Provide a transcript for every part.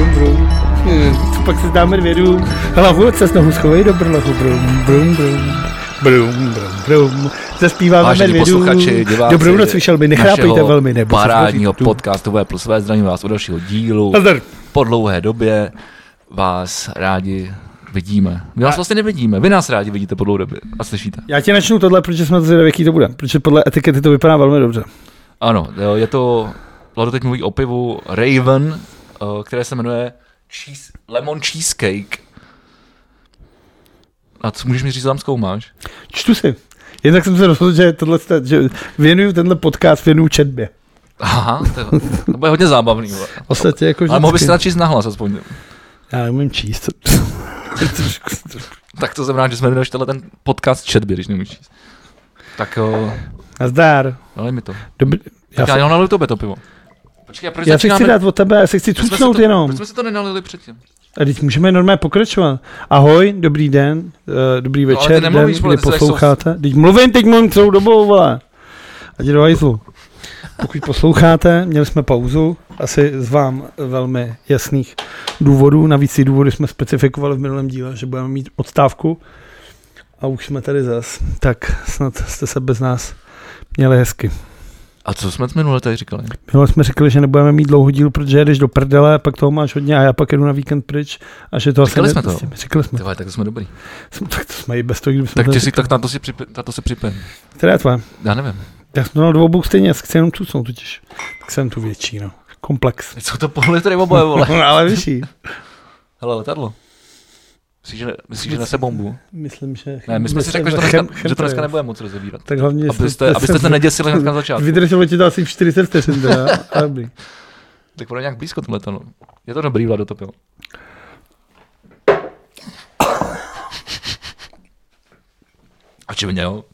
brum, brum. Pak se dáme vědu. Hlavu se znovu schovej do brlohu. Brum, brum, brum. Brum, brum, brum. Zaspíváme medvědu. Dobrou noc, Vyšelby, nechrápejte velmi, nebo parádního podcastu V+V, zdravím vás od dalšího dílu. Nazdar. Po dlouhé době vás rádi vidíme. My vás vlastně nevidíme, vy nás rádi vidíte po dlouhé době a slyšíte. Já ti načnu tohle, protože jsme zvědaví, jaký to bude, protože podle etikety to vypadá velmi dobře. Ano, je to, Vlado teď mluví o pivu Raven, které se jmenuje Lemon Cheesecake. A co můžeš mi říct, co tam zkoumáš? Čtu si. Jen tak jsem se rozhodl, že věnuju tenhle podcast četbě. Aha, to bude hodně zábavný. Ostatně jako ale mohl bys to číst nahlas aspoň. Já neumím číst. Tak to znamená, že jsme jmenovali ten podcast četbě, když neumíš číst. Tak nazdar. Nalej mi to. Dobrý. Já naliju tobě to pivo. Počkej, proč já si chci dát od tebe, já si chci cucnout jenom. Proč jsme si to nenalili předtím? A teď můžeme normálně pokračovat. Ahoj, dobrý den, dobrý večer, den, kdy posloucháte. Teď mluvím celou dobu, vole. Ať do hajzlu. Pokud posloucháte, měli jsme pauzu, asi z vám velmi jasných důvodů. Navíc ty důvody jsme specifikovali v minulém díle, že budeme mít odstávku. A už jsme tady zas. Tak snad jste se bez nás měli hezky. A co jsme minule tady říkali? Minule jsme říkali, že nebudeme mít dlouho díl, protože jedeš do prdele, pak toho máš hodně a já pak jedu na víkend pryč. A že to říkali jsme to. Říkali jsme. Tyhle, tak to jsme dobrý. Tak to jsme i bez toho, kdyby jsme tak na to si připojím. Která je tvoje? Já nevím. Já jsem to dal do obou stejně, chci jenom tucnout totiž. Tak jsem tu větší, no. Komplex. Co to po litry oboje, vole? No, ale vyšší. Hele, letadlo. Myslíš, že nese bombu? Myslím, že... Ne, my jsme si řekli, že to dneska nebude moc rozevírat. Tak hlavně... Abyste se neděsili hned na začátku. Vydrželo ti to asi v 40 vteřin, teda. Dobrý. Tak bude nějak blízko tohle letadlo. Je to dobrý, Vlado, to pivo. Očividně, jo.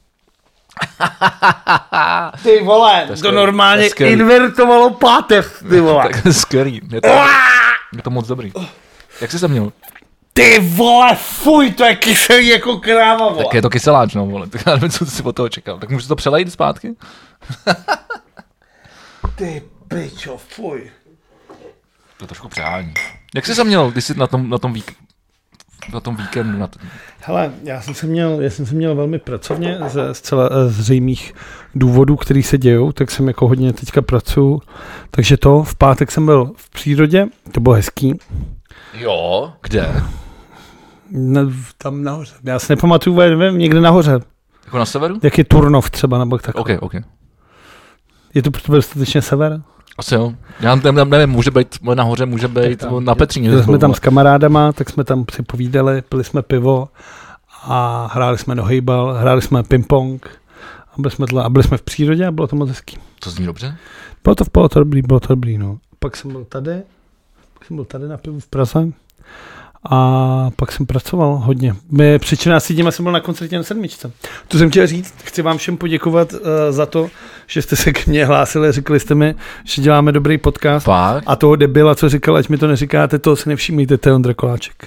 Ty vole, to normálně invertovalo pátev, ty vole. Tak je skvělý. Je to moc dobrý. Jak jsi se měl? Ty vole, fuj, to je kyselý jako kráva, vole. Tak je to kyseláč, no, vole. Tak já nevím, co jsi od toho čekal. Tak můžeš to přelejít zpátky? Ty pičo, fuj. To je trošku přehání. Jak jsi se měl, když jsi na tom víkendu? Hele, já jsem se měl velmi pracovně ze zcela zřejmých důvodů, který se dějou, tak jsem jako hodně teďka pracuju. Takže v pátek jsem byl v přírodě, to bylo hezký. Jo, kde? Tam nahoře. Já si nepamatuju, nevím, někde nahoře. Jako na severu? Jak je Turnov třeba, nebo tak. OK. Je to pro tebe dostatečně sever? Asi jo. Já nevím, může být nahoře, může být na Petříně. Jsme tam s kamarádama, tak jsme tam si povídali, pili jsme pivo a hráli jsme nohejbal, hráli jsme ping-pong a byli jsme v přírodě a bylo to moc hezký. To zní dobře? Bylo to dobrý, no. Pak jsem byl tady na pivu v Praze a pak jsem pracoval hodně. Před 14 dní jsem byl na koncertě na Sedmičce. To jsem chtěl říct, chci vám všem poděkovat za to, že jste se k mně hlásili, řekli jste mi, že děláme dobrý podcast. Fakt? A toho debila, co říkal, ať mi to neříkáte, to si nevšimněte, to je Ondra Koláček.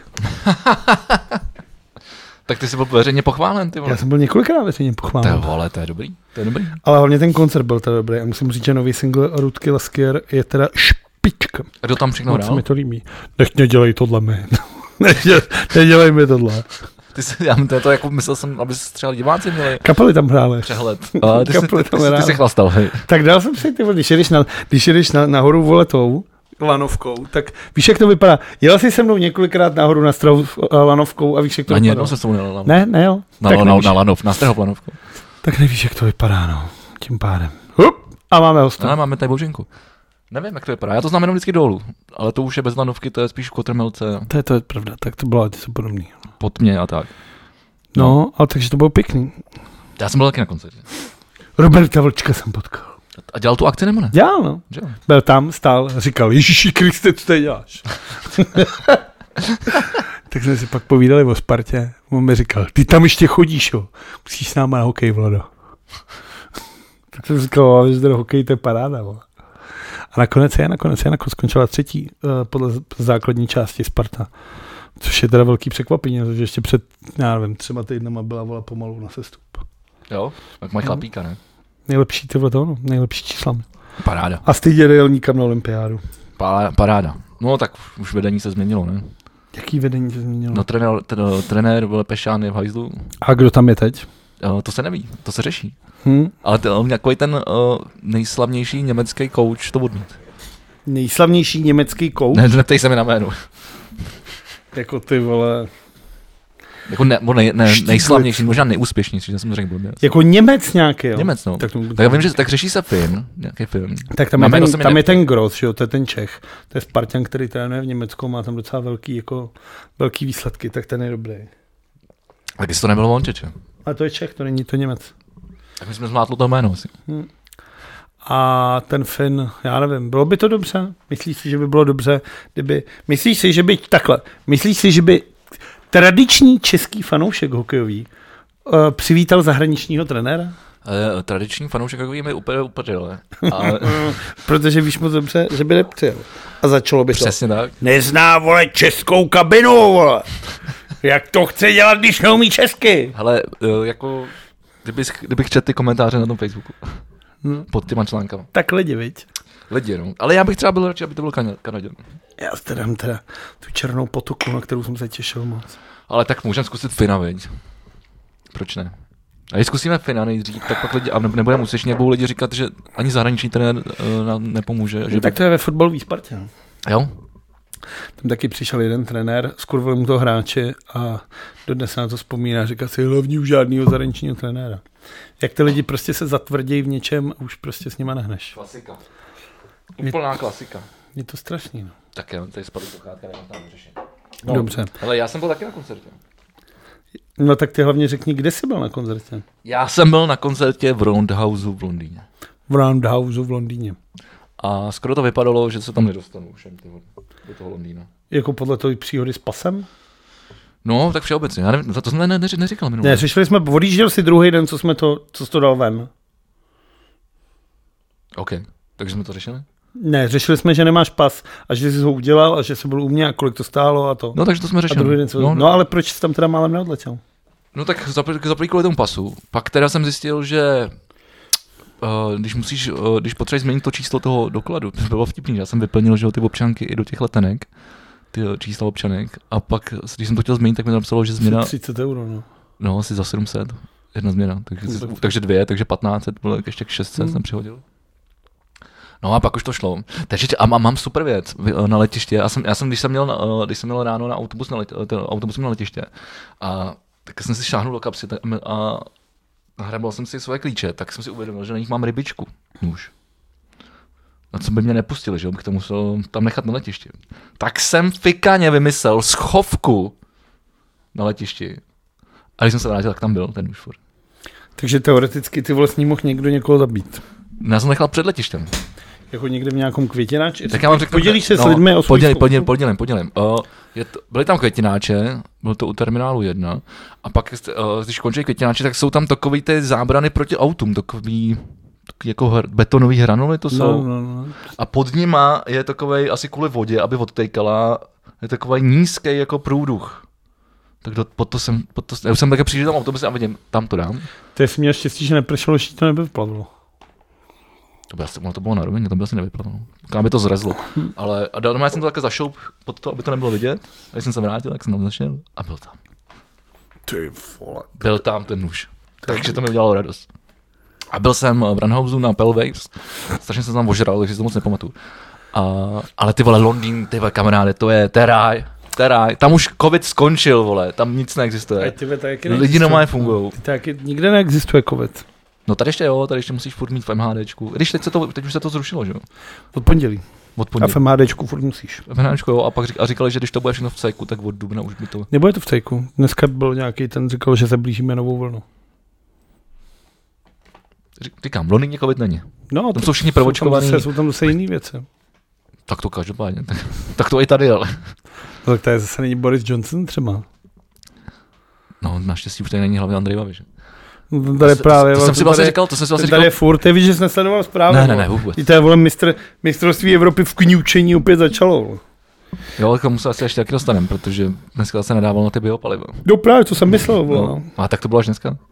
Tak ty jsi byl veřejně pochválen, ty vole. Já jsem byl několikrát veřejně pochválen. To je dobrý. Ale hlavně ten koncert byl teda dobrý a musím říct, že nový single Rudky Laskier je teda špička. A kdo tam všechno hrál? Moc mi to líbí. Nedělej tohle mi. Nedělej mi tohle. Já to jako myslel jsem, aby se třeba diváci měli kapely tam hráli. Přehled. Ty jsi chlastal, hej. Tak dal jsem si, ty, když jedeš nahoru voletou, lanovkou, tak víš, jak to vypadá. Jel jsi se mnou několikrát nahoru na strahu lanovkou a víš, jak to vypadá. Ani jednou se s tou nejel. Ne, jo. Na strahov lanovkou. Tak nevíš, jak to vypadá, no. Tím pádem. A máme hosta. Ale máme tady Boženku. Nevím, jak to vypadá. Já to znám jenom vždycky dolů, ale to už je bez lanovky, to je spíš v Kotrmelce. To je pravda, tak to bylo něco podobný. Pod mě a tak. No, ale takže to bylo pěkný. Já jsem byl taky na koncertě. Roberta Vlčka jsem potkal. A dělal tu akci nebo ne? Dělal, no. Byl tam, stál, říkal, Ježíši Kriste, co tady děláš? Tak jsme si pak povídali o Spartě. On mi říkal, ty tam ještě chodíš, jo. Musíš s náma na hokej, Vlado. Tak jsem říkal, že ten hokej, to je paráda, vole. A nakonec skončila třetí podle základní části Sparta. Což je teda velký překvapení, protože ještě před, já nevím, 3 týdnama byla vola pomalu na sestup. Jo, tak mají chlapíka, ne? Nejlepší čísla. Paráda. A stejně jel nikam na olympiádu. Paráda. No tak už vedení se změnilo, ne? Jaký vedení se změnilo? No trenér byl Pešán je v hajzlu. A kdo tam je teď? To se neví, to se řeší. Ale takový ten nejslavnější německý coach to odmít. Nejslavnější německý coach? Ne, neptej se mi na jméno. Jako ty vole... Jako nejslavnější, možná nejúspěšnější, já jsem řekl blbě. Jako Němec nějaký, jo? Němec, no. Tak já vím, že tak řeší se Fin, nějaký film. Tak tam je ten Gross, jo, to je ten Čech. To je Spartan, který trénuje v Německu, má tam docela velký výsledky, tak ten je dobrý. Tak jestli to nebylo Vončeče. A to je Čech, to není to Němec. Tak my jsme zmátli to jméno asi. A ten Fin, já nevím, bylo by to dobře? Myslíš si, že by bylo dobře, kdyby... Myslíš si, že by tradiční český fanoušek hokejový přivítal zahraničního trenéra? Tradiční fanoušek hokejový mi úplně upadl. Protože víš moc dobře, že by nepřijel. A začalo by to. Přesně tak. Nezná, vole, českou kabinu, vole. Jak to chce dělat, když neumí česky? Hele, jako, kdybych četl ty komentáře na tom Facebooku. Pod těma článkama. Tak lidi, viď? Lidi, no. Ale já bych třeba byl radši, aby to byl Kanaděn. Já dám teda tu černou potoku, na kterou jsem se těšil moc. Ale tak můžeme zkusit Fina, viď? Proč ne? A když zkusíme Fina nejdřív, tak pak lidi, a nebudeme úspěšní, jak budou lidi říkat, že ani zahraniční trenér nám nepomůže. Že tak to je ve fotbalový Spartě. Jo? Tam taky přišel jeden trenér, skurvil mu to hráče a dodnes na to vzpomíná, říká si hlavní už žádnýho zahraničního trenéra. Jak ty lidi prostě se zatvrdějí v něčem a už prostě s nima nehneš. Klasika. Úplná klasika. Je to strašný, no. Tak jo, tady spadl sluchátka, nemám tam řešení. No, dobře. Ale já jsem byl taky na koncertě. No tak ty hlavně řekni, kde jsi byl na koncertě? Já jsem byl na koncertě v Roundhouse v Londýně. V Roundhouse v Londýně. A skoro to vypadalo, že se tam nedostanu už do toho Londýna. Jako podle toho příhody s pasem? No, tak všeobecně. Já nevím, to jsem neříkal minulý. Ne, řešili jsme, odjížděl si druhý den, co jsi to dal ven. OK, takže jsme to řešili? Ne, řešili jsme, že nemáš pas a že jsi ho udělal a že jsi byl u mě a kolik to stálo a to. No, takže to jsme řešili. A druhý den no, ale proč jsi tam teda málem neodletěl? No tak za kvůli tomu pasu. Pak teda jsem zjistil, že když potřebuješ změnit to číslo toho dokladu, to bylo vtipný, já jsem vyplnil, že ty občanky i do těch letenek, ty čísla občanek, a pak, když jsem to chtěl změnit, tak mi napsalo, že změna... 30 euro, no. No, asi za 700, jedna změna, takže 2, takže 1500, bylo ještě 600 jsem přihodil. No a pak už to šlo. Takže a mám super věc na letiště. Já jsem když jsem měl ráno na autobus na letiště, a tak jsem si šáhnul do kapsy a hrabal jsem si svoje klíče, tak jsem si uvědomil, že na nich mám rybičku. Nůž. Na co by mě nepustili, že bych to musel tam nechat na letišti. Tak jsem fikaně vymyslel schovku na letišti. A když jsem se vrátil, tak tam byl ten nůž furt. Takže teoreticky ty vlastně mohl někdo někoho zabít. Já jsem nechal před letištěm. Jako někde v nějakom květináči? Tak já vám řeknu, podělíš se s lidmi o svůj Podělím. Byly tam květináče, byl to u terminálu 1, a pak, když končí květináče, tak jsou tam takový ty zábrany proti autům, takový jako betonový hranuly to jsou. No. A pod nima je takovej, asi kvůli vodě, aby odtejkala, je takový nízký jako průduch. Tak já už jsem také přišel tam autobusem a vidím, tam to dám. To jsi měl štěstí, že nepršelo, že to nevyplavilo. To bylo na rovině, to by asi nevyplavilo. Kam by to zrezlo. Ale a dál jsem to také zašoup pod to, aby to nebylo vidět. A když jsem se vrátil, tak jsem tam zašel a byl tam. Ty vole. Byl tam ten nůž. Takže to mi udělalo radost. A byl jsem v Runhouse na Pelwaves. Strašně jsem tam ožral, takže si to moc nepamatuju. Ale ty vole, Londýn, ty vole kamaráde, to je ráj. Tam už covid skončil, vole, tam nic neexistuje. Lidi normálně fungujou. Nikde neexistuje covid. No tady ještě jo, tady ještě musíš furt mít v MHDčku. Když teď už se to zrušilo, že jo? Od pondělí. A v MHDčku furt musíš. V MHDčku jo, a pak říkali, že když to bude všechno v cejku, tak od dubna už by to... Nebude to v cejku. Dneska byl nějaký, ten říkal, že se blížíme novou vlnu. Říkám, v Londýně covid není. No, tam jsou všichni prvočkovaní. Jsou tam zase jiný věci. Tak to každopádně. Tak to i tady, ale... No, tak tady zase není Boris Johnson třeba. No, naštěstí už tady není hlavně Andrej Babiš. Tady právě. To jsem si vlastně říkal, Tady je furt, ty víš, že jsi nesledoval zprávy. Ne, vůbec. I to je, vole, mistrovství Evropy v kňučení opět začalo. Jo, ale k tomu se asi ještě taky dostaneme, protože dneska se nedávalo na ty biopaliva. No právě, to jsem myslel, vole. No. A tak to bylo až dneska?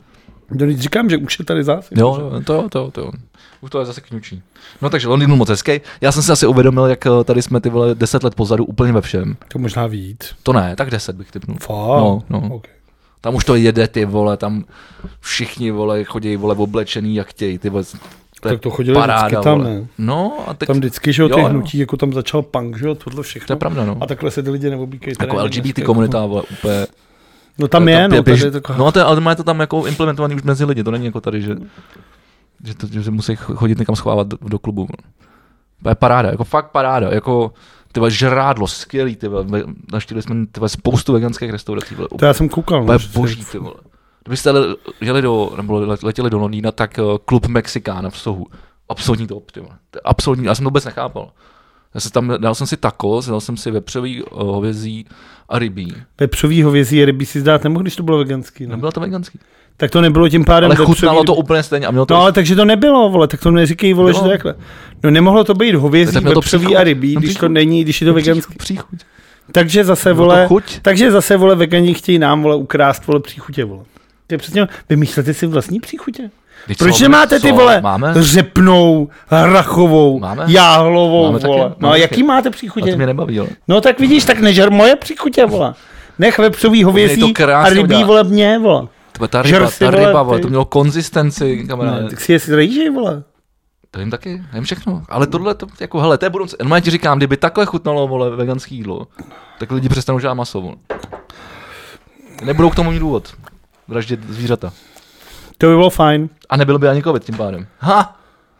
Říkám, že už je tady zase. Jo, to. Už to je zase kňučí. No takže Londýn byl moc hezký. Já jsem si asi uvědomil, jak tady jsme ty vole 10 let pozadu úplně ve všem. To možná víc. To ne, tak 10 bych typnul. Fakt? No. Okay. Tam už to jede, ty vole, tam všichni vole chodí vole oblečený jak chtějí, ty vole. Tak to chodili paráda, vždycky tam, ne? No a teď... Tam vždycky, že jo, ty hnutí, jako tam začal punk, že jo, tohle všechno. To je pravda, no. A takhle se ty lidi neoblíkají. Jako LGBT komunita, vole, úplně... No tam je, no. Ale má to tam jako implementovaný už mezi lidi, to není jako tady, že musí chodit někam schovávat do klubu. To je paráda, jako fakt paráda, jako tyhle žrádlo, skvělý, tyhle, naštívili jsme tyhle spoustu veganských restaurací. Tyhle, to já jsem koukal. To je boží, tyhle. Kdybyste letěli do Londýna, tak klub Mexikána v Sohu, absolutní top, tyhle. Absolutní, já jsem to vůbec nechápal. Dal jsem si tacos, dal jsem si vepřový hovězí a rybí. Vepřový hovězí a rybí si zdát nemohl, když to bylo veganský. No. Nebylo to veganský. Tak to nebylo tím pádem. Ale chutnalo to úplně stejně. A mělo to... No ale takže to nebylo, vole, tak to neříkej, vole, že to takhle. No nemohlo to být hovězí, vepřový a rybí, když to není, když je to veganský. Příchuť. Takže zase, vole, vegani chtějí nám, vole, ukrást, vole, příchutě, vole. To je přesně, vymýšlete si vlastní příchutě. Proč nemáte ty, vole, řepnou, hrachovou, jáhlovou, vole. No a jaký máte příchutě? A to mě nebaví, ale. No tak vidíš, tak nežer moje příchutě, vole. Nech vepřový hovězí a rybí, vole, mě, vole. Ta ryba, vole, to mělo konzistenci, kamaráde. Tak si jestli rejžej, vole. To jim taky, jim všechno. Ale tohle, to, jako, hele, to je budoucí. No já ti říkám, kdyby takhle chutnalo, vole, veganský jídlo, tak lidi přestanou žát maso, vole. Nebudou k tomu mít důvod. Vraždit zvířata. To by bylo fajn. A nebylo by ani covid tím pádem. Ha!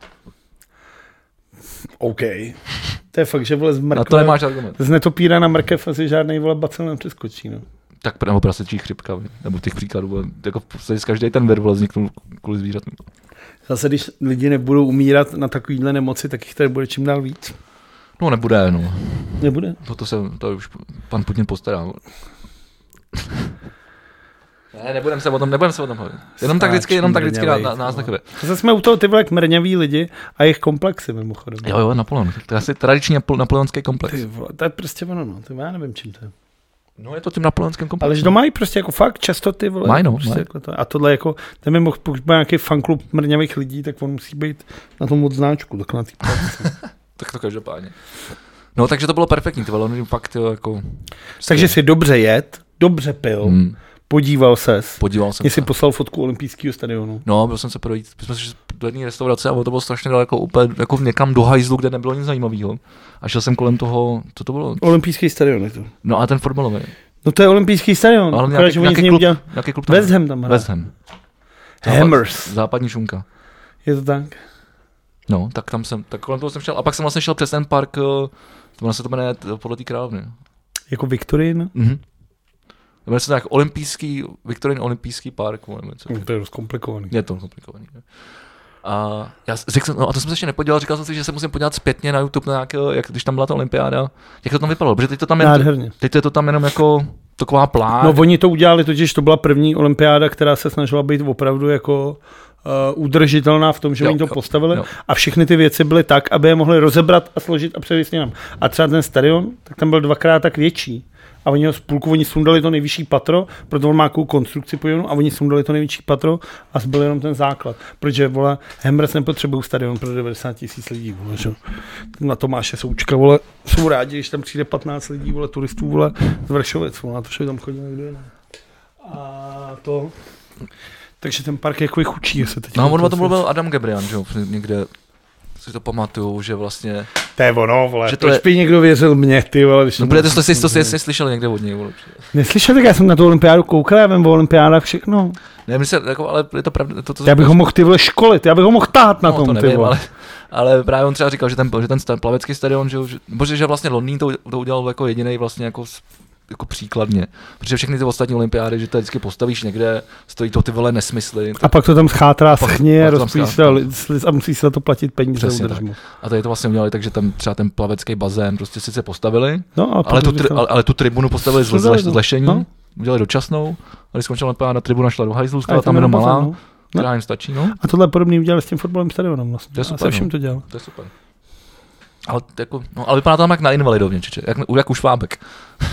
OK. To je fakt, že vole z mrkve. Na to nemáš argument. Z netopíra na mrkev asi žádnej vole bacil nepřeskočí, no. Tak nebo prasečí chřipka, nebo těch příkladů. Jako každý ten vir vole vzniknul kvůli zvířatům. Zase, když lidi nebudou umírat na takovýhle nemoci, tak jich tady bude čím dál víc. No nebude, no. Nebude? To už pan Putin postará. Ne, nebudem se o tom bavit. Jenom tak vždycky nás nechve. Zase jsme u toho ty vole mrňaví lidi a jejich komplexy mimochodem. Jo, Napoleon. To je asi tradiční napoleonský komplex. Ty vole, to je prostě ono, no. Já nevím, čím to je. No je to tím napoleonským komplexem. Ale že to mají prostě jako fakt často ty vole. Mají, no. Prostě jako to. A tohle jako, ten by mohl, pokud má nějaký fanklub mrňavých lidí, tak on musí být na tom od značku, tak na té Tak to každopádně. No takže to bylo perfektní, ty vole, fakt jako... Takže si dobře jet, dobře pil. Podíval ses. Mě si poslal fotku olympijského stadionu. No, byl jsem se projít. My jsme šli do jedné restaurace a to bylo strašně daleko, úplně jako někam do hajzlu, kde nebylo nic zajímavého. A šel jsem kolem toho, co to bylo? Olympijský stadion je to. No a ten fotbalový. No to je olympijský stadion. Ale nějaký klub tam. West Ham tam hrál. West Ham. Hammers. Západní šunka. Je to tak? No, tak kolem toho jsem šel. A pak jsem vlastně šel přes ten park, to se to jmenuje podle té královny. Jako Viktorín? Jmenuje se to tak Viktorín olympijský park. To je dost komplikovaný. Je to komplikovaný. A já řekl jsem, no a to jsem se ještě nepodělal, říkal jsem si, že se musím podívat zpětně na YouTube na nějakého, jak když tam byla ta olympiáda, jak to tam vypadalo, protože teď je to tam jenom jako taková plán. No oni to udělali, totiž to byla první olympiáda, která se snažila být opravdu jako udržitelná v tom, že oni to postavili a všechny ty věci byly tak, aby je mohli rozebrat a složit a převěsit nám. A třeba ten stadion, tak tam byl 2x tak větší. A oni sundali to nejvyšší patro, protože on má takovou konstrukci pojenou a oni sundali to nejvyšší patro a zbyl jenom ten základ. Protože, vole, Hammers nepotřebují stadion pro 90 000 lidí, vole, že? Na Tomáše Součka, vole, jsou rádi, když tam přijde 15 lidí, vole, turistů, vole, z Vršovic, vole, na to, že tam chodí někdo jiný. A to... Takže ten park je jako chučí, se teď... No, on o tom mluvil Adam Gebrian, že jo, někde si to pamatuju, že vlastně... To je ono, vole, že proč by někdo věřil mě, ty vole, když... No, protože to jsi slyšel někde od něj, vole. Neslyšel, tak já jsem na tu olympiádu koukal, já vím o olympiádách všechno. Ne, jako, ale je to pravda... Já bych ho mohl ty vole školit, já bych ho mohl tát na tom, to nevím, ty vole. Ale právě on třeba říkal, že ten plavecký stadion, že vlastně Londýn to udělal jako jedinej vlastně jako příkladně. Protože všechny ty ostatní olympiády, že to vždycky postavíš někde, stojí to ty vole nesmysly. A pak to tam schátrá, schně, rozpíš se a musí se na to platit peníze. A tady to vlastně udělali tak, že tam třeba ten plavecký bazén prostě sice postavili, no, ale tu tribunu postavili z lešení, no? Udělali dočasnou, a když skončila olympiáda, tribuna šla do hajzlu, stala tam jenom malá, která jim stačí. No? A tohle podobný udělali s tím fotbalovým stadionem vlastně. To je super, vším to dělal. To je super. Ale vypadá to tam jak na Invalidovně, jak u Švábek.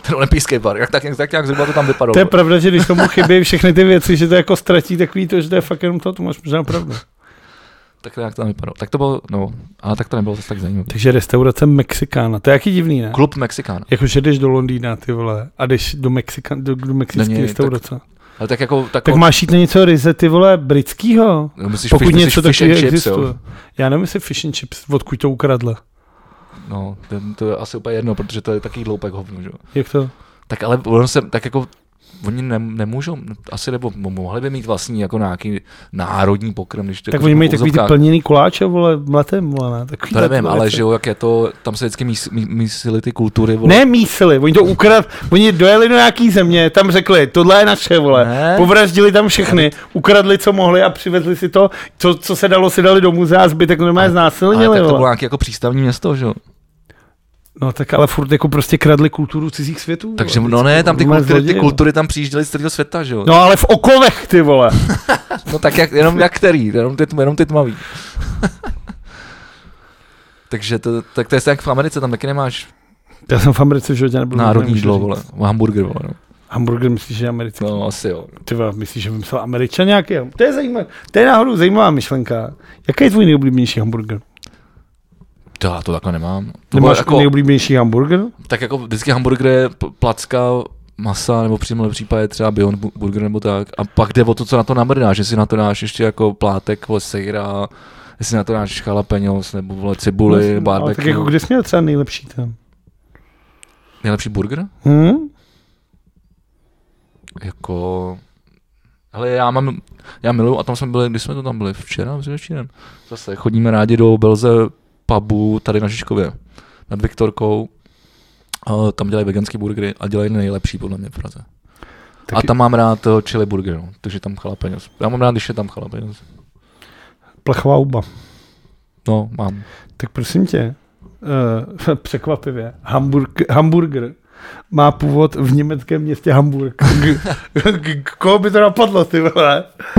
ten olympijský park, tak nějak zhruba to tam vypadalo. To je pravda, že když tomu chybí všechny ty věci, že to jako ztratí takový to, že to je fakt jenom to máš možná pravdu. Tak nějak to tam vypadalo. Tak to bylo, no, ale tak to nebylo tak zajímavé. Takže restaurace Mexikána, to je jaký divný, ne? Klub Mexikána. Jakože jdeš do Londýna, ty vole, a jdeš do mexické restaurace. Ale tak jako... Tak máš jít na něco ryze, ty vole, britskýho? No, pokud něco takového existuje. Já nemyslím fish and chips, odkud to ukradla. No, to je asi úplně jedno, protože to je takový hloupek hovno, že jo. Jak to? Tak ale ono se, tak jako, oni nemůžou, asi nebo mohli by mít vlastní jako nějaký národní pokrm, když to tak jako oni mají takový ty plněný koláče, vole, mletem, vole, ne? Takový to nevím, ale že jo, jak je to, tam se vždycky mísili ty kultury, vole. Ne mísili, oni to oni dojeli do nějaký země, tam řekli, tohle je naše, vole, povraždili tam všechny, ukradli, co mohli a přivezli si to, co se dalo, si dali do muzea a zbytek normálně znásilnili, ale tak to bylo nějaký jako přístavní město, že jo. No tak ale furt jako prostě kradli kulturu cizích světů. Takže vole, no ne, tam ty kultury tam přijížděly z celého světa, že jo. No ale v okovech, ty vole. No tak jenom který, jenom ty tmavý. Takže to je jak v Americe, tam taky nemáš. Já jsem v Americe v životě nebyl. Národní jídlo, vole, hamburger, vole. No. Hamburger myslíš, že je americký? No asi jo. Ty vole, myslíš, že vymyslel Američan nějaký? To je zajímavé, to je náhodou zajímavá myšlenka. Jaký je tvůj nejoblíbenější hamburger? Já to takhle nemám. Nemáš jako nejoblíbenější hamburger? Tak jako vždycky hamburger je placka masa, nebo přímo v případě třeba Beyond Burger nebo tak. A pak jde o to, co na to namrdáš, jestli na to dáš ještě jako plátek, vole, sejra, jestli na to dáš jalapeňos, nebo vole cibuli, barbecue. Tak jako kde jsi měl třeba nejlepší tam? Nejlepší burger? Jako... Hele, já miluju, a tam jsme byli, když jsme to tam byli včera, předevčírem. Zase chodíme rádi do Belze pubu tady na Žižkově, nad Viktorkou. Tam dělají veganský burgery a dělají nejlepší podle mě v Praze. Taky... A tam mám rád chili burger, no, takže tam jalapeňos. Já mám rád, když je tam jalapeňos. Plechová huba. No, mám. Tak prosím tě, překvapivě, hamburger má původ v německém městě Hamburg. Koho by to napadlo, ty vole?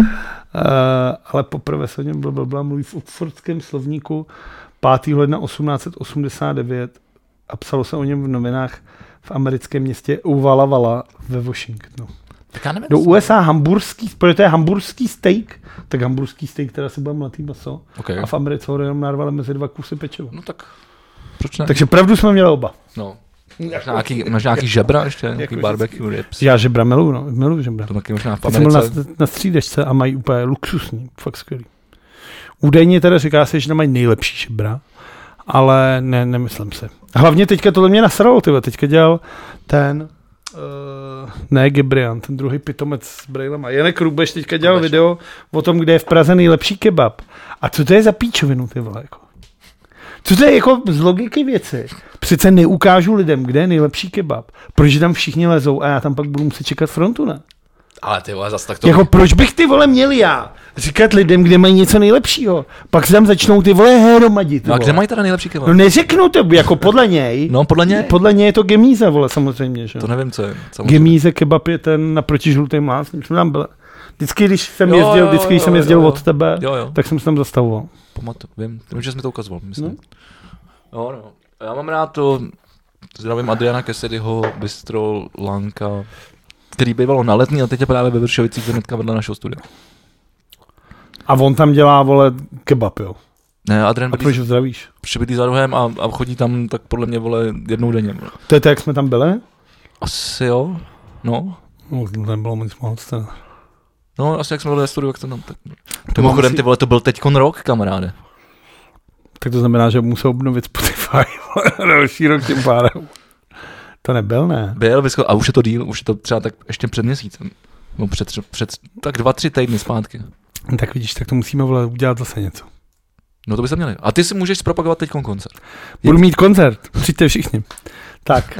Ale poprvé se o něm mluví v oxfordském slovníku 5. ledna 1889 a psalo se o něm v novinách v americkém městě Walla Walla ve Washingtonu. Do USA hamburský, protože to je hamburský steak, tak hamburský steak teda se bude mletý maso a v Americe ho jenom narvali mezi 2 kusy pečiva. No tak proč ne? Takže pravdu jsme měli oba. No. Máš nějaký žebra ještě? Nějaký barbecue ribs? Já žebra miluju žebra. To taky možná v Americe. Jsem byl na střídečce a mají úplně luxusní, fakt skvělý. Údajně teda říká se, že nemají nejlepší žebra, ale nemyslím si. Hlavně teďka tohle mě nasralo, teďka dělal ten, ne Gebrian, ten druhý pitomec s brejlema. Janek Rubeš teďka dělal video o tom, kde je v Praze nejlepší kebab. A co to je za píčovinu, ty vole, jako? Co to je jako z logiky věci? Přece neukážu lidem, kde je nejlepší kebab. Proč tam všichni lezou a já tam pak budu muset čekat frontu, ne? Ale ty vole, zase tak to... Jako proč bych ty vole měl já říkat lidem, kde mají něco nejlepšího? Pak se tam začnou ty vole hromadit. No a kde mají teda nejlepší kebab? No neřeknu to, jako podle něj. No podle něj? Podle něj je to Gemíze, vole, samozřejmě, že? To nevím, co je. Gemíze kebab je ten naproti Žlutým Mlásním, jsme tam byli. Vždycky, když jsem jezdil od tebe, tak jsem se tam zastavoval. Vím, že jsi mi to ukazoval, myslím. No. Já mám rád to, zdravím Adriana Kessedyho, Bistro Lanka, který bývalo na Letný a teď je právě ve Vršovicích hnedka vedle našeho studia. A on tam dělá, vole, kebab, jo? Ne, Adrian a proč ho zdravíš? Přibydlí za rohem a chodí tam tak podle mě, vole, jednou denně. Vole. To je to, jak jsme tam byli? Asi jo, no. No, to nebylo moc moc. No, asi jak jsme byli ve studiu, jak to tam tak... Mimochodem, ty vole, to byl teďkon rok, kamaráde. Tak to znamená, že musel obnovit Spotify další rok tím pádem. To nebyl, ne? Byl, a už je to díl, už je to třeba tak ještě před měsícem. No před tak 2-3 týdny zpátky. Tak vidíš, tak to musíme udělat zase něco. No to by se měli. A ty si můžeš zpropagovat teď koncert. Budu mít koncert, přijďte všichni. Tak.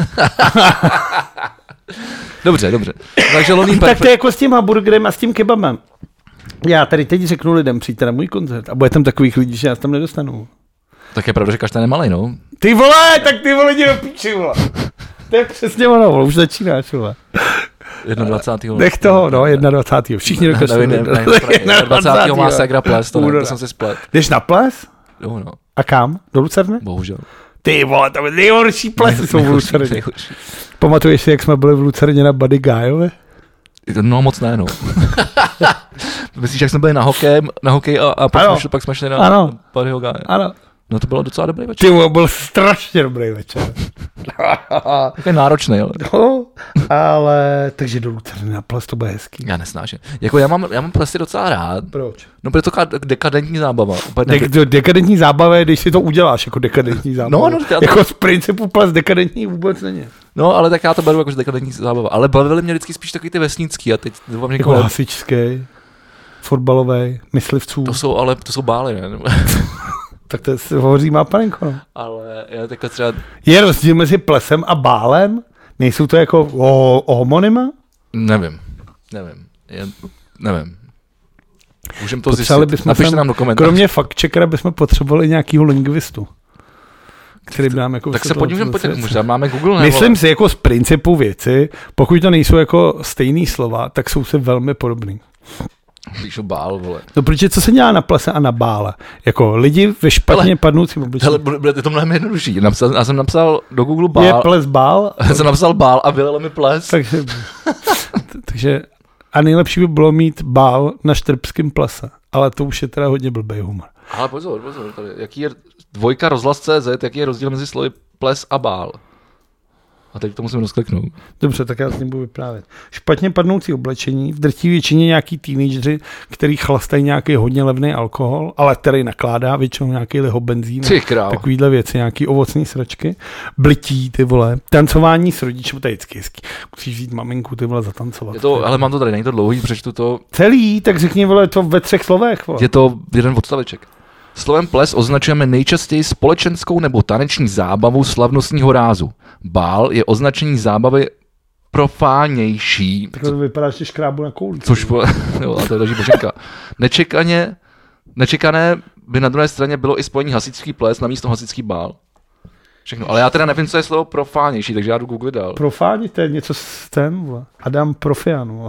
Dobře. Takže Lonely tak to je jako s tím hamburgerem a s tím kebabem. Já tady teď řeknu lidem, přijďte na můj koncert a bude tam takových lidí, že já tam nedostanu. Tak je pravda, že Kaštan je malej, no. Ty vole, tak ty vole jdi do píči, vole. To je přesně ono, vole, už začínáš, vole. 21. Nech toho, no, 21. Všichni do Kaštanu. 21. má Segra ples, to jsem si splet. Jdeš na ples? Jo, no. A kam? Do Lucerne? Bohužel. Ty vole, to je nejhorší plesy jsou v Lucerně. Pamatuješ si, jak jsme byli v Lucerně na Buddy Guyovi? No moc ne, no. Myslíš, jak jsme byli na hokej a pak jsme šli na Buddyho Guye? Ano. No to bylo docela dobrý večer. Ty byl strašně dobrý večer. Takový náročný, ale. No, ale takže do Lucerny na ples to bude hezký. Já nesnáším. Jako já mám plesy docela rád. Proč? No protože to dekadentní zábava. Dekadentní zábava je, když si to uděláš jako dekadentní zábava. No, jako z principu ples dekadentní vůbec není. No, ale tak já to beru jako dekadentní zábava. Ale bavili mě vždycky spíš takový ty vesnický a teď vám jako hasičský, fotbalový, myslivců. To jsou bály, ne? Tak to se hovoří má panenko. No. Ale já takhle třeba... Je rozdíl mezi plesem a bálem? Nejsou to jako homonyma? Nevím. Můžeme to zjistit. Napište nám do komentářů. Kromě fact-checkera bychom potřebovali nějakýho lingvistu. Který by nám jako... Tak se podívejme, možná máme Google. Myslím si jako z principu věci, pokud to nejsou jako stejný slova, tak jsou se velmi podobný. Píšu bál, vole. No protože co se dělá na plese a na bále? Jako lidi ve špatně padnoucím obličeji. Ale bude to mnohem jednodušší. Já jsem napsal do Google bál. Je ples bál? Já jsem napsal bál a vylelo mi ples. Takže a nejlepší by bylo mít bál na štrbském plese. Ale to už je teda hodně blbej humor. Ale pozor. Tady, jaký je dvojka rozhlas.cz, jaký je rozdíl mezi slovy ples a bál? A teď to musím rozkliknout. Dobře, tak já s ním budu vyprávět. Špatně padnoucí oblečení, v drtivé většině nějaký teenageři, který chlastají nějaký hodně levný alkohol, ale který nakládá většinou nějaký liho benzín. Takovýhle věci, nějaký ovocný sračky. Blití, ty vole. Tancování s rodičem, to je vždycky hezký. Musíš jít maminku, ty vole, zatancovat. Je to, ale mám to tady, není to dlouhý, přečtu to. Celý, tak řekni, vole, to ve 3 slovech. Vole. Je to jeden odstaveček. Slovem ples označujeme nejčastěji společenskou nebo taneční zábavu slavnostního rázu. Bál je označení zábavy profánější. Tak to vypadá, že škrábu na kouli. Což, jo, a to je další boženka. Nečekané by na druhé straně bylo i spojení hasičský ples na místo hasičský bál. Všechno. Ale já teda nevím, co je slovo profánější, takže já jdu Google dál. Profáni, to je něco s tím, Adam Profian.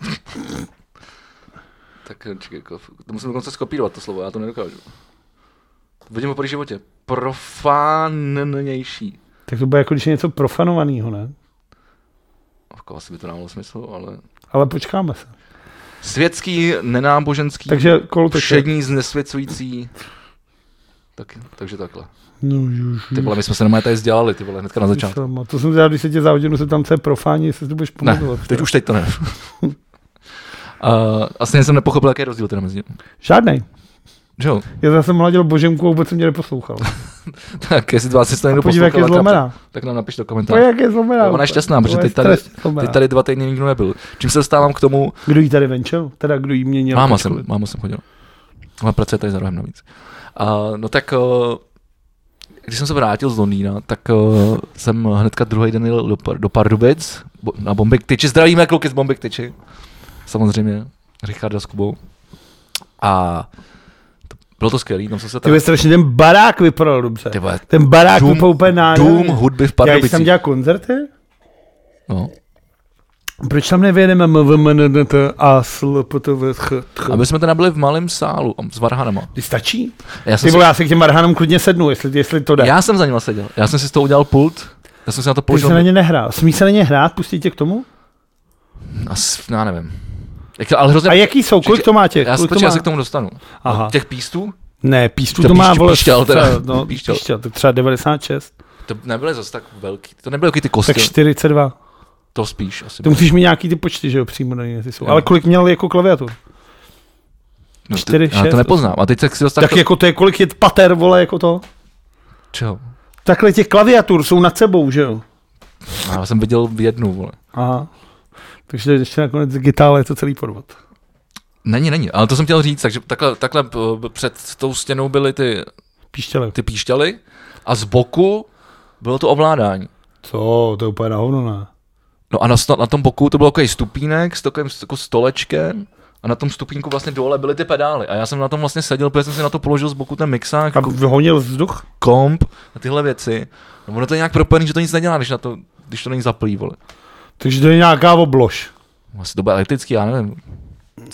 Tak čekaj, to musím dokonce skopírovat to slovo, já to nedokážu. Vidím ho po životě. Profánnější. Tak to bude jako když je něco profanovaného, ne? Asi by to dávalo smysl, ale... Ale počkáme se. Světský, nenáboženský, takže všední, znesvěcující. Takže takhle. No, ty vole, my jsme se normálně tady vzdělali, ty vole, hnedka na začátku. To jsem dělal, když se tě za hodinu se tam co je profání, jestli to budeš pamatovat. Ne, teď to ne. Asi jsem nepochopil, jaký je rozdíl teda mezi. Žádnej. Jo. Já jsem hladil Božemku a vůbec jsem mě neposlouchal. Tak jestli to asi někdo poslouchal, tak nám napiš do komentáře. Jak je zlomená. Ona je šťastná, protože teď tady 2 týdny nikdo nebyl. Čím se dostávám k tomu... Kdo jí tady venčil? Teda kdo jí měnil? Máma jsem chodil. Ona pracuje tady za rohem navíc. No tak... Když jsem se vrátil z Londýna, tak jsem hnedka druhý den jel do Pardubic na Bombik Tyči. Zdravíme kluky z Bombik Tyči. Samozřejmě. Richarda s Kubou. A bylo to skvělý, tam jsem se... Ty strašně ten barák vypadal dobře. Ten barák vypadal úplně nádherný. Dům hudby v Pardubicích. Já jsem dělal koncerty? No. Proč tam nevědeme MVMNDT a SLPTVH? Aby jsme teda byli v malém sálu s varhanama. Ty stačí? Já se k těm varhanám klidně sednu, jestli to jde. Já jsem za nima seděl. Já jsem si z toho udělal pult. Já jsem si na to položil. Ty jsi na ně nehrál. Smí se na ně hrát? Pustit tě k tomu? Já nevím. Ale hrozně... A jaký jsou? Kolik to má těch? Já se k tomu dostanu. Aha. Těch pístů? Ne, pístů to má píšťal, píšťal, tak třeba 96. To nebyly zase tak velký. To nebyly ty kosti. Tak 42. To spíš asi. To musíš mít nějaký ty počty, že jo, přímo na ně jsou. Ale kolik měl jako klaviatur? 4, 6. Já to nepoznám. A teď se tak jako to je, kolik je pater, vole, jako to? Čeho? Takhle těch klaviatur jsou nad sebou, že jo? Já jsem viděl v jednu, vole. Aha. Takže ještě nakonec digitál je to celý podvod. Není, ale to jsem chtěl říct, takže takhle před tou stěnou byly ty píšťaly a z boku bylo to ovládání. Co? To je úplně na hovno, ne? No a na tom boku to byl takový stupínek s takovým stolečkem a na tom stupínku vlastně dole byly ty pedály a já jsem na tom vlastně seděl, protože jsem si na to položil z boku ten mixák. A vyhonil vzduch? Komp a tyhle věci. No ono to je nějak propojený, že to nic nedělá, když to není zaplý, vole. Takže to je nějaká oblož. Asi to bude elektrický, já nevím.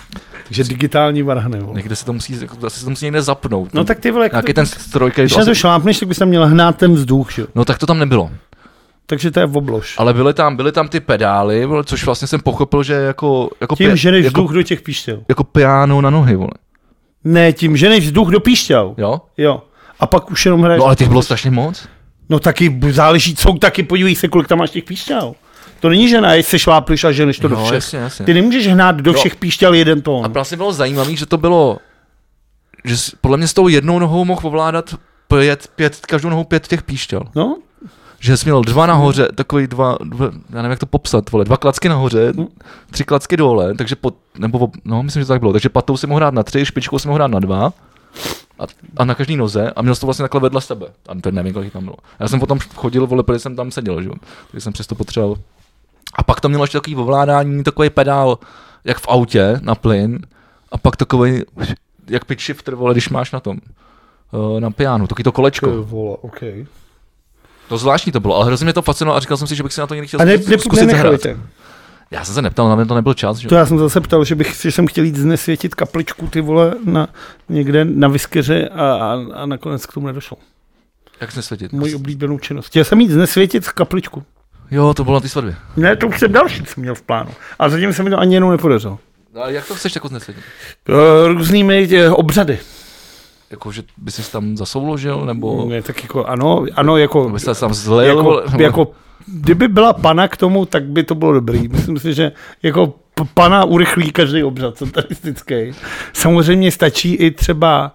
Takže digitální varhany. Někde se to musí někde zapnout. No tak ty vole, nějaký ten stroj, když na to šlápneš, tak bys tam měl hnát ten vzduch, že? No tak to tam nebylo. Takže to je oblož. Ale byly tam ty pedály, což vlastně jsem pochopil, že jako tím ženeš vzduch do těch píšťal. Jako piano na nohy, vole. Ne, tím ženeš vzduch do píšťal. Jo. A pak už jenom hraješ. No ale těch bylo strašně moc. No taky záleží, co taky podívej se, kolik tam máš těch píšťal. To není žena, jestli se šlápneš a ženeš to do všech. Jasně. Ty nemůžeš hnát do všech píšťal jeden tón. A vlastně bylo zajímavé, že to bylo, že podle mě s tou jednou nohou mohl ovládat každou nohou 5 těch píšťal. No. Že jsi měl 2 nahoře, takový dva, já nevím, jak to popsat, 2 klacky nahoře, 3 klacky dole, takže myslím, že to tak bylo, takže patou si mohl hrát na 3, špičkou si mohl hrát na 2 a na každý noze a měl jsi to vlastně takhle vedle sebe. A to nevím, kolik tam bylo. Já jsem potom chodil, protože jsem tam seděl, že jo, takže jsem přesto potřeboval. A pak to mělo ještě takový ovládání, takový pedál, jak v autě na plyn, a pak takový, jak pitch shifter, vole, když máš na tom, na pianu, takový to kolečko. Vole, okay. To zvláštní to bylo, ale hrozně mě to fascinovalo a říkal jsem si, že bych si na to někdy chtěl zkusit zahrát. Já jsem se neptal, na mě to nebyl čas. Že? To já jsem zase ptal, že jsem chtěl jít znesvětit kapličku, ty vole, někde na Vyskeře a nakonec k tomu nedošlo. Jak znesvětit? Můj oblíbenou činnost. Chtěl jsem jít znesvětit kapličku. Jo, to bylo na té svatbě. Ne, to už jsem další, co měl v plánu. A zatím se mi to ani jednou nepodařilo. A jak to chceš jako znesvětit? Různými obřady. Jako, že by si tam zasouložil, nebo... Ne, tak jako ano, jako... By se tam zlejil, jako kdyby byla pana k tomu, tak by to bylo dobrý. Myslím si, že jako pana urychlí každý obřad satanistický. Samozřejmě stačí i třeba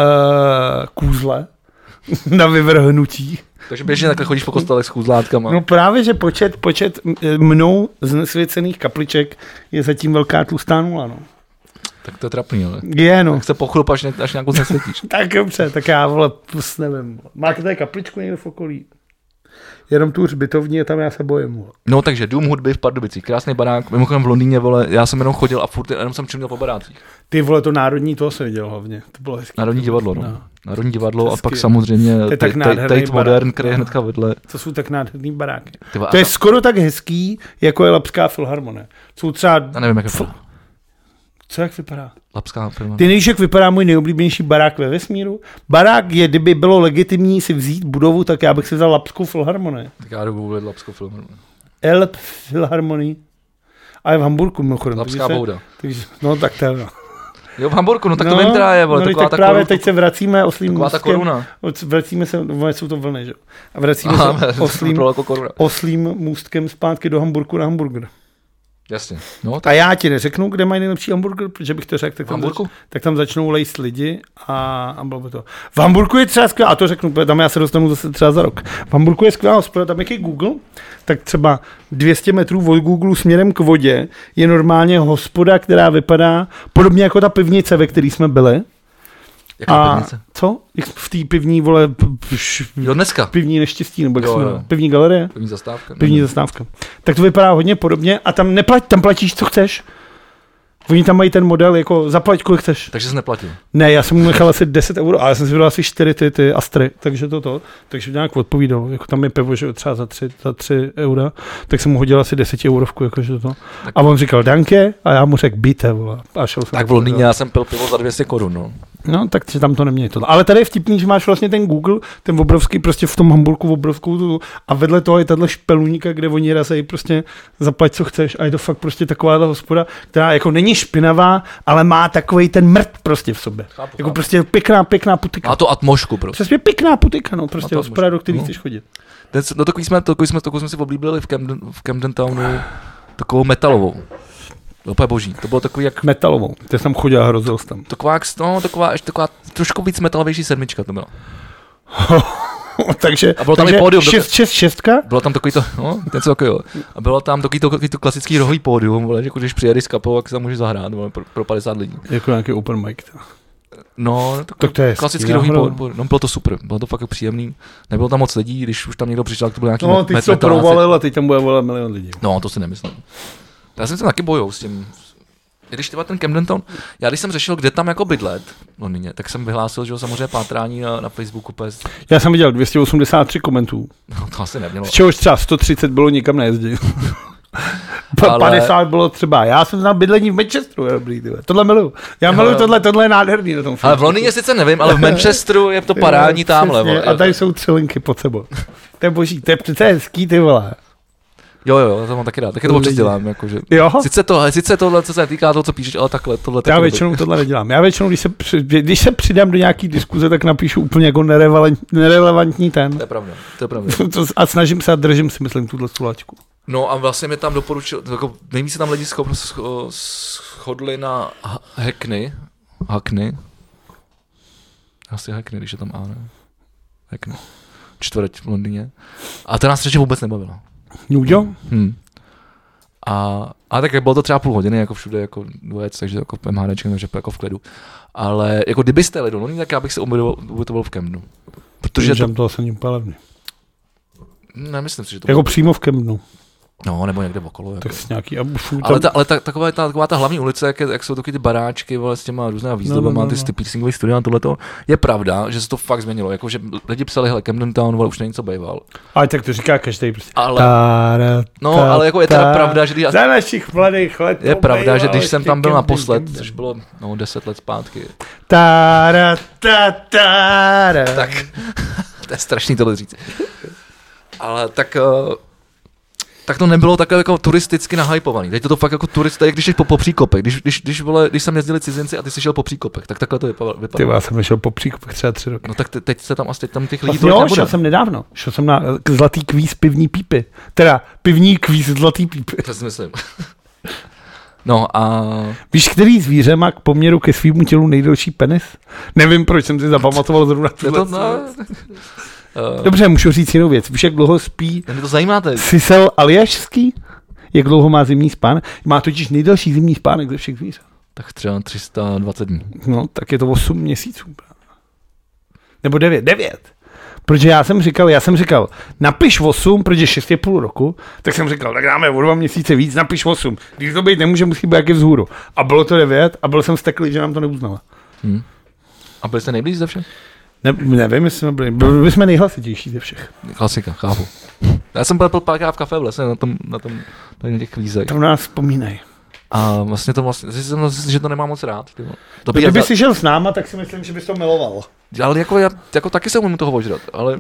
kůzle na vyvrhnutí. Takže běžně takhle chodíš po kostelech s kůzlátkama. No právě, že počet mnou znesvěcených kapliček je zatím velká tlustá nula, no. Tak to je trapný, ale. Je, no. Tak se pochlup, až nějakou znesvětíš. Tak dobře, tak já, vole, nevím. Máte tady kapličku někde v okolí? Jenom tu hřbitovní a tam já se bojím. Vole. No takže Dům hudby v Pardubicích, krásný barák, mimochodem v Londýně, vole, já jsem jenom chodil a furt jenom jsem čuměl po barácích. Ty vole, to národní, toho se viděl hlavně, to bylo hezký. Národní divadlo, no. Národní divadlo a pak samozřejmě Tate Modern, který je hnedka vedle. To jsou tak nádherný baráky. To je skoro tak hezký, jako je Lapská filharmonie. Jsou třeba... Já nevím, jak vypadá. Co jak vypadá? Lapská filharmonie. Ty nevíš, jak vypadá můj nejoblíbenější barák ve vesmíru? Barák je, kdyby bylo legitimní si vzít budovu, tak já bych si vzal Lapskou filharmonii. Tak já jdu googlit Lapskou filharmonii. Elb filharmonii. A je v Hamburku, mimochodem. Lapská bouda. Takže, no tak to je. Jo, v Hamburku, no tak to vím, která je, vole, taková tak právě teď se vracíme oslým můstkem. Vracíme se, jsou to vlny, že? A vracíme se oslým můstkem zpátky do Hamburku na hamburger. Jasně. No, tak. A já ti neřeknu, kde mají nejlepší hamburger, protože bych to řekl, tak tam začnou lejst lidi a bylo by to. V Hamburku je třeba skvělá, a to řeknu, tam já se dostanu zase třeba za rok. V Hamburku je skvělá hospoda, tam jak je Google, tak třeba 200 metrů od Google směrem k vodě je normálně hospoda, která vypadá podobně jako ta pivnice, ve které jsme byli. Jaká pivnice? Co? V té pivní, vole, jo, dneska. Pivní neštěstí, nebo jak jsme, pivní galerie? Pivní zastávka. Pivní zastávka. Tak to vypadá hodně podobně a tam tam platíš, co chceš. Oni tam mají ten model, jako zaplať, kolik chceš. Takže jsi neplatil? Ne, já jsem mu nechal asi 10 €, ale já jsem si vydal asi 4 ty Astry, takže takže nějak odpovídalo. Jako tam je pivo, že třeba za 3 €, tak jsem mu hodil asi 10 €, jakože to. A on říkal danke a já mu řekl bíte, vole. A šel jsem. Tak v Londýně já jsem pil pivo za 200 korun, no. No, tak tam to neměli to. Ale tady je vtipný, že máš vlastně ten Google, ten obrovský, prostě v tom Hamburku obrovskou a vedle toho je tahle špeluníka, kde oni razejí prostě zaplať, co chceš a je to fakt prostě taková ta hospoda, která jako není špinavá, ale má takovej ten mrt prostě v sobě. Jako prostě pěkná putika. Má to atmošku prostě. Přesně pěkná putika, no, prostě hospoda, do který chceš chodit. No takový jsme si oblíbili v Camden Townu, takovou metalovou. Úplně boží. To bylo takový jak... Metalovou. Ty jsem chodil a hrozil tam. Taková trošku víc metalovější sedmička to byla. Takže a bylo tam i pódium. 6. Bylo tam takový to, no, něco takového. A bylo tam takový to klasický rohový pódium, vole, že když přijede s kapelou, tak se tam můžeš zahrát, vole, pro 50 lidí. Jako nějaký open mic. No, tak to je klasický rohový pódium. No, bylo to super, bylo to fakt příjemný. Nebylo tam moc lidí, když už tam někdo přišel, tak to byl nějaký no, ty to provalil a teď tam bude volat milion lidí. No, to si nemyslím. Já jsem se taky bojou s tím. Když třeba ten Camden Town, já když jsem řešil, kde tam jako bydlet v Londýně, tak jsem vyhlásil, že samozřejmě pátrání na Facebooku. Já jsem viděl 283 komentů. No to asi nemělo. Z čehož třeba 130 bylo nikam nejezdit. 50 bylo třeba. Já jsem znal Bydlení v Manchesteru, dobrý, tyhle. Tohle miluju. Já miluju tohle je nádherný na tom filmu. Ale v Londýně sice nevím, ale v Manchesteru je to parádní tamhle. A tady jsou 3 linky pod sebou. To je boží, to je přece hezký, ty vole. Jo, to mám taky rád, taky to občas dělám, jakože. Sice tohle, co se týká toho, co píšeš, ale takhle, tohle taky. Já většinou tohle nedělám. Já většinou, když se přidám do nějaký diskuze, tak napíšu úplně jako nerelevantní ten. To je pravda. A snažím se a držím si, myslím, tuhle stulačku. No a vlastně mi tam doporučil, jako nejvíc se tam lidi shodli na Hackney. Asi Hackney, když je tam A, ne? Hackney. Čtvrť v Londýně. A to nás ještě vůbec nebavilo. Jo? A tak bylo to třeba půl hodiny, jako všude, jako dvojec, takže jako MHDčkem, takže jako v klidu. Ale jako kdybyste jeli do Londýna, tak já bych se ubytoval v Camdenu. Protože to asi není úplně levný. Nemyslím si, že to jako přímo v Camdenu. No, nebo někde okolo. Jako. Tak nějaký ale taková ta hlavní ulice, jak jsou taky ty baráčky vole, s těma různými výzdobama, ty písninkové studia a tohleto, je pravda, že se to fakt změnilo. Jako, že lidi psali, hele, Camden Town, vole, už není co bejval. Ale tak to říká každý prostě. Ale jako je teda pravda, že za našich mladých let. Je pravda, že když jsem tam byl naposled, což bylo 10 let zpátky. Tak, to je strašný tohle říct. Ale tak to nebylo takhle jako turisticky nahypovaný. Teď to fakt jako turista, jak když jsi po příkopech. Když jsem jezdili cizinci a ty jsi šel po příkopech, tak takhle to vypadalo. Ty já jsem nešel po příkopech třeba 3 roky. No tak teď se tam asi těch lidí vlastně nebude. Šel jsem nedávno. Šel jsem na zlatý kvíz pivní pípy. Teda pivní kvíz zlatý pípy. To si myslím. No a... Víš, který zvíře má k poměru ke svýmu tělu nejdelší penis? Nevím, proč jsem si zapamatoval zrovna tohle. Dobře, můžu říct jinou věc. Víš, jak dlouho spí to zajímáte. Sisel Aljašský? Jak dlouho má zimní spánek? Má totiž nejdelší zimní spánek ze všech zvířat. Tak třeba 320 dní. No, tak je to 8 měsíců. Nebo 9. Protože já jsem říkal, napiš 8, protože 6,5 roku, tak jsem říkal, tak dáme o 2 měsíce víc, napiš 8. Když to být nemůže, musí být jak je vzhůru. A bylo to 9 a byl jsem steklý, že nám to neuznala. A byli jste nejblíž ze všech? Nevím, jestli byli jsme nejhlasitější ze všech. Klasika, chápu. Já jsem byl párkrát v kafe v lese na těch kvízech. To nás vzpomínej. A vlastně jsem že to nemám moc rád. Kdyby jsi šel s náma, tak si myslím, že bys to miloval. Ale jako taky se umím toho ožrat, ale...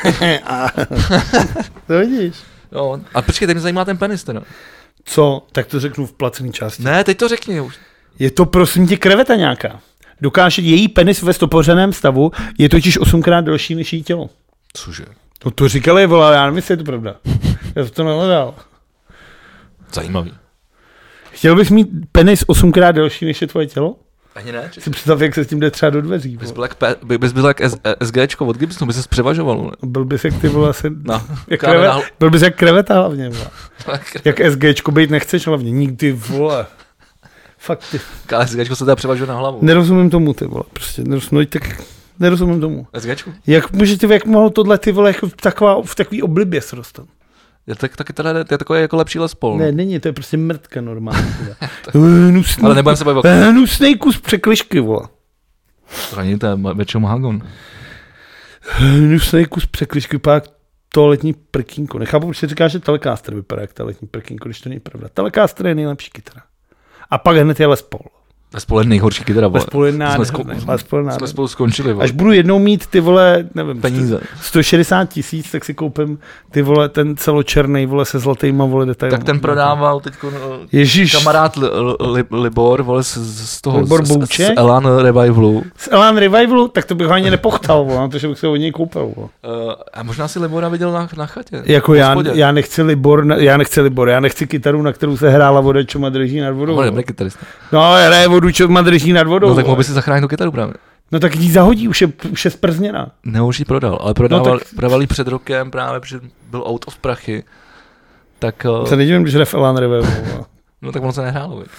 To vidíš. No, a počkej, teď mě zajímá ten penis teda. Co? Tak to řeknu v placený části. Ne, teď to řekni už. Je to prosím tě kreveta nějaká. Dokáže její penis ve stopořeném stavu, je totiž 8krát delší než její tělo. Cože? No to říkali, vole, já nevím, jestli je to pravda. Já to nehledal. Zajímavý. Chtěl bys mít penis 8krát delší než je tvoje tělo? Ani ne. Si představ, jak se s tím jde třeba do dveří. Bys byl jak SGčko od Gibsonu, bys se převažoval. Byl bys jak ty vole asi... Byl bys jak kreveta hlavně. Jak SGčko být nechceš hlavně. Nikdy, vole. Fakt ty. SGčko se teda převažuje na hlavu. Nerozumím tomu, ty vole. Prostě nerozumím tomu. SGčku? Jak mohlo tohle ty vole jako v takový oblibě se dostat? Taky teda je takový jako lepší Les Paul. Ne, není, to je prostě mrtka normálně. Ale nebudem se bavit. Hnusnej kus překližky, vole. To není, to je většinou mahagon. Hnusnej kus překližky, pak toaletní prkínko. Nechápu, proč si říká, že Telecaster vypadá jak toaletní prkínko, když to není pravda. Telecaster je nejlepší kytara. A pak hned je Les Paul. Les Paul je nejhorší kytara, vole. Les Paul je nádherný. Jsme spolu skončili, vole. Až budu jednou mít ty vole, nevím, peníze. 160 000, tak si koupím ty vole, ten celočerný vole se zlatýma vole detailama. Tak ten prodával teďko kamarád Libor, vole, z toho, Libor z Elan Revivalu. Z Elan Revivalu? Tak to bych ho ani nepochtal, vole, protože bych se od něj koupil, vole. A možná si Libora viděl na chatě. Jako já nechci Libor, já nechci kytaru, na kterou se hrála voda, čo drží nad vodou. On je dobrý kytarista. No, hraje vodu, čo drží nad vodou. No tak mohl by si zachránit tu kytaru právě. No tak jí zahodí, už je sprzněná. Ne, už ji prodal, ale prodával ji před rokem právě, protože byl out of prachy. Tak... Se nedivím, když hraje v Elan Revival. No tak ono se nehrálo, víc.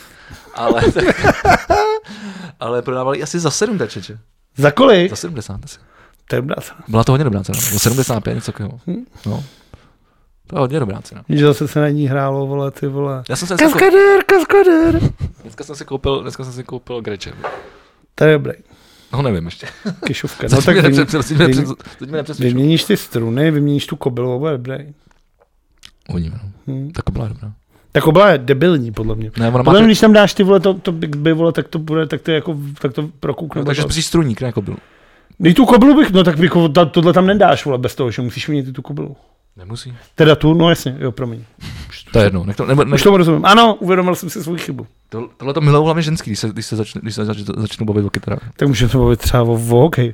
Ale prodávali asi za 7 tečeče. Za kolik? Za 70 asi. To je dobrá cena. Byla to hodně dobrá cena, 75, něco takového. No. To je hodně dobrá cena. Že zase se na ní hrálo, vole, ty vole. Kaskadér. Dneska jsem si koupil Greče. To je dobrý. No nevím ještě. Kišovka. No tak vyměníš ty struny, vyměníš tu kobylu, bude dobrý. Uvidíme, no. Ta kobyla je dobrá. Tak byla je debilní, podle mě. Ne, podle mě, když tam dáš ty vole, to by vole, tak to bude, tak to je jako, tak to prokoukne. No, takže spíš struník, ne kobylu. Když tu kobylu bych, no tak jako, tohle tam nedáš, vole, bez toho, že musíš mít tu kobylu. Nemusí. Teda tu, no jasně, jo, promiň. To je jedno. Už tomu rozumím. Ano, uvědomil jsem si svou chybu. Tohle to milou hlavně ženský, když se začnou bavit o kytarách. Tak můžeme se bavit třeba o hokej.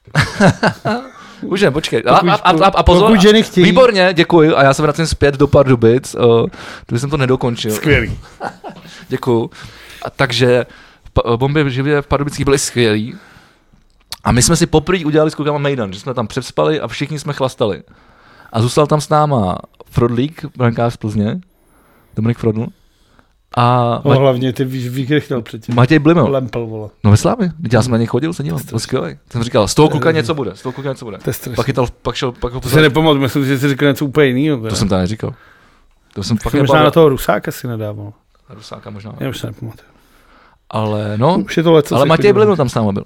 Můžeme, počkej. A pozor, výborně, děkuji. A já se vracím zpět do Pardubic. Tu jsem to nedokončil. Skvělý. Děkuju. Takže bomby živě v Pardubických byly skvělý. A my jsme si poprvé udělali s klukama mejdan, že jsme tam přespali a všichni jsme chlastali. A zůstal tam s náma Frodlík, brankář z Plzně, Dominik Frodl. A hlavně ty víš, kde chtěl předtím. Matěj Blimel. Lempel, vole. No ve Slávě, já jsem na něj chodil, se díval, to skvělý. Jsem říkal, z toho kluka něco bude. To je strašný. Pak ho to se nepamatuji, myslím, že jsi říkal něco úplně jiného. To jsem tam neříkal. To jsem pak možná na toho Rusáka si nedával. Na Rusáka možná. Já už se nepamatuju. Ale no, už je to leco, ale Matěj Blimel tam s náma byl.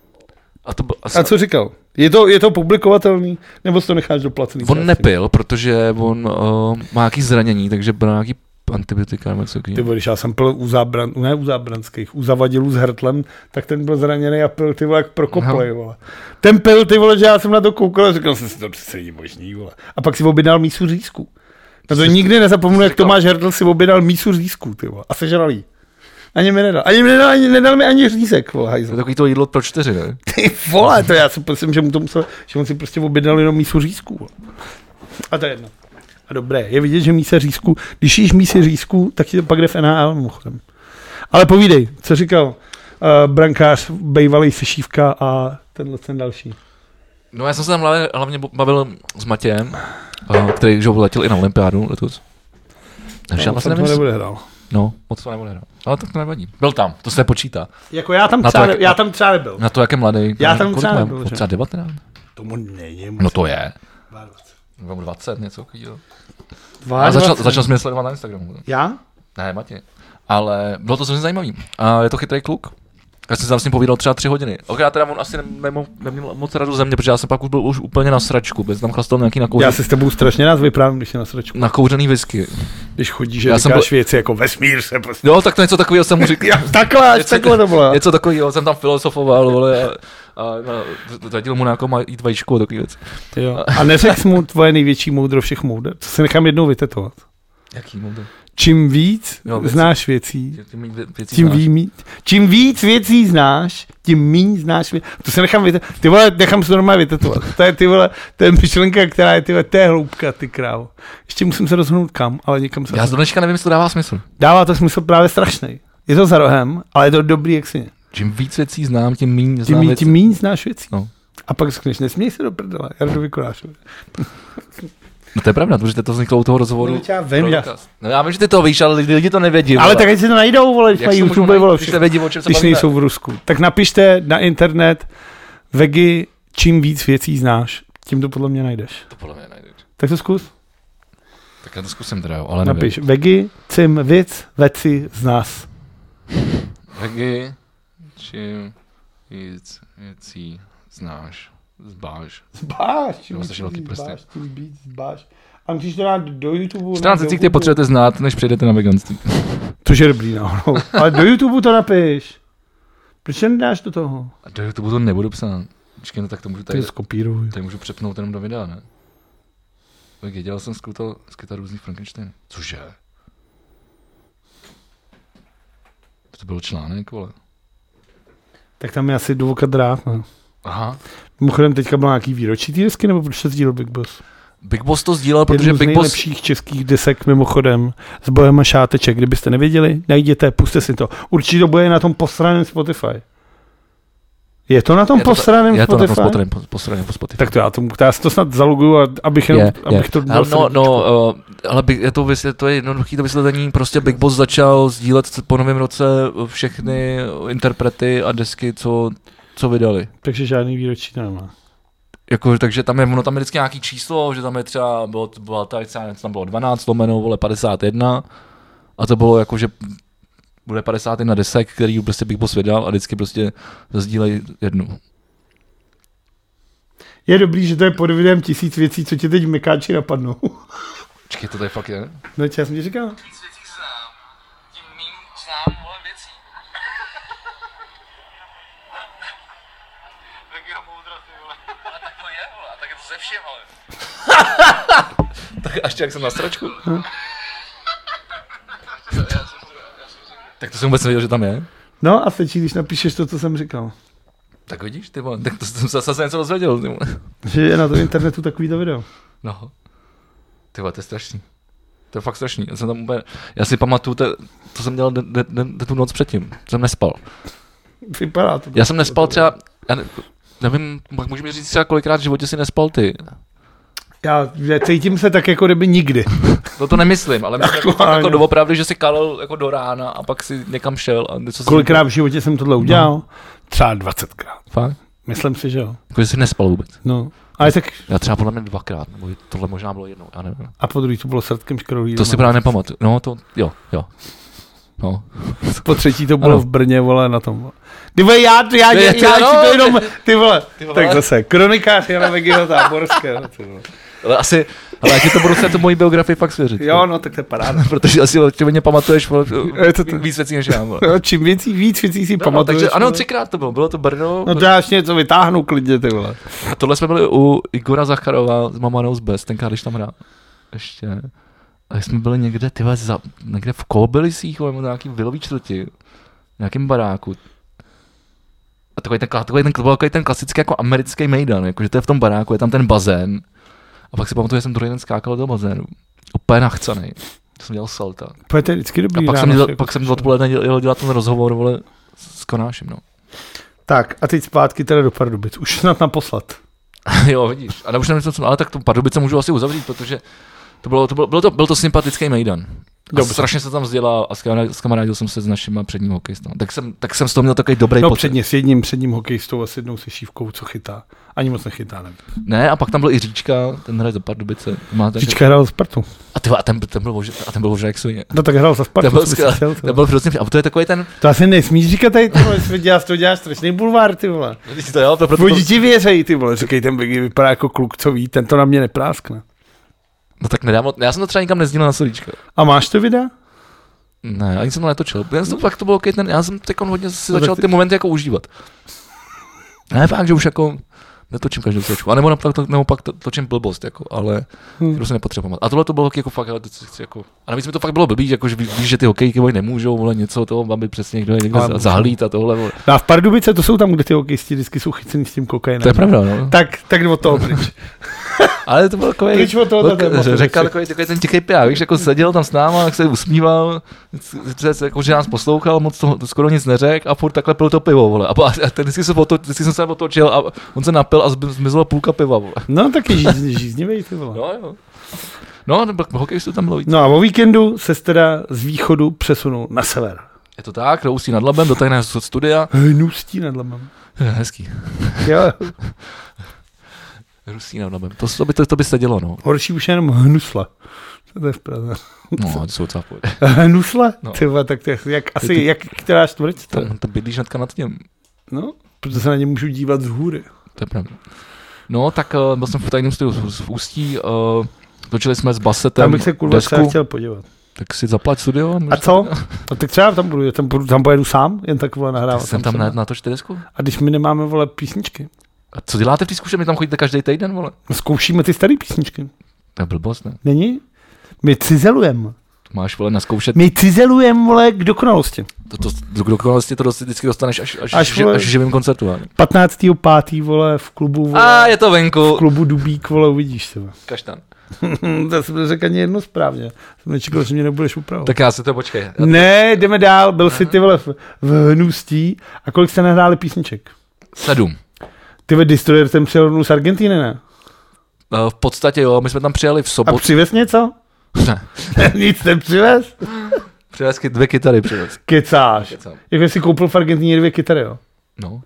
A co říkal? Je to publikovatelný, nebo si to necháš doplacený? On nepil, protože on má nějaký zranění, takže byl nějaký antibiotika nebo co. Ty když já jsem pil u Zavadilů s hrtlem, tak ten byl zraněný a pil ty vole jak prokoplej, vole. Ten pil ty vole, že já jsem na to koukal a říkal jsem si, to přece není možný, vole. A pak si objednal mísu řízku. Na to nikdy nezapomenu, jak Tomáš Hertl si objednal mísu řízku, ty vole. A sežral jí. Ani mi nedal mi ani řízek, vole, hajzl. To je takový to jídlo pro 4, ne? Ty vole, to já si myslím, že mu to musel, že on si prostě objednal jenom mísu řízku, vole. A to je jedno. A dobré, je vidět, že mísa řízku, když jíš mísi řízku, tak ti to pak jde v NHL, mimochodem. Ale povídej, co říkal brankář, bejvalej Sešívka a ten další. No já jsem se tam hlavně bavil s Matějem, který že letěl i na olympiádu letos. Takže no, vlastně to nebude hrál. No, moc to nebude hrát. Ale tak to nevadí. Byl tam, to se počítá. Jako já tam třeba nebyl. Na to, jak je mladý. Já tam třeba nebyl. Třeba 19. Tomu není. No to je. 20, něco takového. A začal jsem mě sledovat na Instagramu. Já? Ne, Matěj. Ale bylo to hrozně zajímavý. A je to chytrý kluk. Já jsem se tam s ním povídal třeba 3 hodiny. Ok, a teda on asi neměl moc rádu ze mě, protože já jsem pak už byl úplně na sračku, protože tam chlastal nějaký nakouřený. Já si s tebou strašně rád vyprávím, když je na sračku. Nakouřený whisky. Když chodíš, že říkáš věci jako vesmír se prostě. Jo, tak to něco takového jsem mu říkal. Takhle to bylo. Něco takového, jsem tam filozofoval, vole, a zadil mu nějakou jít vajíčku a takový věc. Jo. A neřekl mu tvoje největší moudro všech moudr. To si nechám jednou vytetovat. Jaký moudro? Čím víc znáš věcí, čím víc věcí znáš, tím míň znáš věcí. To se nechám vytetovat. Ty vole, nechám se normálně vytetovat. To je myšlenka, která je, to je hloubka, ty krávo. Ještě musím se rozhodnout kam, ale někam se... Já z dneška nevím, jestli to dává smysl. Dává to smysl právě strašný. Je to za rohem, ale je to dobrý, jak si. Čím víc věcí znám, tím míň znám věcí. Tím míň znáš věcí. No. A pak řekneš, nesměj se do prdele, já jdu vykonášovat. No to je pravda, protože to vzniklo u toho rozhovoru. Já vím, já vím, že ty to víš, ale lidi to nevědí. Ale tak ať si to najdou, vole, mají YouTube, vole, když nejsou v Rusku. Tak napište na internet Vegi, čím víc věcí znáš, tím to podle mě najdeš. To podle mě najdeš. Tak to zkus. Tak já to zkusím teda, ale napiš Vegi, čím víc věcí znáš. Vegi, čím víc věcí znáš. Zbáš. Zbáš. A musíš to dát do YouTube. 14 věcí, které potřebujete znát, než přijedete na veganství. Což je dobrý, no. Ale do YouTube to napiš. Proč nedáš do toho? A do YouTube to nebudu psát. Počkej, no tak to můžu tady skopíruj. Tady můžu přepnout jenom do videa, ne? Tak dělal jsem skytar různých Frankenstein. Cože? To byl článek, vole. Tak tam je asi dvoukrát, no. Aha. Mimochodem teďka byl nějaký výročí té desky, nebo proč se sdílel Big Boss? Big Boss to sdílel, protože Big Boss... Jednu z nejlepších českých desek mimochodem s bojem a šáteček. Kdybyste nevěděli, najděte, puste si to. Určitě to bude na tom posraném Spotify. Je to na tom posraném Spotify? Je to na tom posraném Spotify. Tak to já to snad zaloguju, abych to dal. Ale to je jednoduchý to vysvětlení. Prostě Big Boss začal sdílet po novém roce všechny interprety a desky, co vydali. Takže žádný výročí nemá. Jako, takže tam je vždycky nějaký číslo, že tam je třeba, tam bylo 12 vole 51 a to bylo jako, že bude 51 desek, který prostě Big Boss vydal a vždycky prostě sdílejí jednu. Je dobrý, že to je pod videem 1000 věcí, co tě teď mykáči napadnou. Počkej, to tady fakt je? No, já jsem ti říkal. nevšim, ale. Tak až jak jsem na stračku. Tak to jsem vůbec nevěděl, že tam je. No a stačí, když napíšeš to, co jsem říkal. Tak vidíš, ty vole, tak to jsem zase něco dozvěděl, ty vole. Že je na tom internetu takovýto video. No. Ty vole, to je strašný. To je fakt strašný. Já si pamatuju, to jsem dělal tu noc předtím. Jsem nespal. Vypadá to. Já jsem nespal třeba, já nevím, můžeš mi říct třeba kolikrát v životě si nespal ty. Já cítím se tak jako kdyby nikdy. To nemyslím, ale myslím jako doopravdy, že si kalil jako do rána a pak si někam šel. A něco kolikrát v životě jsem tohle udělal? No. Třeba 20krát. Fakt? Myslím si, že jo. Jako jsi nespal vůbec. No. Ale tak... Já třeba podle mě 2krát, nebo tohle možná bylo jednou, já nevím. A po druhý to bylo s Radkem Škodou. To si právě nepamatuju. No to, jo. No. Po třetí to bylo ano. V Brně, vole, na tom. Ty vole, já si to jenom, ty vole. Tak zase, kronikář Jana Vegiho Táborského, ty vole. Ale ať je to budu se tu mojí biografii fakt svěřit. Jo, no tak to je paráda. Protože asi mě pamatuješ víc věcí než já. No, čím víc věcí si pamatuješ. Takže, ano, 3krát to bylo to Brno. No to já ještě něco vytáhnu klidně, ty vole. A tohle jsme byli u Igora Zacharova s Mamanou z Bez, tenkrát, když tam hrál. Ještě. A jsme byli někde, ty vole, někde v Kolbelisích, nebo nějaký vilový čtvrti. V nějakém baráku. A takový ten klasický jako americký mejdan, jakože to je v tom baráku, je tam ten bazén. A pak si pamatuju, že jsem druhý den skákal do bazénu. Úplně nachcanej. To jsem dělal salta. To je vždycky dobrý. A pak jsem odpoledne jel dělat ten rozhovor, vole, s Konášem, no. Tak a teď zpátky teda do Pardubic. Už snad naposled. Jo, vidíš. A už nevím, ale tak tu Pardubice můžu asi uzavřít, protože byl to sympatický mejdan. Strašně se tam vzdělal a skamarádil jsem se s našima předním hokejistama. Tak jsem z toho měl takový dobrý pocit. No s jedním předním hokejistou a s jednou se Šívkou, co chytá. Ani moc nechytá, nevím. Ne, a pak tam byl i Říčka, ten hraje za Pardubice. Říčka hrál za Spartu. A ten byl ožrák jak svině. No tak hrál za Spartu. Ten byl hrozně, a to je takový ten... To asi nesmíš říkat tady, ty vole, to děláš strašný bulvár, ty vole. Lidi ti věřejí, ty vole, říkej, ten Biggie vypadá jako kluk, co ví, ten to na mě nepráskne. No tak nedávno, já jsem to třeba nikam nezdílel na Solíčka. A máš to videa? Ne, ani jsem to netočil. Fakt to bylo já jsem teď hodně si začal ty momenty jako užívat. Ne, fakt, že už jako netočím každou sečku. A nebo pak točím blbost, jako, ale to se nepotřebuji. A tohle to bylo jako fakt, ale to chci jako... A navíc mi to fakt bylo blbý, jako, že víš, že ty hokejky nemůžou, vole, něco toho, aby přesně někdo zahlít a tohle. Vole. A v Pardubice to jsou tam, kde ty hokejisti vždycky jsou chycený s tím kokainem. To je pravda, no. Tak od toho pryč. Ale to byl takový, řekl takový ten tichý piják, víš, jako seděl tam s náma, tak se usmíval, jako, že nás poslouchal, moc to skoro nic neřekl a furt takhle pil to pivo, vole. A vždycky jsem se otočil a on se napil a zmizela půlka piva, vole. No taky žíznivej, ty vole. Jo. No, hokejistu tam bylo víc. No a o víkendu se teda z východu přesunul na sever. Je to tak, do Ústí nad Labem, do tajného studia. Ústí nad Labem. Hezký. Jo. Rusí nad Labem. To by se dělo, no. Horší už je jenom hnusla. To je v Praze. No, to jsou docela pojde. Hnusla? No. Tyhle, tak to je, jak která čtvrť? To bydlíš hnedka nad tím. No, protože se na ně můžu dívat z hůry. To je pravda. No, tak byl jsem v tajném studiu v Ústí, točili jsme s Basetem tam bych se kurva chtěl podívat. Tak si zaplať studio. A co? A tak třeba tam pojedu sám, jen tak vole nahrávat. Jsem tam natočit desku? A když my nemáme, vole, písničky? A co děláte v té zkušení? My tam chodíte každý týden, vole? Zkoušíme ty staré písničky. To je blbost, ne? Není? My cizelujeme. Máš, vole, naskoušet. My cizelujeme, vole, k dokonalosti. Do dokonalosti to vždycky dostaneš až živým koncertu. 15.5. vole, v klubu, vole. A je to venku. V klubu Dubík, vole, uvidíš se. Kaštan. To jsem neřekl ani jedno správně. Jsem nečekal, že mě nebudeš upravovat. Tak já se to počkej. Ne, jdeme dál. Byl jsi ty, vole, v Hnustí. A kolik jste nahráli písniček? 7. Ty ve Destroyer jsem přijel z Argentiny, ne? V podstatě jo, my jsme tam přijeli v sobotu. A přivez něco? Ne. Nic nepřivez? Přivez 2 kytary přivez. Kecáš. Jak jsi koupil v Argentině 2 kytary, jo? No.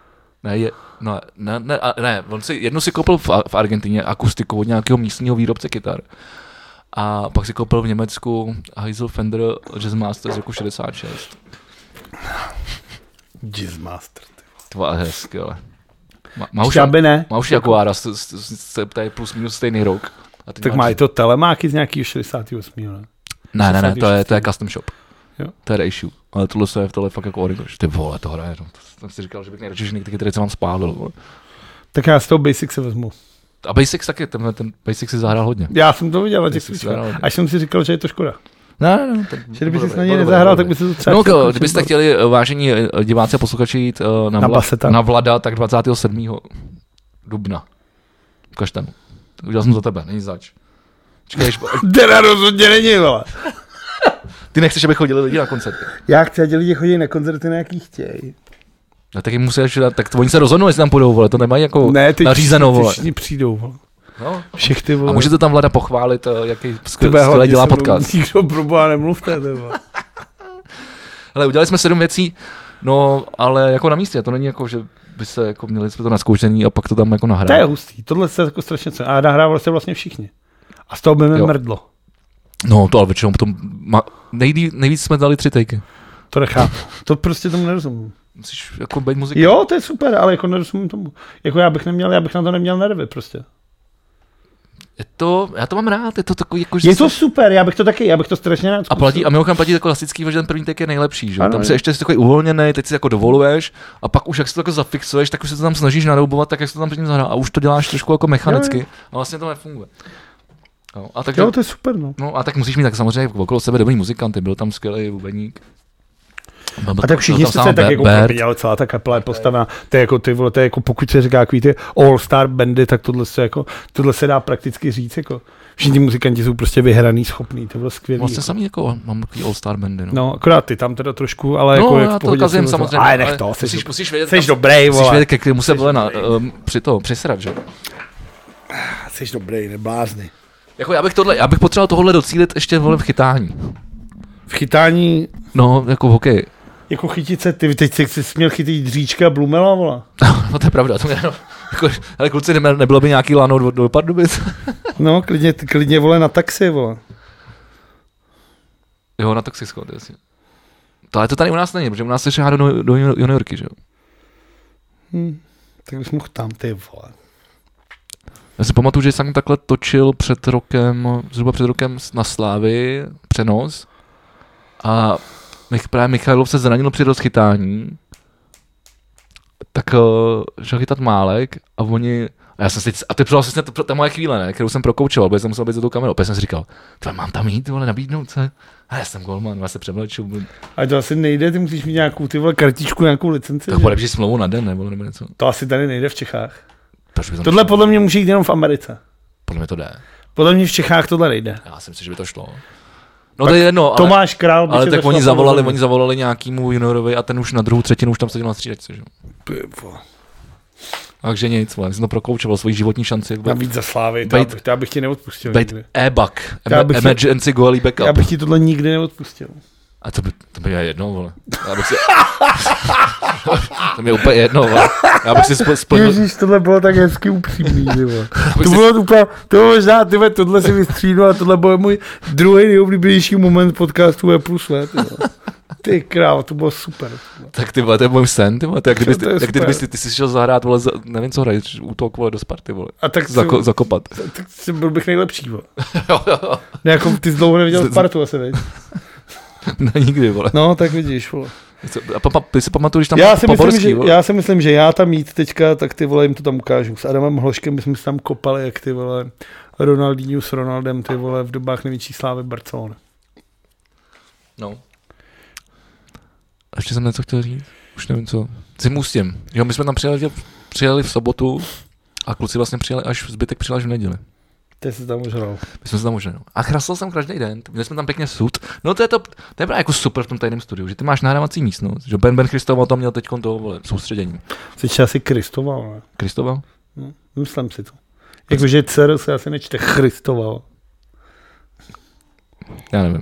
Ne, on jednu si koupil v Argentině akustiku od nějakého místního výrobce kytar. A pak si koupil v Německu Heysel Fender Jazzmaster z roku 66. Jazzmaster, ty. To je hezky, ale. Má už Jaguára, to je plus minus stejný rok. Tak má i to telemáky z nějakého 68. Ne, to je custom shop. Jo. To je reissue. Ale tohle je fakt jako original. Ty vole, to hraje. To jsem si říkal, že bych nejradši, že někdy kytary se vám spálil. Vole. Tak já z toho Basic se vezmu. A Basics taky, ten Basics si zahrál hodně. Já jsem to viděl, až jsem si říkal, že je to škoda. Ne. Že kdyby jsi na něj nezahrál, tak by se to třeba... No, kdybyste chtěli, vážení diváci a posluchači, jít na Vlada, tak 27. dubna. V Kaštanu. Udělal jsem za tebe, není zač. Teda rozhodně není, vole. Ty nechceš, aby chodili lidi na koncerty? Já chci, ať lidi chodí na koncerty, na jaký chtějí. No tak jim musíš dát, tak oni se rozhodnou, jestli tam půjdou, vole, to nemají jako nařízenou, vole. Ne, ty přijdou, vole. No. Všech ty, vole. A můžete tam Vlada pochválit, jaký skvěle dělá podcast. Nikdo proboha nemluvte, vole. Hele, udělali jsme 7 věcí, no, ale jako na místě, to není jako, že by se jako měli jsme to naskoušení a pak to tam jako nahrát. To je hustý, tohle se jako strašně cení. A nahrávali se vlastně všichni. A z toho by mi mrdlo. No, to ale většinou potom, nejvíc jsme dali 3 takey. To nechápu, to prostě tomu nerozumím. Musíš jako být muzikant. Jo, to je super, ale jako nerozumím tomu. Jako já bych na to neměl nervy prostě. Já to mám rád, je to takový jako... Je to super, já bych to strašně rád zkusil. A mimochodem platí jako klasický, že ten první take je nejlepší, že? Ano, tam se ještě jsi takový uvolněný, teď si jako dovoluješ a pak už jak si to jako zafixuješ, tak už se to tam snažíš naroubovat, tak jak se to tam předtím zahrál a už to děláš trošku jako mechanicky a vlastně to nefunguje. No, a takže, jo, to je super, no. No a tak musíš mít tak samozřejmě okolo sebe dobrý muzikanty, byl tam skvělý bubeník. A tak všichni jste se tak jako probíjali, celá ta kapela je postavená, to je jako ty vole, to je jako pokud se říká takový ty all-star bandy, tak tohle se dá prakticky říct, jako všichni muzikanti jsou prostě vyhraný, schopný, to bylo skvělý. Vlastně jako. Samý jako mám takový all-star bandy, no. No, akorát ty tam teda trošku, ale jako jak v pohodě. No, já to samozřejmě, ale nech to, musíš vědět, jsi dobrý, vole. Musíš vědět, jak mu se vole přisrat, že? Jsi dobrý, neblázny. Jako já bych potřeboval tohle docílit ještě vole v chytání. V chytání? No, jako v hokeji. Jako chytit se, ty teď jsi směl chytit Dříčka a Blumela, vole. No to je pravda, to mě jako, ale kluci, nebylo by nějaký lano do Pardubic? No, klidně vole na taxi, vole. Jo, na taxi schod, jasně. To ale to tady u nás není, protože u nás se šahá do juniorky, že jo? Tak bys mohl tam, ty vole. Já si pamatuju, že jsem takhle točil zhruba před rokem na Slávy přenos a právě Michailov se zranil při rozchytání, tak šel chytat Málek a oni, a to byla vlastně ta moje chvíle, ne, kterou jsem prokoučoval, protože jsem musel být za tou kamerou, protože jsem si říkal, mám tam jít, vole, nabídnout se, a já jsem golman, já se převleču. Ale to asi nejde, ty musíš mít nějakou ty vole kartičku, nějakou licenci. Tak podepíš smlouvu na den, nebo něco. To asi tady nejde v Čechách. Tohle podle mě může jít jenom v Americe. Podle mě to jde. Podle mě v Čechách tohle nejde. Já si myslím, že by to šlo. No to je jedno, Tomáš Král, ale tak oni zavolali nějakýmu juniorovi a ten už na druhou třetinu už tam seděl na střídačce, že? Takže nic, já jsem to prokoučoval, svoji životní šanci. Navíc za Slávy, to já bych ti neodpustil. Být e-back, emergency goalie backup. Já bych ti tohle nikdy neodpustil. A to by je jedno, vole. To mi je úplně jedno, vole. Já bych si splnil. Ježíš, tohle bylo tak hezky upřímný, vole. To bylo úplně, možná, tohle si vystřídnu a tohle byl můj druhý nejoblíbenější moment podcastu E plus let, Ty krávo, to bylo super. Tak ty vole, to je můj sen, ty vole. Jak kdyby ty si šel zahrát, vole, nevím co hraješ, útok, vole, do Sparty, vole. A tak zakopat. Tak byl bych nejlepší, vole. Ne, jako ty jsi dlouho neviděl Spartu asi, veď. Ne, nikdy, vole. No, tak vidíš, vole. A ty si pamatuješ tam já si myslím, že já tam jít teďka, tak ty vole jim to tam ukážu. S Adamem Hloškem bychom se tam kopali, jak ty vole Ronaldinho s Ronaldem, ty vole v dobách největší slávy Barcelony. No. A ještě jsem něco chtěl říct, už nevím co. Zimu s tím. Jo, my jsme tam přijeli v sobotu a kluci vlastně přijeli zbytek přijel až v neděli. Ty jsi tam už hrál. My jsme se tam už hrál. A chrastal jsem každý den, měli jsme tam pěkně sud. No to je právě jako super v tom tajném studiu, že ty máš nahrávací místnost, že Ben Christoval tam měl teďkon toho, vole, soustředění. Jsi asi Christoval, ne? Christoval? No, myslím si to. Jakože dcer se asi nečte Christoval. Já nevím.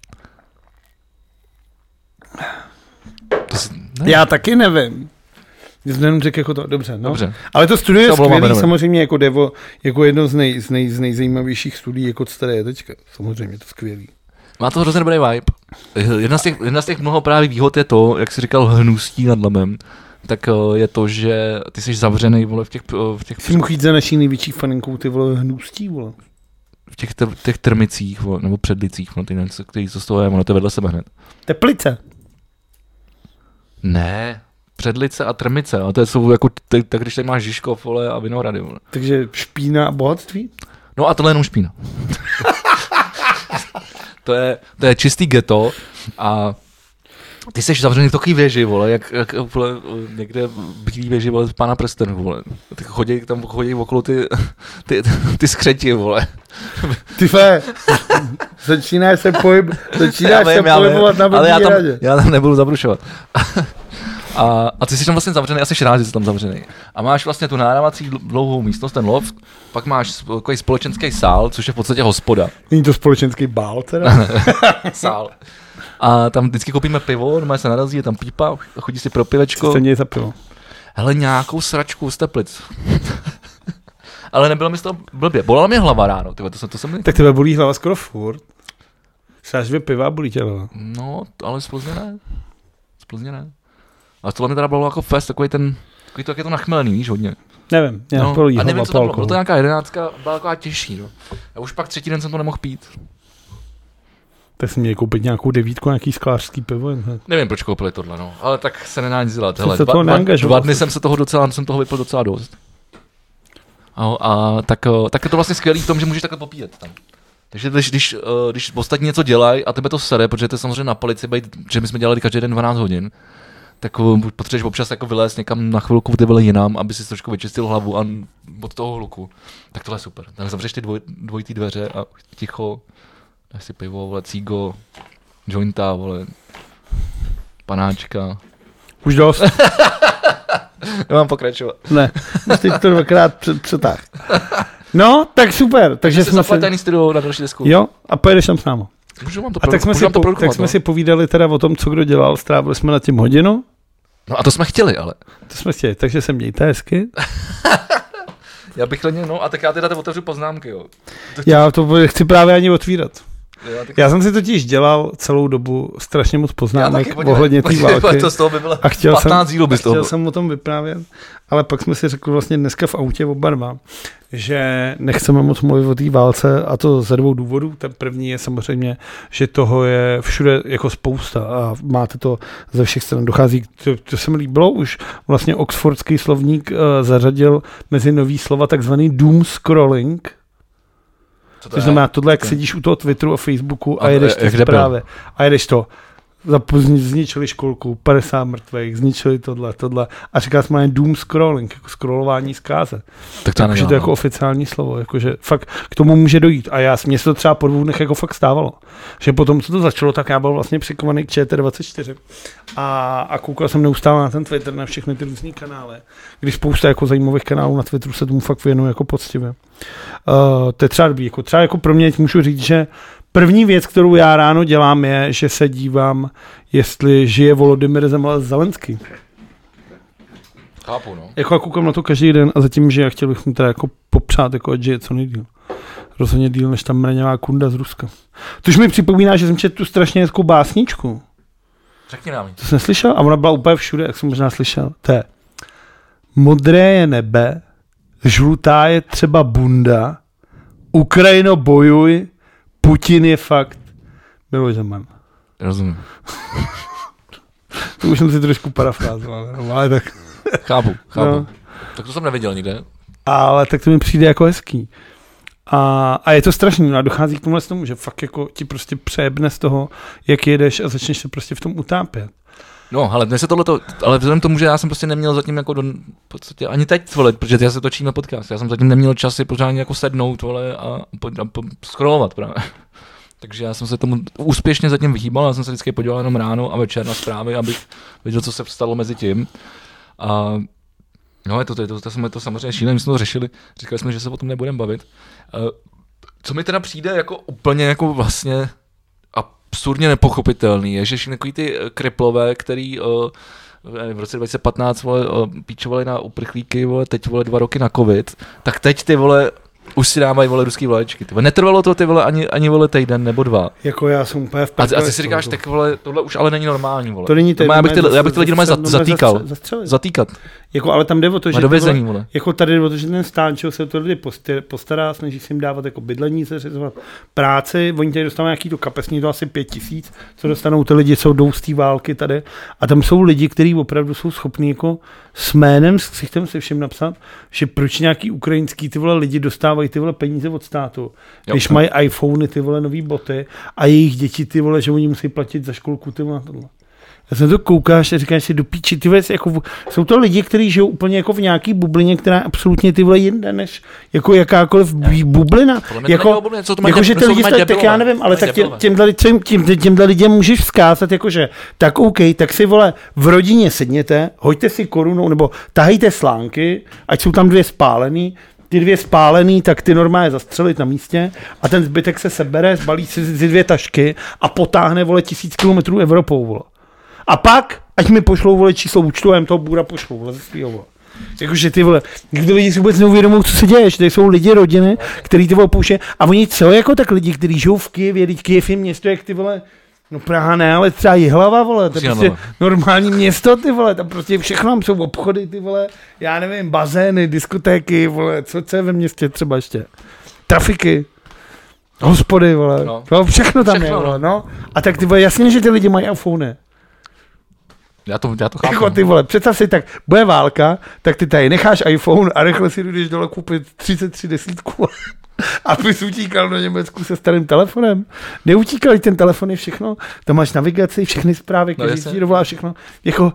Já taky nevím. Jsem řekl jako to, dobře, no. Dobře. Ale to studio je skvělý, samozřejmě jako Devo, jako jedno z nejzajímavějších studií, jako co tady je teďka. Samozřejmě to skvělý. Má to hrozně dobrý vibe. Jedna z těch mnoho právě výhod je to, jak jsi říkal, hnustí nad Labem, tak je to, že ty jsi zavřenej, vole, v těch... Jsi mohl jít za naší největší faninkou, ty vole, hnustí, vole. V těch termicích, vole, nebo předlicích, vole, který co z toho je, ono to je vedle sebe hned. Teplice. Ne, Předlice a Trmice, a to jsou jako, tak když tady máš Žižkov, vole, a Vinohrady, vole. Takže špína a bohatství? No a tohle je jenom špína. to je čistý ghetto a ty jsi zavřený v takový věži, vole, jak vole, někde bílý věži, vole, z Pána prstenů, vole. Tam chodí okolo ty skřeti, vole. Ty fé, začínáš se pohybovat na Blbý Hradě. Já tam nebudu zabrušovat. A ty jsi tam vlastně zavřený, asi rád, že jsi tam zavřený. A máš vlastně tu nahrávací dlouhou místnost, ten loft, pak máš takový společenský sál, což je v podstatě hospoda. Není to společenský bál teda? Sál. A tam vždycky koupíme pivo, normálně se narazí, je tam pípa, chodí si pro pivečko. Co se měj za pivo? Hele, nějakou sračku z Teplic. Ale nebylo mi z toho blbě. Bolela mě hlava ráno, tyhle, to jsem... Tak tebe bolí hlava skoro furt. Sáš 2 piva a bolí tě hlava. No, ale z Plzně ne. A tohle mi teda bylo jako fest, takový to, jak je to nachmelený, víš, hodně. Nevím, nějak bolí hlava. A nevím, co to bylo to nějaká 11, byla taková těžší, no. A už pak 3. den jsem to nemohl pít. Tak jsem měl koupit nějakou 9, nějaký sklářský pivo. Nevím, proč koupili tohle, no. Ale tak se nedá nic dělat. Hele, 2 dny jsem toho vypil docela dost. A tak je to vlastně skvělý v tom, že můžeš takhle popíjet tam. Takže když ostatní něco dělají a tebe to sere, protože to je samozřejmě na polici, že my jsme dělali každý den 12 hodin, tak potřebuješ občas jako vylézt někam na chvilku ty vole jinam, aby si trošku vyčistil hlavu a od toho hluku. Tak tohle je super. Tak zavřeš ty dvojitý dveře a ticho, dáš si pivo, vole, cígo, jointa, vole, panáčka. Už dost. Nemám pokračovat. Ne, musíš to 2krát přetáh. No, tak super. Takže jsme zaplatený studio na další desku. Jo, a pojedeš tam s náma. Tak jsme si povídali teda o tom, co kdo dělal, strávili jsme na tím hodinu. No a to jsme chtěli, ale. To jsme chtěli, takže se mějte hezky. Já bych klidně, no a tak já teda otevřu poznámky, jo. Já to chci právě ani otvírat. Já jsem si totiž dělal celou dobu strašně moc poznámek ohledně té války. To z toho by bylo a chtěl 15 dílů by z toho chtěl jsem o tom vyprávět, ale pak jsme si řekli vlastně dneska v autě oba dva, že nechceme moc mluvit o té válce a to ze 2 důvodů. Ten první je samozřejmě, že toho je všude jako spousta a máte to ze všech stran. Dochází, to se mi líbilo, už vlastně oxfordský slovník zařadil mezi nový slova takzvaný doom scrolling. To znamená tohle, jak sedíš u toho Twitteru a Facebooku a jedeš ty zprávy. A jedeš to. Zničili školku, 50 mrtvých, zničili tohle. A říká se má doom scrolling, jako scrollování zkáze. Tak to je to jako oficiální slovo, jakože fakt k tomu může dojít. A mně se to třeba po 2 dnech jako fakt stávalo. Že potom, co to začalo, tak já byl vlastně přikovaný k ČT24 a koukal jsem neustále na ten Twitter, na všechny ty různý kanály. Když spousta jako zajímavých kanálů na Twitteru se tomu fakt věnuje jako poctivě. To je třeba dobrý. Třeba jako pro mě můžu říct, že první věc, kterou já ráno dělám, je, že se dívám, jestli žije Volodymyr Zelenský. Chápu, no. Jako koukám na to každý den a zatím, že já chtěl bych mu teda jako popřát, jako ať žije co nejdýl. Rozhodně díl, než tam mraňavá kunda z Ruska. Tož mi připomíná, že jsem četl tu strašně hezkou básničku. Řekni nám. To jsi neslyšel? A ona byla úplně všude, jak jsem možná slyšel. To je: modré je nebe, žlutá je třeba bunda, Ukrajino bojuj, Putin je fakt Miloš Zeman. Rozumím. To už jsem si trošku parafrázoval, ale tak. Chápu. No. Tak to jsem neviděl nikde. Ale tak to mi přijde jako hezký. A je to strašný, a dochází k tomu, že fakt jako ti prostě přejebne z toho, jak jedeš a začneš se prostě v tom utápět. No, ale dnes je tohleto, ale vzhledem k tomu, že já jsem prostě neměl zatím jako v podstatě ani teď, vole, protože já se točíme podcast, já jsem zatím neměl čas si pořádně jako sednout, vole, a scrollovat právě. Takže já jsem se tomu úspěšně zatím vyhýbal, já jsem se vždycky podíval jenom ráno a večer na zprávy, abych věděl, co se stalo mezi tím. A no, to samozřejmě šílené, my jsme to řešili, říkali jsme, že se o tom nebudeme bavit. Co mi teda přijde jako úplně jako vlastně absurdně nepochopitelný, je, že takový ty kriplové, který v roce 2015 píčovali na uprchlíky, vole, teď 2 roky na covid, tak teď ty vole už si dávají ruský vlaječky. Netrvalo to ty vole ani týden nebo 2. Jako já jsem úplně v prdeli. A ty si říkáš, tak vole, tohle už ale není normální, vole. To není já bych ty lidi zatýkal. Zatýkat. Jako, ale tam jde o to, že jako tady jde o to, že ten stát, se to lidi postará, snaží si jim dávat jako bydlení, seřizovat práci, oni tady dostanou nějaký to kapesní, to asi 5 000, co dostanou ty lidi, co jdou z té války tady. A tam jsou lidi, kteří opravdu jsou schopní jako s jménem, s ksichtem se všem napsat, že proč nějaký ukrajinský ty vole lidi dostávají ty vole peníze od státu, když mají iPhony, ty vole nový boty a jejich děti ty vole, že oni musí platit za školku ty vole tohle. Já jsem to koukáš a říkáš si do píči, ty vole, jako, jsou to lidi, kteří žijou úplně jako v nějaký bublině, která je absolutně ty vole jinde, než jako jakákoliv bublina. Jako že ty lidi, tak já nevím, ale tak těmhle lidem můžeš vzkázat, jakože tak OK, tak si vole v rodině sedněte, hoďte si korunou, nebo tahejte slánky, ať jsou tam 2 spálený, ty 2 spálený, tak ty normálně zastřelit na místě a ten zbytek se sebere, zbalí si 2 tašky a potáhne vole 1000 kilometrů Evropou, vole. A pak, ať mi pošlou vole číslo účtu a jim toho bůra pošlou vole ze svýho vole. Jakože ty vole, když lidi si vůbec neuvědomují, co se děje, že tady jsou lidi, rodiny, který ty vole pouště a oni co jako tak lidi, kteří žijou v Kyjevě, Kyjev je město, jak ty vole, no Praha ne, ale třeba Jihlava, vole, to je prostě normální město, ty vole, tam prostě všechno, tam jsou obchody, ty vole, já nevím, bazény, diskotéky, vole, co je ve městě třeba ještě, trafiky. Hospody, vole, no. Všechno tam je, vole, no. A tak ty vole, jasně, že ty lidi mají iPhone. Já to chápu. Jako ty vole, představ si, tak bude válka, tak ty tady necháš iPhone a rychle si jdeš dole koupit 33 desítku a bys utíkal do Německu se starým telefonem. Neutíkal, ten telefon je všechno, tam máš navigaci, všechny zprávy, každý ti dovolá všechno. Jako,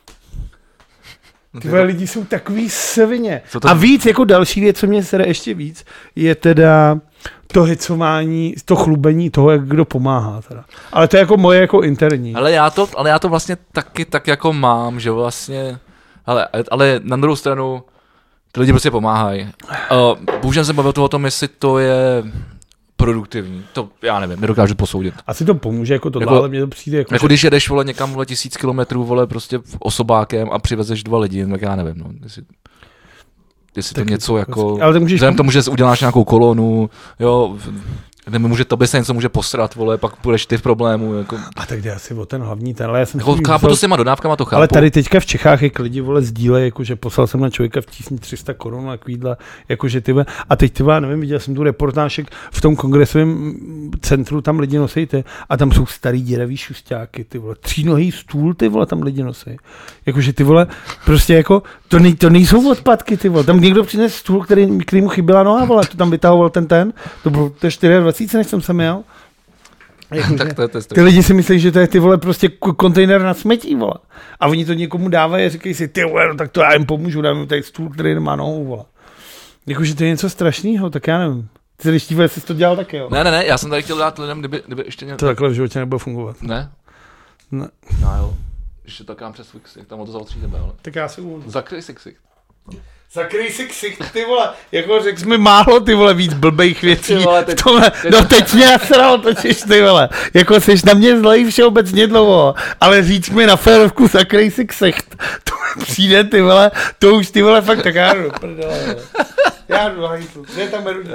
ty vole, lidi jsou takový svině. A víc, jako další věc, co mě sere ještě víc, je teda to hecování, to chlubení toho, jak kdo pomáhá teda. Ale to je jako moje jako interní. Ale já to vlastně taky tak jako mám, že vlastně, ale na druhou stranu ty lidi prostě pomáhají. Můžeme se bavit o tom, jestli to je produktivní. To já nevím, nedokážu posoudit. Asi to pomůže, jako tohle, ale mně to přijde jako... Jako když jedeš, vole, někam, vole, 1000 kilometrů, vole, prostě osobákem a přivezeš 2 lidi, tak já nevím, no. Jestli to něco jako... Ale vzhledem tomu, že uděláš nějakou kolonu, jo, nemůže tobě se něco může posrat, vole, pak budeš ty v problému, jako... A tak jde asi o ten hlavní, tenhle já jsem... Jako, chápu to s těma dodávkama, to chápu. Ale tady teďka v Čechách, jak lidi, vole, sdílejí, jakože poslal jsem na člověka v tísni 300 korun a kvídla, jakože ty vole, a teď ty vole, nevím, viděl jsem tu reportážek v tom kongresovém centru, tam lidi nosejte a tam jsou starý děravý šustáky, ty vole, 3nohý stůl, ty vole, tam lidi nosej. Jakože ty vole, prostě jako, to nejsou odpadky, ty vole, tam někdo přines stůl, který mu chyběla noha, vole, to tam vytahoval ten, to bylo 24, než jsem se měl. Tak to ty lidi si myslí, že to je ty vole prostě kontejner na smetí, vole. A oni to někomu dávají a říkají si, ty vole, no tak to já jim pomůžu, dám jim tady stůl, který nemá nohou, vole. Jakože to je něco strašného, tak já nevím. Ty když ty vole, jsi to dělal taky, jo? Ne, já jsem tady chtěl dát lidem, kdyby ještě něco... To takhle v životě nebude fungovat. Ne? Ne. No jo, když to takám přes svůj ksicht, tam o to zaotří tebe, ale... Tak já si uvolím. Zakryj si ksicht. Zakryj si ksicht, ty vole, jako řekl jsi mi málo, ty vole, víc blbejch věcí v tomhle, no teď mě nasral totiž, ty vole, jako jsi na mě zlej všeobecně dlouho, ale říct mi na férovku zakryj si ksicht, to mi přijde, ty vole, to už ty vole fakt tak já jdu, prdele, já jdu, hajtlu, kde tam beru,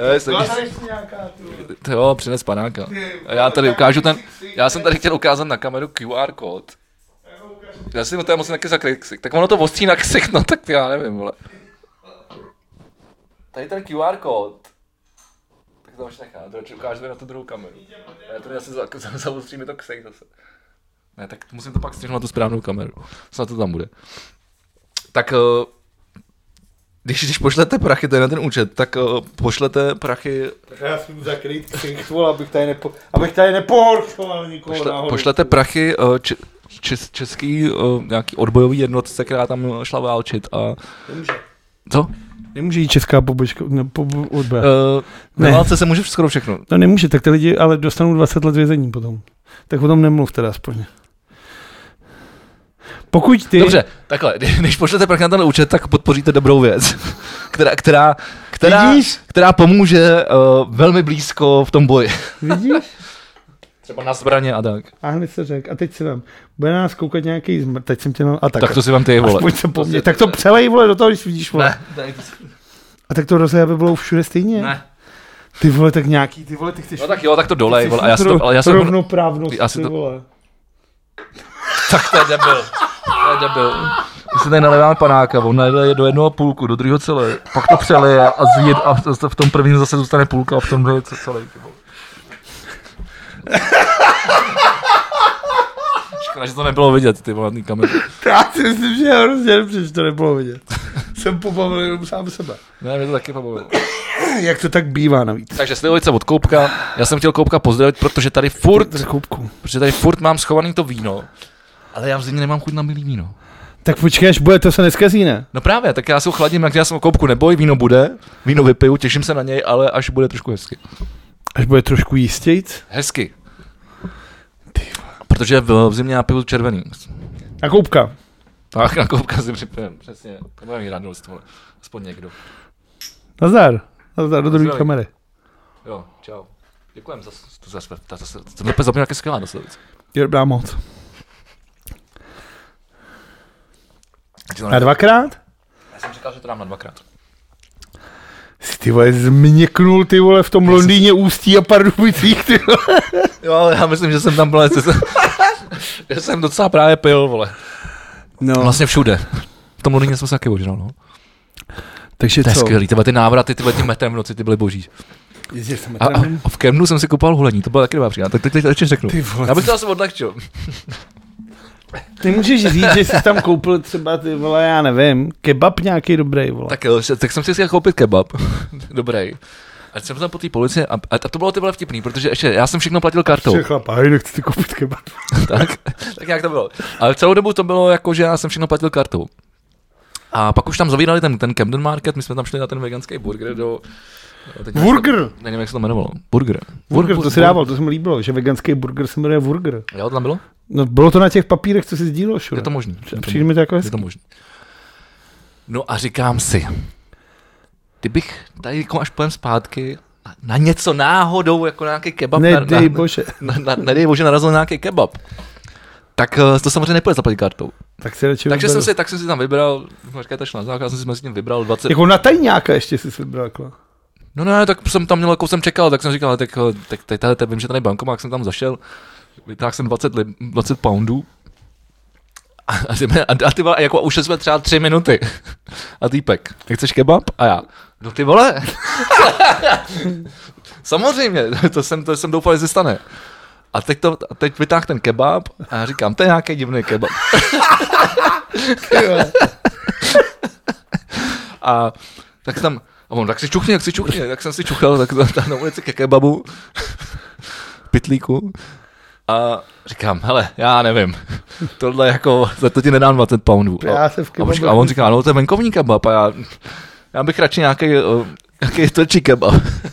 jo, přines panáka, já tady ukážu já jsem tady chtěl ukázat na kameru QR kód, já si to musím taky zakryt ksicht, tak ono to ostří na ksicht, no tak já nevím, vole. Tady ten QR kód. Tak to už nechá, to ukážu na tu druhou kameru. Já tady asi zaostřím to ksicht zase. Ne, tak musím to pak střihnout na tu správnou kameru. Snad to tam bude. Tak když pošlete prachy tady na ten účet, tak pošlete prachy... Tak já si jdu zakrýt ksicht, abych tady nepohoršoval nikoho náhodou. Pošlete prachy český nějaký odbojový jednotce, která tam šla válčit a... Nemůže. Co? Nemůže jít česká pobočka odboje. Na válce se může skoro všechno. No nemůže, tak ty lidi ale dostanou 20 let vězení potom. Tak o tom nemluv teda aspoň. Pokud ty... Dobře, takhle, když pošlete prachy na ten účet, tak podpoříte dobrou věc, která pomůže velmi blízko v tom boji. Vidíš? Třeba na zbraně a tak. A hned se řek, a teď si vám, bude nás koukat nějaký teď jsem tě a tak to si vám ty, vole. Tak to přelej, vole, do toho, když vidíš, vole. Ne. A tak to rozhej, aby bylo všude stejně? Ne. Ty vole, tak nějaký, ty vole, ty chceš... No tak jo, tak to dolej, vole, ale já jsem... Rovnoprávnost, ty vole. Tak to je debil. My si tady naléváme panáka, on nalije do jednoho půlku, do druhého celé, pak to přelije a v tom prvním zase zůstane půlka a v tom druhém celé. Škoda, že to nebylo vidět, ty volatný kamery. Já si myslím, že je hrozně dobře, že to nebylo vidět. Jsem pobavil jenom sám sebe. Ne, mě to taky pobavilo. Jak to tak bývá navíc. Takže slivovice od Koupka. Já jsem chtěl Koupka pozdravit, protože tady furt mám schovaný to víno, ale já v zimě nemám chuť na bílý víno. Tak počkej, až bude, to se neskazí, ne? No právě, tak já se chladím, jak já jsem o Koupku neboj, víno bude, víno vypiju, těším se na něj, ale až bude trošku hezky. Až bude trošku jistějc? Hezky. Protože v zimě já piju červený. Na Koupka. Tak, na Koupka si připijeme, přesně. To bude mít radost, aspoň někdo. Nazdar do druhé kamery. Jo, čau. Děkujem za tohle zapomněl, jak je skvělá dosledující. Je dobrá moc. Na dvakrát? Já jsem říkal, že to dám na dvakrát. Ty vole, změknul ty vole v tom Londýně, Ústí a Pardubicích, ty vole. Jo, ale já myslím, že jsem tam byl, že jsem docela právě pil, vole. No. Vlastně všude. V tom Londýně jsem se taky ožral, no. Takže to je co? skvělý, ty návraty, tím metrem v noci, ty byly boží. A v Kemnu jsem si kupoval hulení, to byla taky dobrá příklad. Tak teď řeknu. Já bych to asi odlehčil. Ty můžeš říct, že jsi tam koupil třeba, ty vole, já nevím, kebab nějaký dobrý, vole. Tak jsem si chtěl koupit kebab, dobrý. A jsem tam po té policii a to bylo ty vole vtipný, protože ještě já jsem všechno platil kartou. Vše chlapa, hej, nechci si koupit kebab. tak jak to bylo. Ale celou dobu to bylo jako, že já jsem všechno platil kartou. A pak už tam zavírali ten Camden Market, my jsme tam šli na ten veganský burger do... Burger! Nevím, jak se to jmenovalo. Burger, to si dával, to se mi líbilo, že veganský burger se jmenuje Burger. Jo, to tam bylo? No, bylo to na těch papírech, co si sdílel, šure. Je to možný. Přijde mi to jako hezky. Je to možný. No a říkám si, kdybych tady jako až pojem zpátky na něco náhodou, jako nějaký kebab. Nedej bože. Nedej bože, narazil nějaký kebab. Tak to samozřejmě nepůjde zaplatit kartou. Tak si radši Takže jsem si tam vybral, říkáte šlanzák, já jsem si mezi tím vybral 20... Jako na tajňáka ještě jsi vybral, jako. No ne, tak jsem tam měl, jako jsem čekal, tak jsem říkal, tak vím, že tady bankomat, jsem tam zašel, vytáhl jsem 20 poundů a ty vole, jako už jsme třeba 3 minuty. A týpek, chceš kebab? A já, no ty vole. Samozřejmě, to jsem doufal, že se stane. A teď vytáhl ten kebab a já říkám, to je nějaký divný kebab. A tak tam, a on, tak si čuchni, tak jsem si čuchal tak na ulici ke kebabu, pytlíku. A říkám, hele, já nevím, tohle jako, za to ti nedám 20 poundů. A on říká, no to je venkovní kebab a já bych radši nějaký tvrdší kebab.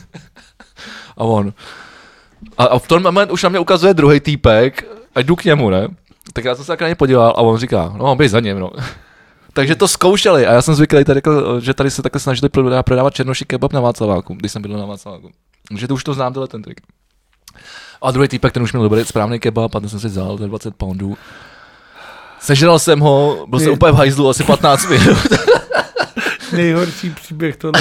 A on, a v tom moment už na mě ukazuje druhý týpek, a jdu k němu, ne? Tak já jsem se tak na ně podíval a on říká, no běž za ním, no. Takže to zkoušeli a já jsem zvyklý tady, že tady se takhle snažili prodávat černoši kebab na Václaváku, když jsem byl na Václaváku. Takže to už to znám, ten trik. A druhý týpek, ten už měl dobrý správný kebab a ten jsem si vzal, ten 20 poundů. Sežral jsem ho, byl jsem úplně v hajzlu asi 15 minut. Nejhorší příběh tohle.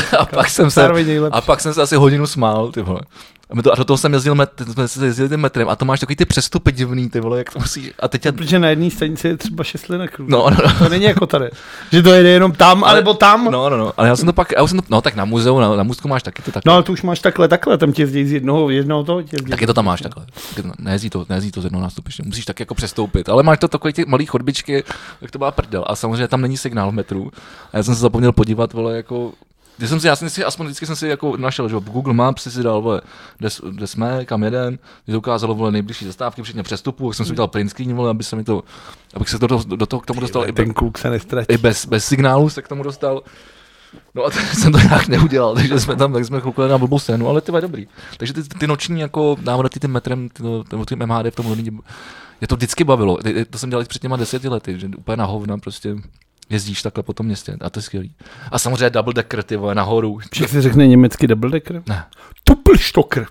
A pak jsem se asi hodinu smál, ty vole. A do toho jsem jezdil tím metrem a to máš takový ty přestupy divný, ty vole, jak to musí. A teď protože na jedné stanici je třeba 6 linek. No. To není jako tady. Že to jede jenom tam, anebo tam. No. Ale já jsem to pak, no tak na muzeu, na Můstku máš taky to takhle. No ale to už máš takhle, tam tě jezdí z jednoho toho tě jezdí. Taky to tam máš takhle. Nejezdí to z jednoho nástupiště. Musíš tak jako přestoupit. Ale máš to takové ty malé chodbičky, jak to byla prdel. A samozřejmě tam není signál v metru. A já jsem se zapomněl podívat, vole, jako já jsem si aspoň vždycky jsem si jako našel, že Google Maps si dal, vole, kde jsme, kam jeden, když to ukázalo, vole, nejbližší zastávky, včetně přestupu, jak jsem si udělal print screen, vole, abych se k tomu dostal ten kluk se nestratí. I bez signálu se k tomu dostal. No a jsem to nějak neudělal, takže tak jsme koukali na blbou scénu, ale ty je dobrý. Takže ty noční jako návraty tím metrem, tím MHD v tom Londýně, je to vždycky bavilo. To jsem dělal před těma 10 lety, že úplně na hovna prostě jezdíš takhle po tom městě a to je skvělý. A samozřejmě double decker, ty vole, nahoru. Či se řekne německy double decker? Ne. Doppelstocker.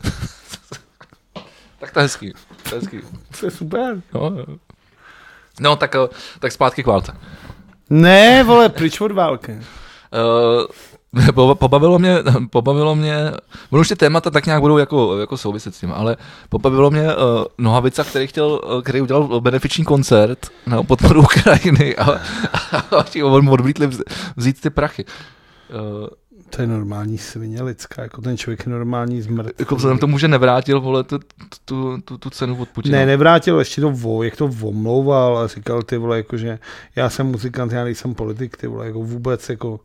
Tak to je hezký. To je super. No tak zpátky k válce. Ne, vole, pryč od války. Pobavilo mě, ono už ty témata tak nějak budou jako souviset s tím, ale pobavilo mě Nohavica, který udělal benefiční koncert na podporu Ukrajiny a on odmítli vzít ty prachy. To je normální svině lidská, jako ten člověk je normální zmrt. Jako vzhledem tomu, že nevrátil, vole, tu cenu od Putina. Ne, nevrátil, ještě jak to omlouval a říkal, ty vole, jako, že já jsem muzikant, já nejsem politik, ty vole, jako vůbec, jako...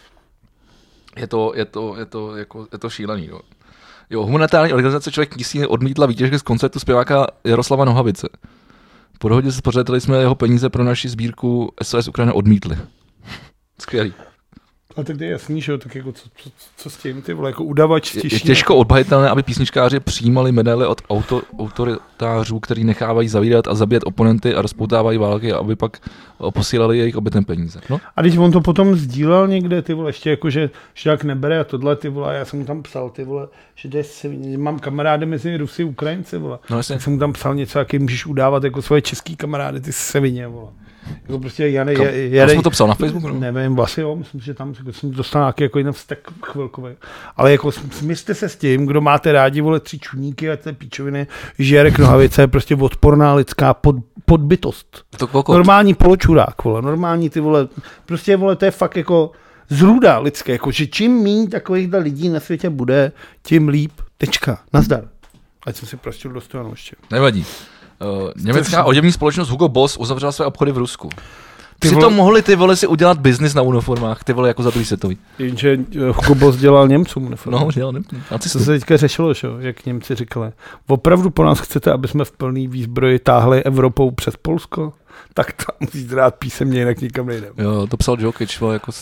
Je to šílený, jo. Jo, humanitární organizace Člověk tísní odmítla výtěžky z koncertu zpěváka Jaroslava Nohavice. Po dohodě s pořadateli jsme jeho peníze pro naši sbírku SOS Ukrajina odmítli. Skvělý. A tak to je jasný, že jo, tak jako co s tím, ty vole, jako udavač je těžko odbavitelné, aby písničkáři přijímali medaile od autoritářů, kteří nechávají zavírat a zabíjet oponenty a rozpoutávají války, aby pak posílali jejich obětem peníze. No? A když on to potom sdílel někde, ty vole, ještě jako, že jak nebere a tohle, ty vole, já jsem mu tam psal, ty vole, že mám kamarády mezi Rusy a Ukrajinci, vole. No, tak jsem mu tam psal něco, jaký můžeš udávat jako svoje český kamarády, ty sevině, vole. Jako prostě Jane, jsem to psal na Facebooku? No? Nevím, asi jo, myslím, že tam jsem dostal nějaký jako jeden vztek chvilkový. Ale jako smyřte se s tím, kdo máte rádi, vole, 3 čuníky a té píčoviny, že Jarek Nohavice je prostě odporná lidská podbytost. Normální poločurák, vole, normální ty vole, prostě vole, to je fakt jako zrůda lidské, jako že čím míň takovýchhle lidí na světě bude, tím líp, tečka, nazdar. Ať jsem si prostě dostal ještě. Nevadí. Německá oděvní společnost Hugo Boss uzavřela své obchody v Rusku. Přitom mohli ty vole si udělat biznis na uniformách, ty vole jako za druhý světový. Jenže Hugo Boss dělal Němcům uniformy. No, dělal Němcům. Co se teďka řešilo, že? Jak Němci říkali. Opravdu po nás chcete, aby jsme v plný výzbroji táhli Evropou přes Polsko? Tak tam musíš dát písemně, jinak nikam nejdeme. Jo, to psal Jokic, jako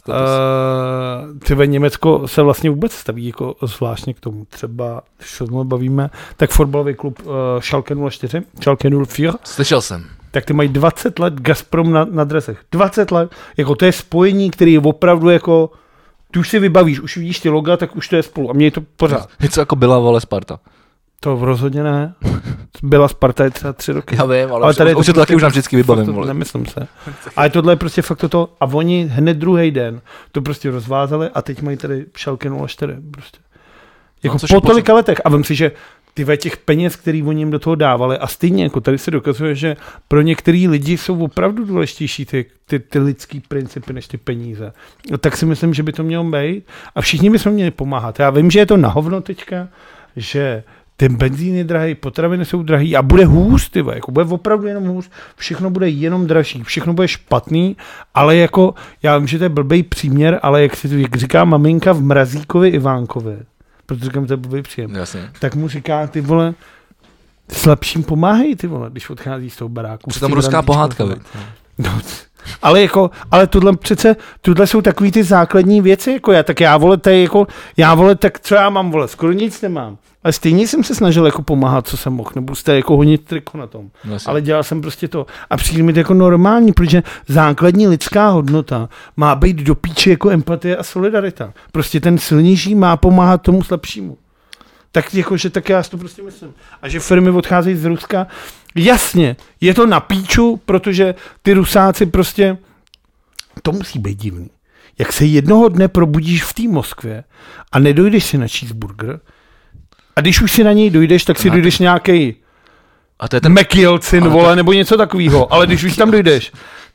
Německo se vlastně vůbec staví jako zvláštně k tomu. Třeba, když se tomu bavíme, tak fotbalový klub Schalke 04, Schalke 04. Slyšel jsem. Tak ty mají 20 let Gazprom na dresech. 20 let. Jako to je spojení, který je opravdu jako, ty už si vybavíš, už vidíš ty loga, tak už to je spolu. A mě je to pořád. Něco jako byla, vole, Sparta. To rozhodně ne. Byla Sparta je třeba 3 roky. Já vím, ale tady už to taky už nám vždycky vybavím. Nemyslím se. Ale tohle je prostě fakt toto. A oni hned druhý den to prostě rozvázali a teď mají tady Schalke 04. Prostě. Jako po tolika letech. A vem si, že těch peněz, který oni jim do toho dávali a stejně jako tady se dokazuje, že pro některý lidi jsou opravdu důležitější ty lidský principy než ty peníze. Tak si myslím, že by to mělo být a všichni bychom měli pomáhat. Já vím, že je to na hovno teďka, že ten benzín je drahý, potraviny jsou drahý a bude hůř, tyba, jako bude opravdu jenom hůř, všechno bude jenom dražší, všechno bude špatný, ale jako, já vím, že to je blbej příměr, ale jak říká maminka v Mrazíkovi Ivánkovi, protože říkám, to je blbej příjem, tak mu říká, ty vole, slabším pomáhej, ty vole, když odchází z toho baráku. Co tam ruská pohádka, no, ale tohle jsou takový ty základní věci, jako já vole, tak co já mám, vole, skoro nic nemám. Ale stejně jsem se snažil jako pomáhat, co jsem mohl, nebo jste jako honit triko na tom. Ale dělal jsem prostě to. A přijde mi to jako normální, protože základní lidská hodnota má být do píči jako empatie a solidarita. Prostě ten silnější má pomáhat tomu slabšímu. Tak jakože tak já si to prostě myslím. A že firmy odcházejí z Ruska, jasně, je to na píču, protože ty Rusáci prostě, to musí být divný. Jak se jednoho dne probudíš v té Moskvě a nedojdeš si na cheeseburger, a když už si na něj dojdeš, tak si dojdeš nějaký McYeltsin, vole, nebo něco takového. Ale když už tam dojdeš,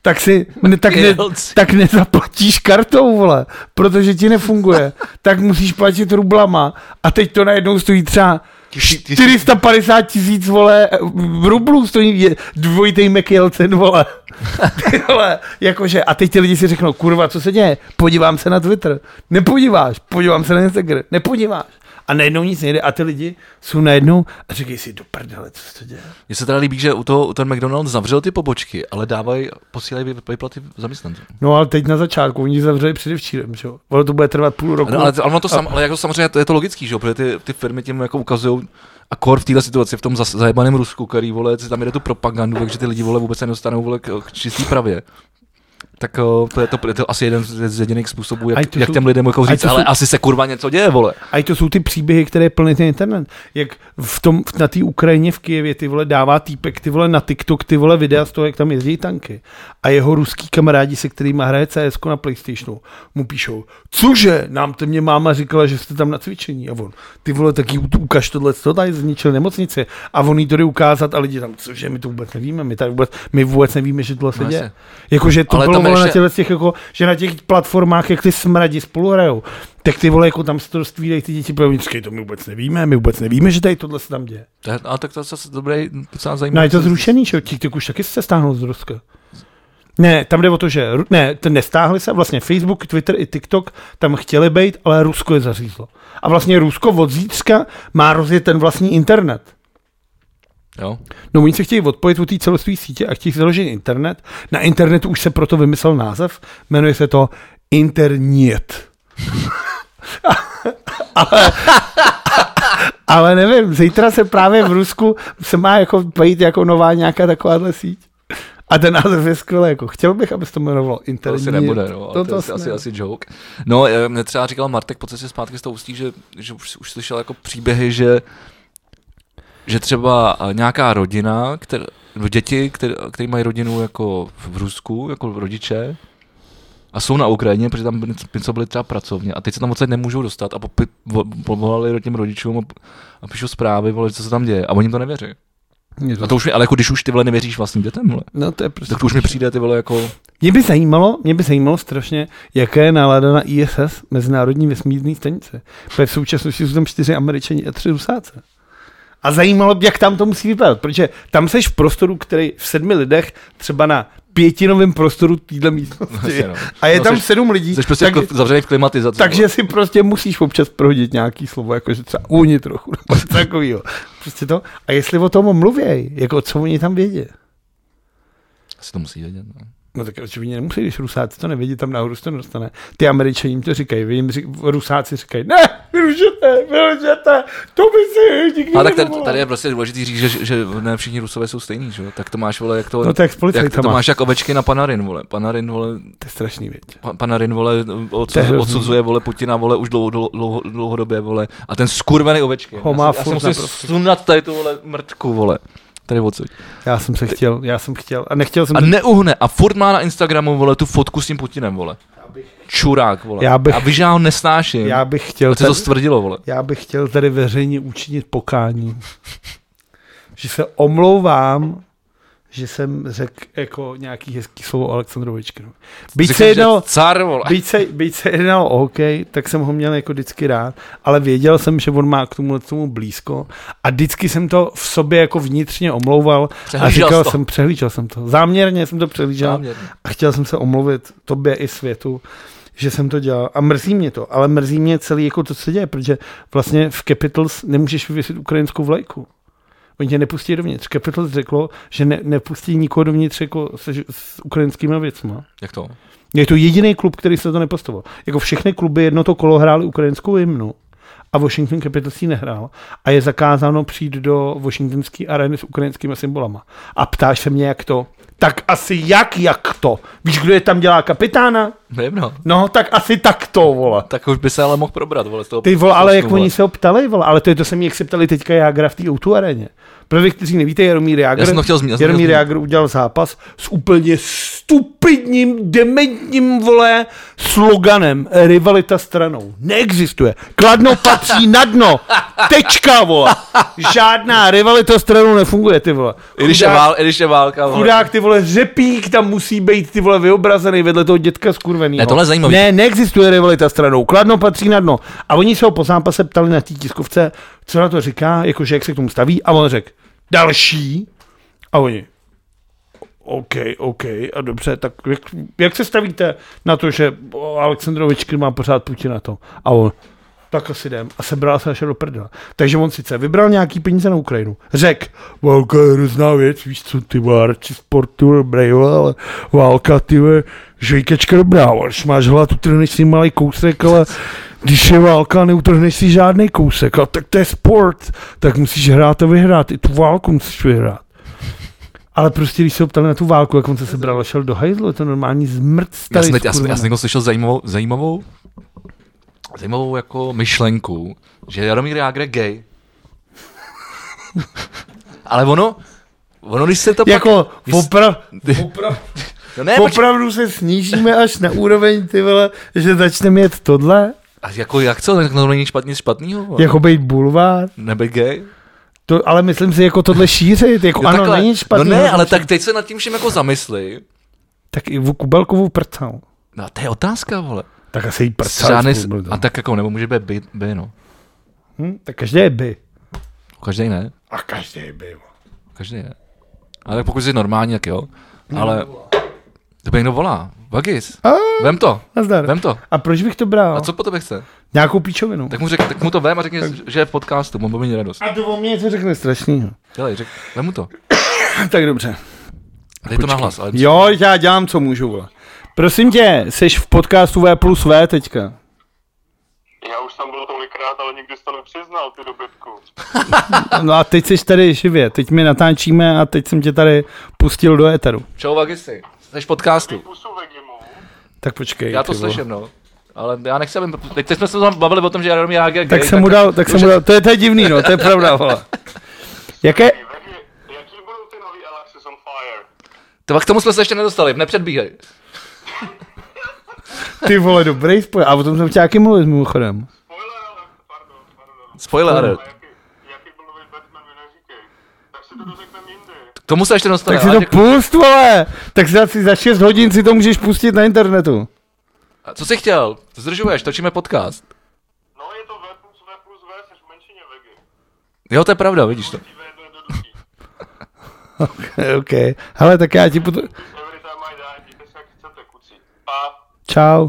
tak nezaplatíš kartou, vole, protože ti nefunguje. Tak musíš platit rublama. A teď to najednou stojí třeba 450 000, vole, rublů stojí dvojitej McYeltsin, vole. Jakože, a teď ty lidi si řeknou, kurva, co se děje? Podívám se na Twitter. Nepodíváš. Podívám se na Instagram. Nepodíváš. A najednou nic nejde a ty lidi jsou najednou a říkají si do prdele, co se to děje. Mně se teda líbí, že u ten McDonald's zavřel ty pobočky, ale posílají výplaty zaměstnancům. No ale teď na začátku, oni zavřeli předevčírem, že jo. Ono to bude trvat půl roku. No, ale jako samozřejmě to je to logický, že jo, protože ty firmy tím jako ukazují a kor v této situaci, v tom zajebaném Rusku, který, vole, tam jde tu propagandu, takže ty lidi, vole, vůbec se nedostanou, vole, k čistý pravě. Tak to je to asi jeden z jediných způsobů, jak těm lidem jako říct, ale asi se kurva něco děje, vole. A to jsou ty příběhy, které plní ten internet. Jak na té Ukrajině v Kyjevě, ty vole, dává týpek, ty vole, na TikTok, ty vole, videa z toho, jak tam jezdí tanky. A jeho ruský kamarádi, se kterýma hraje CS na PlayStationu, mu píšou, cože, nám to mě máma říkala, že jste tam na cvičení. A on, ty vole, taky ukaž tohle, co tady zničil nemocnici. A on jí to jde ukázat a lidi tam, cože, my to vůbec nevíme, my vůbec nevíme, že tohle se děje. Jakože to bylo ještě... na těch, jako, že na těch platformách, jak ty smradi spolu hrajou, tak ty vole, jako tam se to rozstvídají ty děti, protože to my vůbec nevíme, že tady tohle se tam děje. A tak to je zase dobrý, docela zajímavý. No je to zrušený, že TikTok už taky se stáhnul z Ruska. Ne, tam jde o to, že nestáhli se, vlastně Facebook, Twitter i TikTok tam chtěli být, ale Rusko je zařízlo. A vlastně Rusko od zítřka má rozjet ten vlastní internet. Jo. No oni se chtějí odpojit od té celoství sítě a chtějí založit internet. Na internetu už se proto vymyslel název, jmenuje se to Internet. ale nevím, zítra se právě v Rusku se má jako být jako nová nějaká takováhle síť. A ten název je skvělý, jako chtěl bych, abys to jmenovalo Internet. To asi nebude, no, to je asi joke. No, mě třeba říkal Martek po cestě zpátky z toho Ústí, že už slyšel jako příběhy, že třeba nějaká rodina, děti, které mají rodinu jako v Rusku, jako rodiče, a jsou na Ukrajině, protože tam byli třeba pracovně a teď se tam odsaď nemůžou dostat a povolali těm rodičům a píšou zprávy, vole, co se tam děje a oni to nevěří. A to už ale jako když už ty vole nevěříš vlastním dětem, vole. No to je prostě. Tak to už mi přijde ty vole jako. Mě by zajímalo strašně, jaká je nálada na ISS, Mezinárodní vesmírné stanice. Protože v současnosti jsou tam 4 Američani a 3 Rusáci. A zajímalo, jak tam to musí vypadat, protože tam seš v prostoru, který v 7 lidech, třeba na 5novém prostoru téhle místnosti. A je tam 7 lidí. Jsi prostě zavřený v klimatizaci. Takže si prostě musíš občas prohodit nějaký slovo, jakože třeba úni trochu, nebo takovýho. Prostě to. A jestli o tom mluvěj, jako co oni tam vědí? Asi to musí vědět, no. No tak očividně nemusí, když Rusáci to nevědí, tam nahoru se to nedostane. Ty Američani jim to říkají, Rusáci říkají, ne, vyrušete, to by si nikdy nemohlo. A tak tady je prostě důležitý říct, že ne všichni Rusové jsou stejný, že jo? Tak to máš, vole, jak to, no, jak to máš jak ovečky na Panarin, vole. Panarin, vole, to je strašný věc. Panarin, vole, odsuzuje, vole, Putina, vole, už dlouhodobě, vole. A ten skurvený ovečky. Já jsem musel sunat tady tu, vole, mrtku, vole. Tady odsud. Já jsem chtěl a nechtěl jsem. A neuhne a furt má na Instagramu, vole, tu fotku s tím Putinem, vole. Čurák, vole. A víš, já ho nesnáším. Já bych chtěl. To stvrdilo, vole. Já bych chtěl tady veřejně učinit pokání. Že se omlouvám, že jsem řekl jako nějaký hezký slovo o Alexandrovičkinu. Byť se jednalo o hokej, tak jsem ho měl jako vždycky rád, ale věděl jsem, že on má k tomu blízko a vždycky jsem to v sobě jako vnitřně omlouval a říkal jsem, přehlížel jsem to. Záměrně jsem to přehlížel a chtěl jsem se omluvit tobě i světu, že jsem to dělal a mrzí mě to, ale mrzí mě celý jako to, co se děje, protože vlastně v Capitals nemůžeš vyvěsit ukrajinskou vlajku. Oni tě nepustí dovnitř. Capitals řeklo, že nepustí nikoho dovnitř jako s ukrajinskými věcma. Jak to? Je to jediný klub, který se to nepostavil. Jako všechny kluby jedno to kolo hráli ukrajinskou hymnu a Washington Capitals ji nehrál a je zakázáno přijít do washingtonské arény s ukrajinskými symbolama. A ptáš se mě, jak to? Tak asi jak to? Víš, kdo je tam dělá kapitána? Nevím, no. No, tak asi tak to, vole. Tak už by se ale mohl probrat, vole. Z toho ty vole, ale jak oni se ho ptali, vole, ale to se mě, jak se ptali teďka Jágra v té O2 aréně. Pro vy, kteří nevíte, Jaromír Jágr udělal zápas s úplně stupidním, dementním, vole, sloganem rivalita stranou. Neexistuje. Kladno patří na dno. Tečka, vole. Žádná rivalita stranou nefunguje, ty vole. I když je válka, vole. Chudák, ty vole, Řepík tam musí být, ty vole, vyobrazený vedle toho dětka skurvenýho. Ne, tohle zajímavý. Ne, neexistuje rivalita stranou. Kladno patří na dno. A oni se ho po zápase ptali na té tiskovce, co na to říká, jakože jak se k tomu staví, a on řekl, další. A oni, OK, a dobře, tak jak se stavíte na to, že Alexandrovičky má pořád Putina to? A on, tak asi jdem. A sebral se a šel do prdela. Takže on sice vybral nějaký peníze na Ukrajinu. Řekl, válka je hrozná věc, víš co, ty várči sportu dobrý, ale válka, ty žvejkačka dobrá, když máš hlad, utrhneš si malý kousek, ale když je válka, neutrhneš si žádný kousek, a tak to je sport, tak musíš hrát a vyhrát, i tu válku musíš vyhrát. Ale prostě, když se ptali na tu válku, jak on se sebral a šel do hajzlu, je to normální zmrt starý. Já jsem slyšel zajímavou jako myšlenku, že Jaromír Jágr je gay. Ale ono, když se to jako opravdu se snížíme až na úroveň, ty vole, že začneme jet tohle? A jako jak co? Tak to není nic špatného. Jako bejt bulvár? Nebejt gay? To, ale myslím si, jako tohle šířit, jako ano, takhle, není špatný. No ne, ale tak teď se nad tím všem jako zamysli. Tak i v Kubelkovu prcal. No to je otázka, vole. Tak asi jí prcal. A tak jako, nebo může být by, no. Tak každý je by. Každý ne. A každý je by. Každý ne. Ale pokud jsi normální, tak jo. Ale to by někdo volá. Vagis. Vem to. Nazdar. Vem to. A proč bych to bral? A co po tobě chce? Nějakou píčovinu. Tak mu to vem a řekni, že je v podcastu, on bude mít radost. A to o mě něco řekne strašnýho. Dělej, vem mu to. Tak dobře. Dej to nahlas. Ale... Jo, já dělám, co můžu. Vole. Prosím tě, seš v podcastu V+V teďka. Já už tam byl tolikrát, ale nikdy jsi to nepřiznal, ty dobytku. No a teď jsi tady živě, teď my natáčíme a teď jsem tě tady pustil do éteru. Čau Vagisi, jsi v podcastu. Tak počkej. Já to slyším, no. Ale já nechci, aby... Teď jsme se tam bavili o tom, že Jaromír Jágr je gay. Tak jsem mu dal, to je divný, no, to je pravda, vole. Jaký budou ty nový Alexis on Fire? To k tomu jsme se ještě nedostali, nepředbíhej. Ty vole, dobrý spoiler. A o tom jsem chtěl jaký mluvit mimochodem. Spoiler alert. Jaký byl nový Batman, mi neříkej. Tak si to dořekneme jindy. K tomu se ještě dostane. Tak si to pust, vole. Tak si za 6 hodin si to můžeš pustit na internetu. A co jsi chtěl? Zdržuješ, točíme podcast. No je to V+V, seš v menšině vegy. Jo, to je pravda, vidíš to. OK. Hele, tak já ti potom... Čau.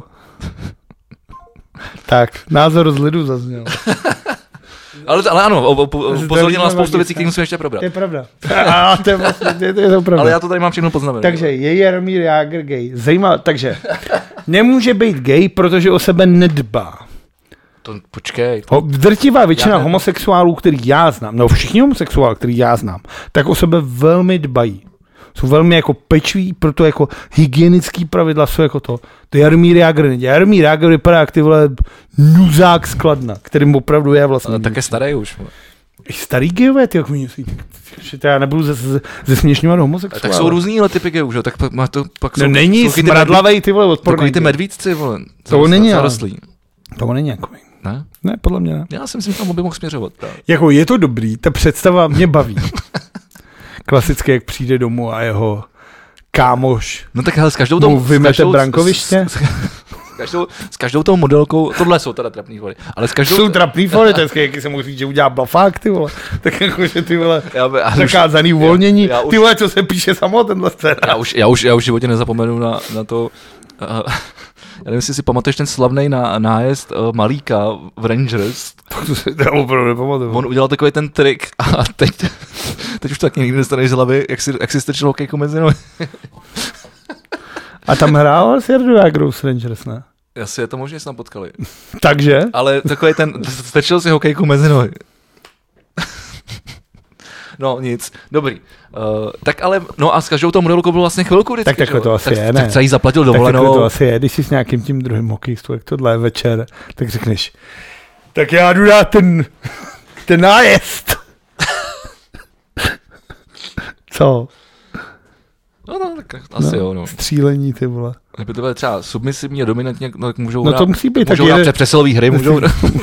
Tak, názor z lidu zazněl. ale ano, upozornil na spoustu věcí, které musíme ještě probrat. To je pravda. A to je vlastně, to je pravda. Ale já to tady mám všechno poznamenat. Takže je Jaromír Jágr gay. Zajímavé, takže nemůže být gay, protože o sebe nedbá. To počkej. Drtivá většina homosexuálů, který já znám, no všichni homosexuálů, který já znám, tak o sebe velmi dbají. Jsou velmi jako pečují, proto jako hygienický pravidla jsou jako to. To Jaromír Jágr nedělá. Jaromír Jágr vypadá jak ty vole nuzák z Kladna, kterým opravdu je vlastně. Ale také starý už. Starý gejové, ty jak mi myslí. To já nebudu zesměšňovat homosexuály. Tak jsou různý ale typy gejů, že? Tak má to pak no není smradlavej ty vole odporný. Takový ty medvídci, vole. To není zarostlý. To není jako. Ne? Ne, podle mě ne. Já si myslím, že tam by mohl směřovat. Právě. Jako je to dobrý, ta představa mě baví. Klasicky, jak přijde domů a jeho kámoš. No tak hele, s každou tou... vymete brankoviště? S každou tou modelkou, tohle jsou teda trapný fory, ale s každou... Jsou trapný fory, to je jaký se mohl říct, že udělá blafák, ty vole. Tak jakože ty vole, zakázaný uvolnění, ty vole, co se píše samo tenhle scénář. Já už v životě nezapomenu na to... Já nevím, jestli si pamatuješ ten slavný nájezd Malíka v Rangers. To se opravdu nepamatuju. On udělal takový ten trik a teď už to taky nikdy nestaneš z hlavy, jak si strčil hokejku mezi nohy. A tam hrál s Jardou Jágrou s Rangers, ne? Asi je to možná, že jsme tam potkali. Takže? Ale takový ten, strčil si hokejku mezi nohy. No nic, dobrý. Tak ale, no a s každou tou modelkou byl vlastně chvilku vždycky. Tak takhle to asi je, ne? Tak jí zaplatil dovolenou. Tak takhle to asi je, když jsi s nějakým tím druhým hokejistou, jak tohle je večer, tak řekneš, tak já jdu dát ten nájezd. Co? No tak asi jo, no. Střílení, ty vole. Kdyby to bylo třeba submisivní a dominantně, no tak můžou to musí být, můžou hrát přesilový hry, můžou...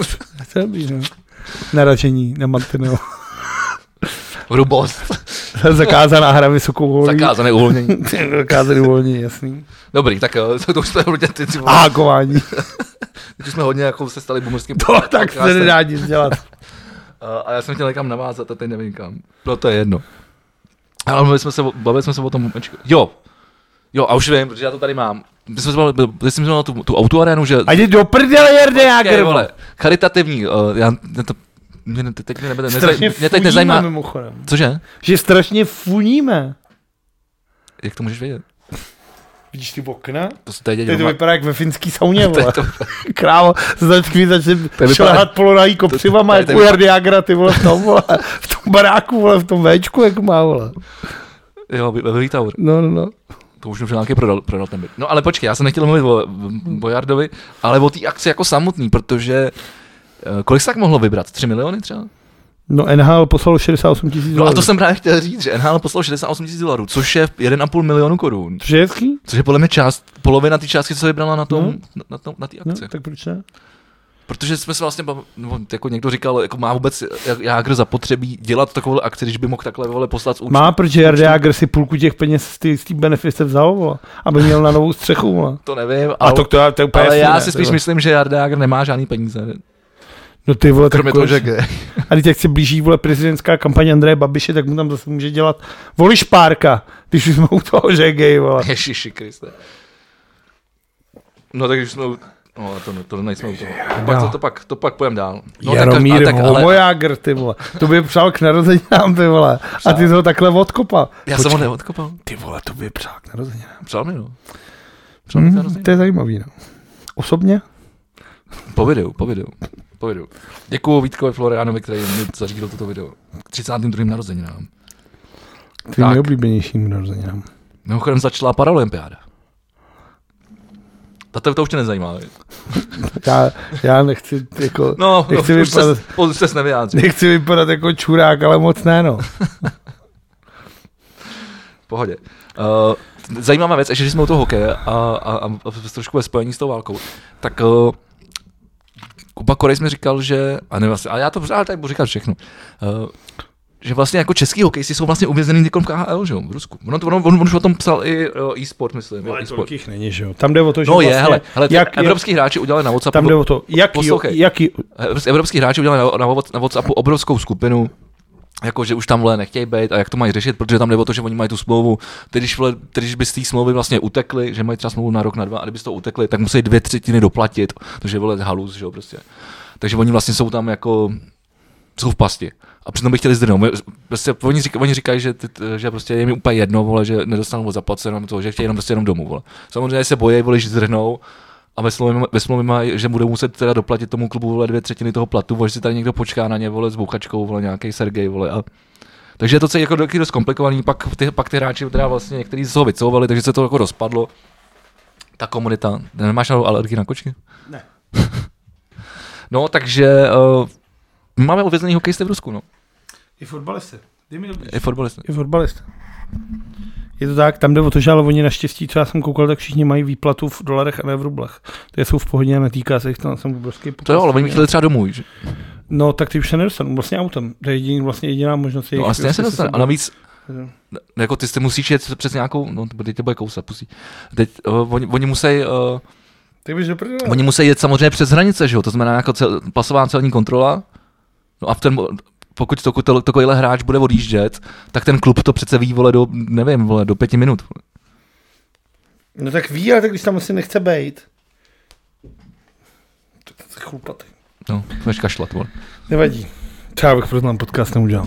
Naražení na mantinelu. Hrubost. Zakázaná hra vysokou uvolnění. Zakázané uvolnění. Zakázané uvolnění, jasný. Dobrý, tak jo, to už jsme hodně... A hákování. Teď jsme hodně jako se stali boomerským... To tak se nedá nic dělat. A já jsem chtěl někam navázat a teď nevím kam. No to je jedno. Ale bavili jsme se o tom... Jo, a už vím, protože já to tady mám. My jsme se na tu autoarénu, že... A jdi do prdele, Jarde Jágr, vole. Charitativní, já to... Mě teď nezajímá. Mimochodem. Cože? Že strašně funíme. Jak to můžeš vědět? Vidíš ty okna? To se tady děje. To vypadá jak ve finský sauně, vole. Krávo, začne šlehat polonají kopřivama, jako Jardy Jágra, ty vole, v tom, vole, v tom baráku, vole, v tom véčku, jak má, vole. Jo, Beverly Tower. No. To už nějaký prodal ten byt. No ale počkej, já jsem nechtěl mluvit o Bojardovi, ale o té akci jako samotný, protože kolik se tak mohlo vybrat? 3 miliony třeba? No NHL poslal 68 000 $. No a to jsem právě chtěl říct, že NHL poslal 68 000 $, což je 1,5 milionu korun. Což je hezký? Což je podle mě polovina té částky, co se vybrala na té akci. No, tak proč ne? Protože jsme se vlastně, jako někdo říkal, jako má vůbec Jágr zapotřebí dělat takovou akci, když by mohl takhle poslat z účtu. Má, protože Jágr si půlku těch peněz z té benefit vzal, vole, aby měl na novou střechu. Vole. To nevím, to je úplně ale já ne, si spíš myslím, že Jágr nemá žádný peníze. No ty vole, kromě toho, že a teď jak se blíží vole prezidentská kampaň Andreje Babiše, tak mu tam zase může dělat voli Špárka, když už jsme u toho, že je gay, vole. Ježiši Kriste. No tak už jsme no, to nejsme u toho. To pak půjdem dál. No, Jaromír Homojágr, ty vole. To by přál k narozeninám, ty vole. A ty jsi ho takhle odkopal. Já jsem ho neodkopal. Ty vole, to by přál k narozeninám. Přál mi, no. To je zajímavý, no. Osobně? Po videu. Děkuju Vítkovi Florianovi, který mi zařídil toto video. K 32. narozeninám. Tvým nejoblíbenějším narozeninám. Mimochodem začala Paralympiáda. To už tě nezajímá. Já nechci jako... nechci vypadat, ses nevyjádřil. Nechci vypadat jako čurák, ale moc ne, no. Pohodě. Zajímavá věc, ještě když jsme u toho hokeje a trošku ve spojení s tou válkou, tak Kuba Korejs mi říkal, že, ale já to tady budu říkat všechno, že vlastně jako český hokejci jsou vlastně uvězněný v KHL, že jo, v Rusku. On už o tom psal i e-sport, myslím. Ale tolik není, že jo. Tam jde o to, že vlastně... hele, evropský hráči udělali na WhatsAppu... Tam jde o to, evropský hráči udělali na WhatsAppu obrovskou skupinu, jako že už tam vole nechtějí být a jak to mají řešit, protože tam jde o to, že oni mají tu smlouvu. Když by z té smlouvy vlastně utekli, že mají třeba smlouvu na rok, na 2, a kdyby z toho utekli, tak musí 2/3 doplatit, protože vole halus, že jo, prostě. Takže oni vlastně jsou tam jako jsou v pasti. A přitom by chtěli zdrhnout. Prostě oni říkají, že prostě je mi úplně jedno, vole, že nedostanou zaplaceno toho, že chtějí jenom domů, vole. Samozřejmě se bojí, vole, že zdrhnou. A ve smlouvě mají, že budou muset teda doplatit tomu klubu, vole, 2/3 toho platu, vole, že si tady někdo počká na ně, vole, s bouchačkou, vole, nějaký Sergej, vole. Takže je to celý jako dost komplikovaný, pak ty hráči teda vlastně některý z toho vycouvali, takže se to jako rozpadlo. Ta komunita. Nemáš alergii na kočky? Ne. No, takže máme uvězněný hokejisty v Rusku, no. I fotbalisty. I fotbalisty. Je to tak, tam jde o to, že ale oni naštěstí, co já jsem koukal, tak všichni mají výplatu v dolarech a ne v rublech. To jsou v pohodě, netýká se jich, tam jsem obrovský pokles. To jo, ale oni chtěli třeba domů, že? No, tak ty už se nedostanou, vlastně autem. To je jediná možnost. No, vlastně se dostane, a navíc, jako ty musíš jet přes nějakou, no, teď tě bude kousat, pusí. Teď oni musí... Oni musí jet samozřejmě přes hranice, že jo? To znamená jako pasová celní kontrola. No a pokud takovýhle hráč bude odjíždět, tak ten klub to přece ví, vole, do 5 minut. No tak ví, ale tak když tam asi nechce bejt. To je chlupatý. No, budeš kašlat, vole. Nevadí. Třeba bych pro ten podcast neudělal.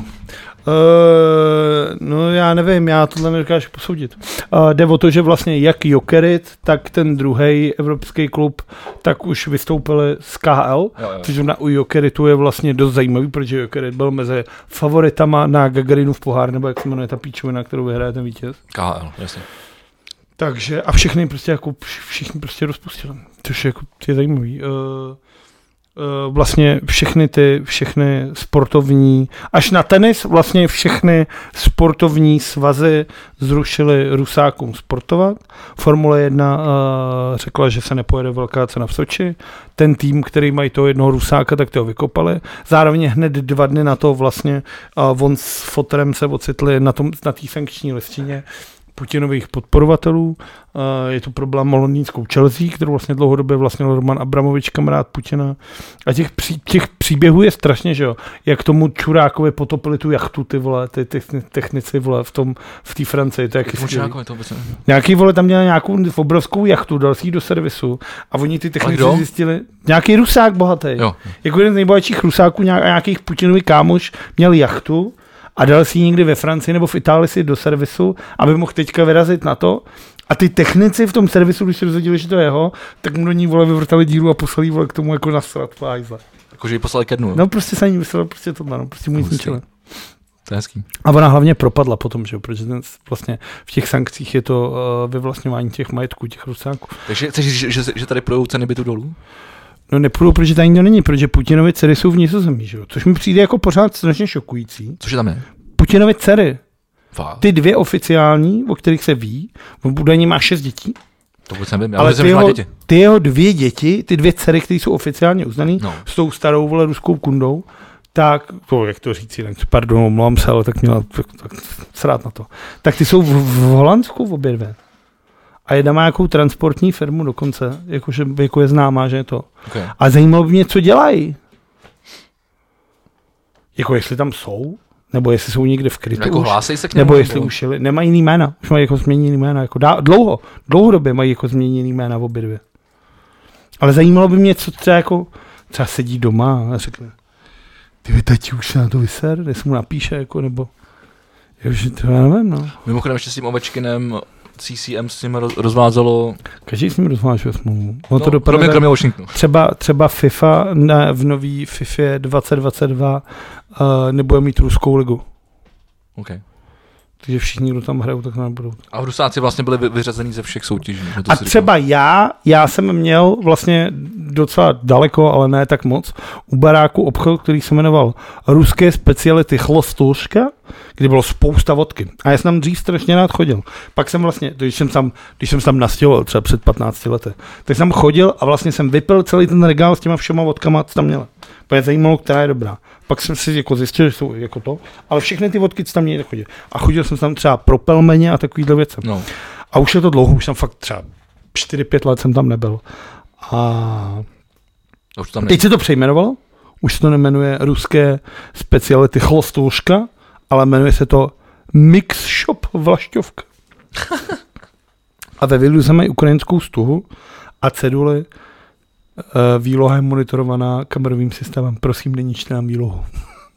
No já nevím, já tohle nedokážu posoudit. Jde o to, že vlastně jak Jokerit, tak ten druhý evropský klub, tak už vystoupili z KHL, což u Jokeritu je vlastně dost zajímavý, protože Jokerit byl mezi favoritama na Gagarinův pohár, nebo jak se jmenuje ta píčovina, kterou vyhraje ten vítěz. KHL, jasně. Takže a všichni prostě rozpustili, což je zajímavý. Vlastně všechny sportovní, až na tenis vlastně všechny sportovní svazy zrušily Rusákům sportovat. Formule 1 řekla, že se nepojede velká cena v Soči. Ten tým, který mají toho jednoho Rusáka, tak toho vykopali. Zároveň hned 2 dny na to vlastně on s fotrem se ocitli na té sankční listině Putinových podporovatelů. Je to problém londýnskou Chelsea, kterou vlastně dlouhodobě vlastnil Roman Abramovič, kamarád Putina. A těch příběhů je strašně, že jo. Jak tomu Čurákovi potopili tu jachtu, ty vole, ty technici, vole, v té Francii. To je nějaký, vole, tam měl nějakou obrovskou jachtu, dal si ji do servisu a oni ty technici zjistili, nějaký Rusák bohatý. Jo. Jako jeden z nejbohatších Rusáků, nějakých Putinový kámoš měl jachtu a dal si ji někdy ve Francii nebo v Itálii si do servisu, aby mohl teďka vyrazit na to. A ty technici v tom servisu, když se dozvěděli, že to je jeho, tak mu do ní, vole, vyvrtali díru a poslali, vole, k tomu jako nasrat. Jakože ji poslali ke dnu. No prostě se ní vyslali, prostě tohle, no, prostě mu nic ničili. To je hezký. A ona hlavně propadla potom, že? Protože vlastně v těch sankcích je to vyvlastňování těch majetků, těch Rusáků. Takže chceš, že tady půjdou ceny bytu dolů? No nepůjdou, protože tady nikdo není, protože Putinovy dcery jsou v Nizozemí, že jo? Což mi přijde jako pořád strašně šokující. Což tam je? Putinovy dcery. Fakt? Ty 2 oficiální, o kterých se ví, on údajně má 6 dětí. To vůbec nevím, ale ty jeho 2 děti, ty 2 dcery, které jsou oficiálně uznaný, s tou starou vole ruskou kundou, tak, to, jak to říct jinak, pardon, omlouvám se, ale tak měla tak srát na to. Tak ty jsou v Holandsku obě 2. A jedna má nějakou transportní firmu dokonce, jakože jako je známá, že je to. Okay. A zajímalo by mě, co dělají. Jako jestli tam jsou, nebo jestli jsou někde v krytu jako hlásej se k němu, nebo jestli ušili. Nemají jiný jména, už mají jako změněný jména. Jako dlouhodobě mají jako změněný jména obě 2. Ale zajímalo by mě, co třeba sedí doma a řekne, ty tati už se na to vyser, jestli mu napíše, jako, nebo jakože to já nevím, no. Mimochodem ještě s tím Ovečkinem CCM s ním rozvázalo. Každý s ním rozvážil smlouvu. Kromě Washingtonu. Třeba FIFA v nový FIFA 2022 nebude mít ruskou ligu. Okay. Takže všichni, kdo tam hrajou, tak nebudou. A Rusáci vlastně byli vyřazení ze všech soutěží. A třeba já jsem měl vlastně docela daleko, ale ne tak moc, u baráku obchod, který se jmenoval Ruské speciality Chlostouška, kde bylo spousta vodky. A já jsem tam dřív strašně rád chodil. Pak jsem vlastně, když jsem tam nastěhoval třeba před 15 lety, tak jsem chodil a vlastně jsem vypil celý ten regál s těma všema vodkama, co tam měla. Protože zajímalo, která je dobrá. Pak jsem si jako zjistil, že jsou jako to, ale všechny ty vodky, co tam někde chodil. A chodil jsem tam třeba pro pelmeně a takovýhle věci. No. A už je to dlouho, už tam fakt třeba 4-5 let jsem tam nebyl. A teď se to přejmenovalo, už se to nemenuje Ruské speciality Chlostouška, ale jmenuje se to Mix Shop Vlašťovka. A ve videu se mají ukrajinskou stuhu a ceduly. Výloha je monitorovaná kamerovým systémem. Prosím, neníčte nám výlohu.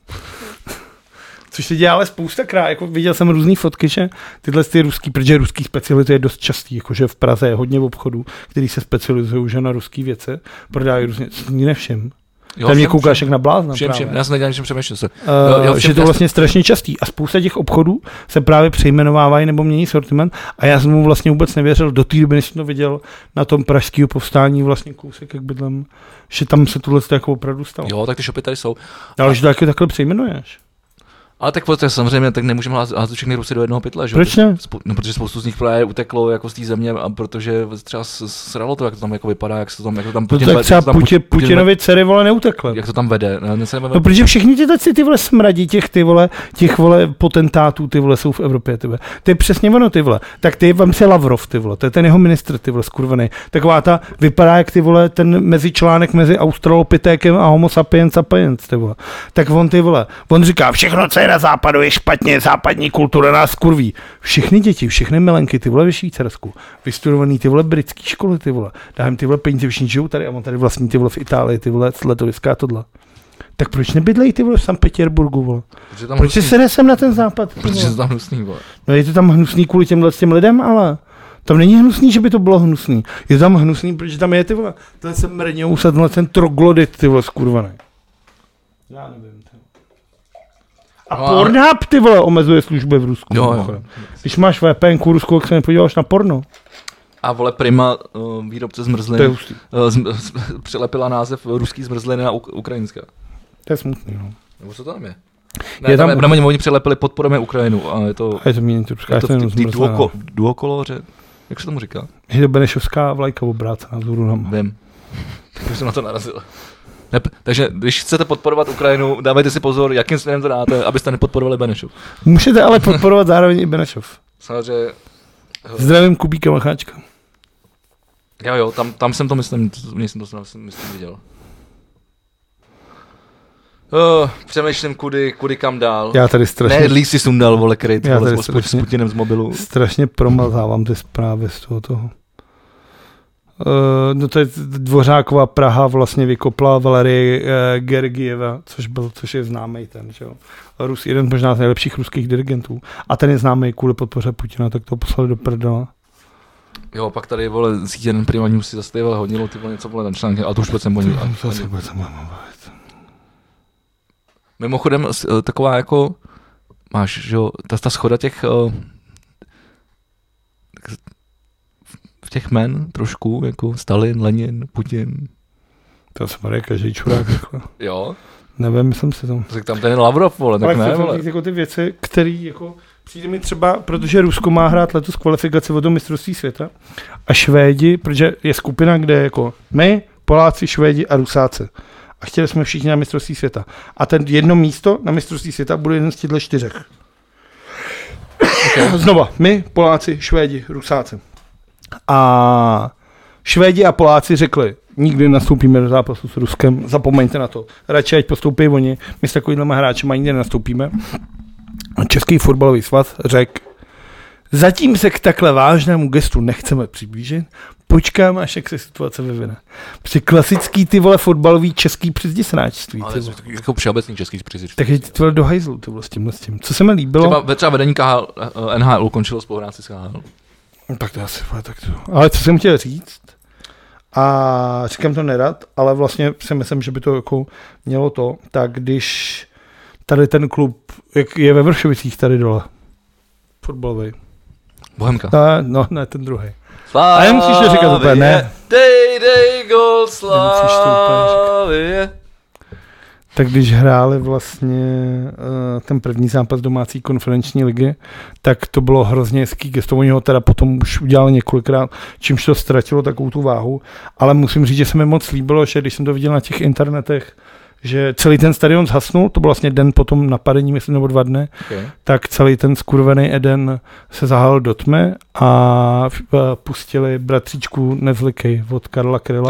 Což se dělá ale spoustakrát. Jako viděl jsem různý fotky, že tyhle ty ruský, protože ruský speciality je dost častý, jakože v Praze je hodně obchodů, který se specializují už na ruský věci, prodávají různě, nevšim. Tam mě koukáš jak na blázna. Všem, já jsem nedělal, že přemýšlel se. Že to vlastně strašně častý. A spousta těch obchodů se právě přejmenovávají nebo mění sortiment. A já jsem mu vlastně vůbec nevěřil do té doby, než jsem to viděl na tom pražského povstání vlastně kousek, jak bydlím, že tam se tohle jako opravdu stalo. Jo, tak ty shopy tady jsou. Ale že to takhle přejmenuješ. Ale tak protože samozřejmě tak nemůžeme házet všechny Rusy do jednoho pytle, že? Proč ne? No, protože spoustu z nich právě uteklo jako z té země a protože třeba sralo to, jak to tam jako vypadá, jak se to tam, jak to tam Putin, tak třeba Putinovi dcery vole neutekle. Jak to tam vede? No, protože všichni ty vole smradí těch vole potentátů ty vole jsou v Evropě ty vole. To je přesně ono ty vole. Tak ty vem si Lavrov ty vole. To je ten jeho ministr ty vole skurvený. Taková ta vypadá jak ty vole ten mezičlánek mezi Australopitékem a Homo sapiens sapiens ty vole. Tak on ty vole. On říká všechno co na západu je špatně, západní kultura nás kurví. Všechny děti, všechny milenky, ty vole ve Švýcarsku, vystudovaný ty vole britský školy, ty vole, dáme ty vole peníze, všichni žijou tady a on tady vlastní ty vole v Itálii, ty vole letoviská tohle. Tak proč nebydlejí ty vole v Sankt Petěrburgu, vole? Proč se nesem na ten západ? Protože je to tam hnusný, vole. No je to tam hnusný kvůli těm lidem, ale tam není hnusný, že by to bylo hnusný. Je tam hnusný, protože tam je ty vole, ten se mrňou se ten troglodit, ty vole skurvaný. Já nevím. A Pornhub, ty vole, omezuje služby v Rusku. Jo. Když máš VPN v Rusku, jak se nepodíváš na porno. A vole Prima, výrobce zmrzlin, přilepila název ruský zmrzliny na ukrajinská. To je smutný, no. Nebo co to tam je? Ne, tam oni přilepili podporujeme Ukrajinu a je to... A je to miniaturka, je to duokoloře, jak se tomu říká? Je to benešovská vlajka obrácená vzhůru nám. Vím, tak jsem na to narazil. Takže když chcete podporovat Ukrajinu, dávejte si pozor, jakým směrem to dáte, abyste nepodporovali Benešov. Můžete ale podporovat zároveň i Benešov. Samozřejmě. Zdravím Kubíka Macháčka. Jo, tam jsem to myslím viděl. Přemýšlím, kudy kam dál. Já tady strašně... Ne, si sundal, vole, kryt, vole, s Putinem z mobilu. Strašně promazávám ty zprávy z toho. No to je Dvořáková Praha vlastně vykopla Valerii Gergieva, což je známý ten, že jo. Rus, jeden možná z nejlepších ruských dirigentů. A ten je známý kvůli podpoře Putina, tak to poslali do prdela. Jo, pak tady, vole, jeden primární si zase vole, hodnilo ty vole něco, vole, na články, ale to už vůbec jsem bonil. Zase budeme bavit. Mimochodem, taková jako máš, že jo, ta schoda těch v těch men trošku, jako Stalin, Lenin, Putin. To se bude každý čurák. Jo? Nevím, jsem si tam. Tak tam ten Lavrov, vole, tak ne, vole. Jako ty věci, které jako přijde mi třeba, protože Rusko má hrát letos kvalifikaci o tom mistrovství světa a Švédi, protože je skupina, kde jako my, Poláci, Švédi a Rusáci. A chtěli jsme všichni na mistrovství světa. A ten jedno místo na mistrovství světa bude jeden z těchto 4. Okay. Znova, my, Poláci, Švédi, Rusáci. A Švédi a Poláci řekli, nikdy nastoupíme do zápasu s Ruskem, zapomeňte na to. Radši ať postoupí oni, my s takovýhlema hráčema nikdy nenastoupíme. Český fotbalový svaz řekl, zatím se k takhle vážnému gestu nechceme přiblížit, počkáme, až jak se situace vyvine. Prostě klasický ty vole fotbalový český přizděsnáčství. Ale to je jako všeobecný český přizděsnáčství. Takže ty vole do hajzlu, ty vole s tím. Co se mi líbilo? Třeba vedení NHL končilo spolupráci s KHL. Tak to asi, tak to. Ale co jsem chtěl říct, a říkám to nerad, ale vlastně si myslím, že by to jako mělo to, tak když tady ten klub, jak je ve Vršovicích tady dole, fotbalový. Bohemka. No, ne, ten druhý. A nemusíš to říkat úplně, ne. Dej gol Slávie. Tak když hráli vlastně ten první zápas domácí konferenční ligy, tak to bylo hrozně hezký gesto. Oni ho teda potom už udělali několikrát, čímž to ztratilo takovou tu váhu. Ale musím říct, že se mi moc líbilo, že když jsem to viděl na těch internetech, že celý ten stadion zhasnul, to byl vlastně den potom napadení, myslím, nebo 2 dny, tak celý ten skurvený Eden se zahalil do tmy a pustili bratříčku Nevlikej od Karla Kryla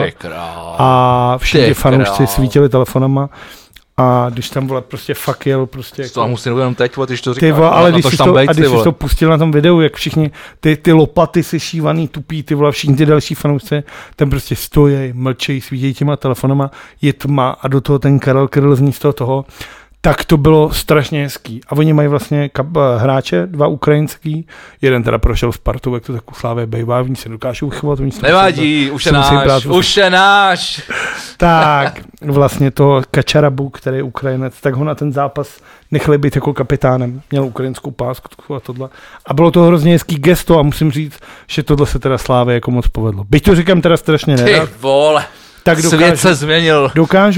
a všichni fanoušci svítili telefonama. A když tam vole prostě fakt jel prostě jako... To musím jenom teď, když to říkáš. Ale když jsi to pustil na tom videu, jak všichni ty lopaty sešívaný, tupí, ty vole, všichni ty další fanoušci, tam prostě stojí, mlčejí, svítějí těma telefonama, je tma a do toho ten Karel Kryl z místo toho, tak to bylo strašně hezký. A oni mají vlastně hráče, 2 ukrajinský, jeden teda prošel Spartu, jak to tak u Slávy bejvá, oni se dokážou uchovat. Nevadí, už je náš. Tak, vlastně to Kačarabu, který je Ukrajinec, tak ho na ten zápas nechali být jako kapitánem. Měl ukrajinskou pásku a tohle. A bylo to hrozně hezký gesto a musím říct, že tohle se teda Slávě jako moc povedlo. Byť to říkám teda strašně nerad. Ty vole. Tak svět se změnil.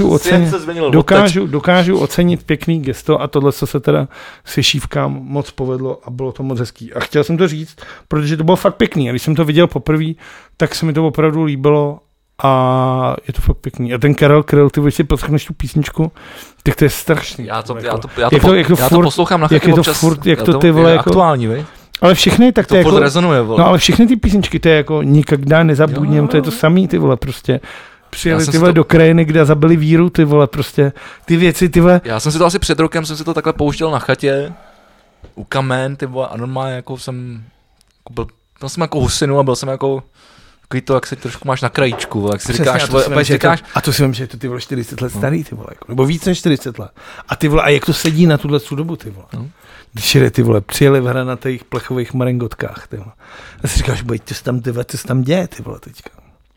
Dokážu ocenit pěkný gesto a tohle se teda se šívkám moc povedlo a bylo to moc hezký. A chtěl jsem to říct, protože to bylo fakt pěkný. A když jsem to viděl poprvé, tak se mi to opravdu líbilo a je to fakt pěkný. A ten Karel Kryl, ty když si poslechneš tu písničku, tak to je strašný. Já to poslouchám na chvíli občas. Jak to ty vole jako aktuální, vej? Ale všechny, tak to je jako... rezonuje, vole. No ale všechny ty písničky, to je jako nikdy nezabudním, to je to samý, ty vole, prostě. Přijeli ty vole do krajiny, kde zabili víru, ty vole, prostě, ty věci, ty vole. Já jsem si to asi před rokem, jsem si to takhle pouštěl na chatě, u kamen, ty vole, a normálně jako jsem, byl jsem jako husinu a byl jsem jako, takový to, jak si trošku máš na krajíčku, vole, jak si říkáš, a to si vím, že je to ty vole 40 let starý, ty vole, jako, nebo víc než 40 let. A ty vole, a jak to sedí na tuhle dobu, ty vole. Když jde, ty vole, přijeli v hra na těch plechových marengotkách, ty vole. A si říkáš, bojď, co se tam děje, ty vole, teďka.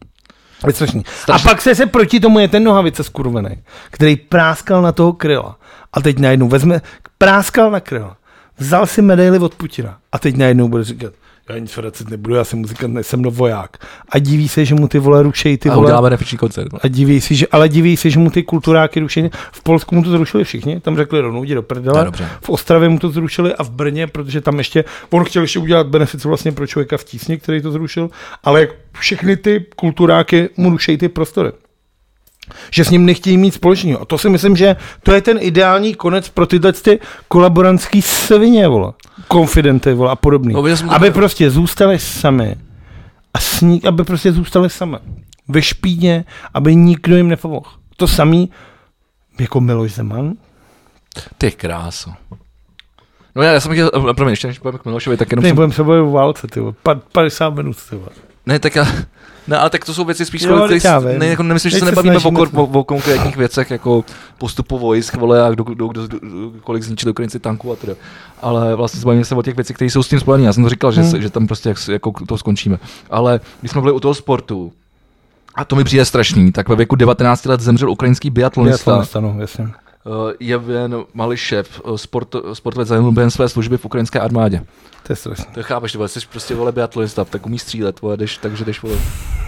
A pak se proti tomu je ten Nohavica skurvený, který práskal na toho Kryla. A teď najednou práskal na Kryla. Vzal si medaili od Putina. A teď najednou bude říkat, já nic vracet nebudu, já jsem muzikant, nejsem voják. A diví se, že mu ty vole rušejí ty vole. A uděláme nefiční koncert. A diví se, že mu ty kulturáky rušejí. V Polsku mu to zrušili všichni, tam řekli rovnou, jdi do prdele. V Ostravě mu to zrušili a v Brně, protože tam ještě, on chtěl ještě udělat benefice vlastně pro člověka v Tísni, který to zrušil, ale všechny ty kulturáky mu rušejí ty prostory. Že s ním nechtějí mít společného. A to si myslím, že to je ten ideální konec pro tyhle kolaborantský svině, vole. Konfidenty, vole, a podobný. Aby prostě zůstali sami. Aby prostě zůstali sami. Ve špíně, aby nikdo jim nepomohl. To samý jako Miloš Zeman. Ty kráso. No já jsem chtěl, promiň, ještě než pojďme k Milošovi, tak jenom budeme se bavit o válce, ty vole. 50 minut, ty vole. Ne, tak já... Ne, ale tak to jsou věci spíš, jako nemyslím, že se nebavíme o konkrétních věcech, jako postupu vojsk, vole, a kolik zničili Ukrajinci tanků a teda. Ale vlastně se bavíme se o těch věcech, které jsou s tím spojené. Já jsem to říkal, že tam prostě jako to skončíme. Ale když jsme byli u toho sportu, a to mi přijde strašný, tak ve věku 19 let zemřel ukrajinský biatlonista. No, jasně. je jen malý šéf, sportovec zajímavý během své služby v ukrajinské armádě. To je strašné. To chápeš, ty vole, jsi prostě vole biatlonista, tak umí střílet, vole, takže jdeš vole.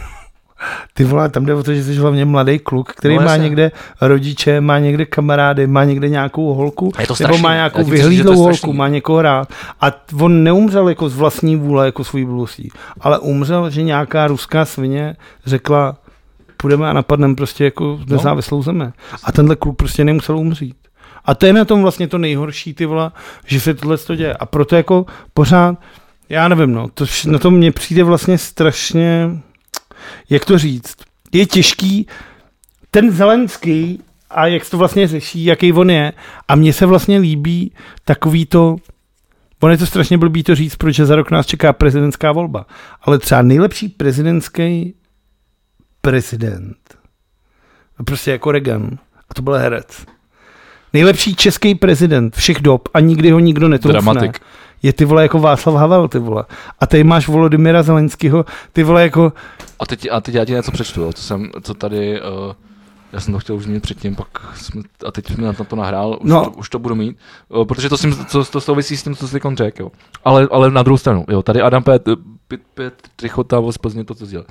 Ty vole, tam jde o to, že jsi hlavně mladý kluk, který má někde rodiče, má někde kamarády, má někde nějakou holku, nebo má nějakou vyhlídlou holku, má někoho rád. A on neumřel jako z vlastní vůle, jako svůj blůsí, ale umřel, že nějaká ruská svině řekla, půjdeme a napadneme prostě jako nezávislou zemi. A tenhle kluk prostě nemusel umřít. A to je na tom vlastně to nejhorší, ty vole, že se tohle to děje. A proto jako pořád, já nevím, no, na to mně přijde vlastně strašně, jak to říct, je těžký, ten Zelenský a jak se to vlastně řeší, jaký on je, a mně se vlastně líbí takový to, on je to strašně blbý to říct, protože za rok nás čeká prezidentská volba, ale třeba nejlepší prezidentský prezident, prostě jako Reagan, a to byl herec. Nejlepší český prezident všech dob a nikdy ho nikdo netroufne. Je ty vole jako Václav Havel, ty vole. A tady máš Volodymyra Zelenskýho, ty vole jako... A teď já ti něco přečtu, co tady... Já jsem to chtěl už zmínit předtím, a teď mi na to nahrál, už to budu mít, protože to souvisí s tím, co jsi teď řekl, jo. Ale na druhou stranu, jo, tady Adam Trichota z Plzně to sdělal.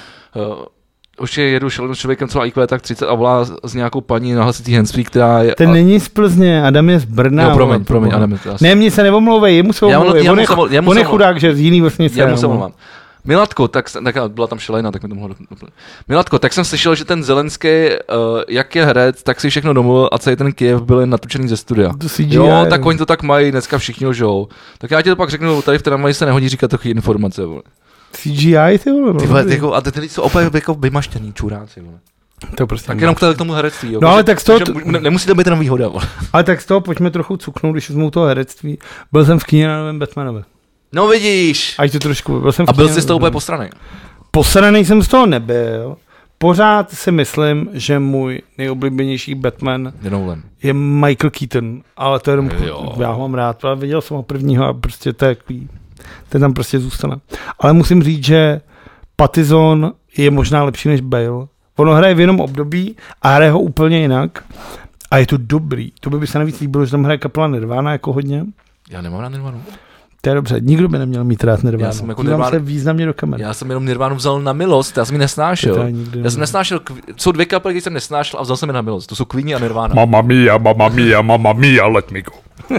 Už jedu šeleným člověkem, co má IQ tak 30 a volá s nějakou paní na hlasitý handsfree, která je... Ten není z Plzně, Adam je z Brna. Jo, promiň, Adam je... Ne, mně se neomlouvej, jemu se omlouvej. On je chudák, že z jiný vesnice. Já mu se omlouvám. Milatko, tak byla tam šelejna, tak mi to mohlo doplnit. Milatko, tak jsem slyšel, že ten Zelenský, jak je herec, tak si všechno domluvil a celý ten Kyjev byl natočený ze studia. Jo, tak oni to tak mají, dneska všichni lžou. Tak já ti to pak řeknu, tady v tramvaji se nehodí říkat takové informace, vole. CGI, ty vole. Jako, a ty jsou opět jako vymaštěný čuráci, vole. To prostě tak jenom k tomu herectví, jo. No, ale tak z toho... Nemusí to být jenom výhoda, vole. Ale tak z toho pojďme trochu cuknout, když jsme u toho herectví. Byl jsem v kyně na novém Batmanovi. No vidíš. Ať to trošku... A byl jsi z toho úplně posranej? Posranej jsem z toho nebyl. Pořád si myslím, že můj nejoblíbenější Batman je Michael Keaton, ale to je jenom... Já ho mám rád, ale viděl jsem ho prvního a prostě to je takový... Ten tam prostě zůstane. Ale musím říct, že Pattinson je možná lepší než Bale. Ono hraje v jenom období a hraje ho úplně jinak. A je to dobrý. To by se navíc líbilo, že tam hraje kapela Nirvana jako hodně. Já nemám rád Nirvanu. To je dobře. Nikdo by neměl mít rád Nirvanu. Já jsem jako Dívám se významně do kamery. Já jsem jenom Nirvanu vzal na milost, já jsem ji nesnášel. Já jsem nesnášel, jsou dvě kapely, které jsem nesnášel a vzal jsem je na milost. To jsou Queenie a Nirvana. Mamma mia, let me go.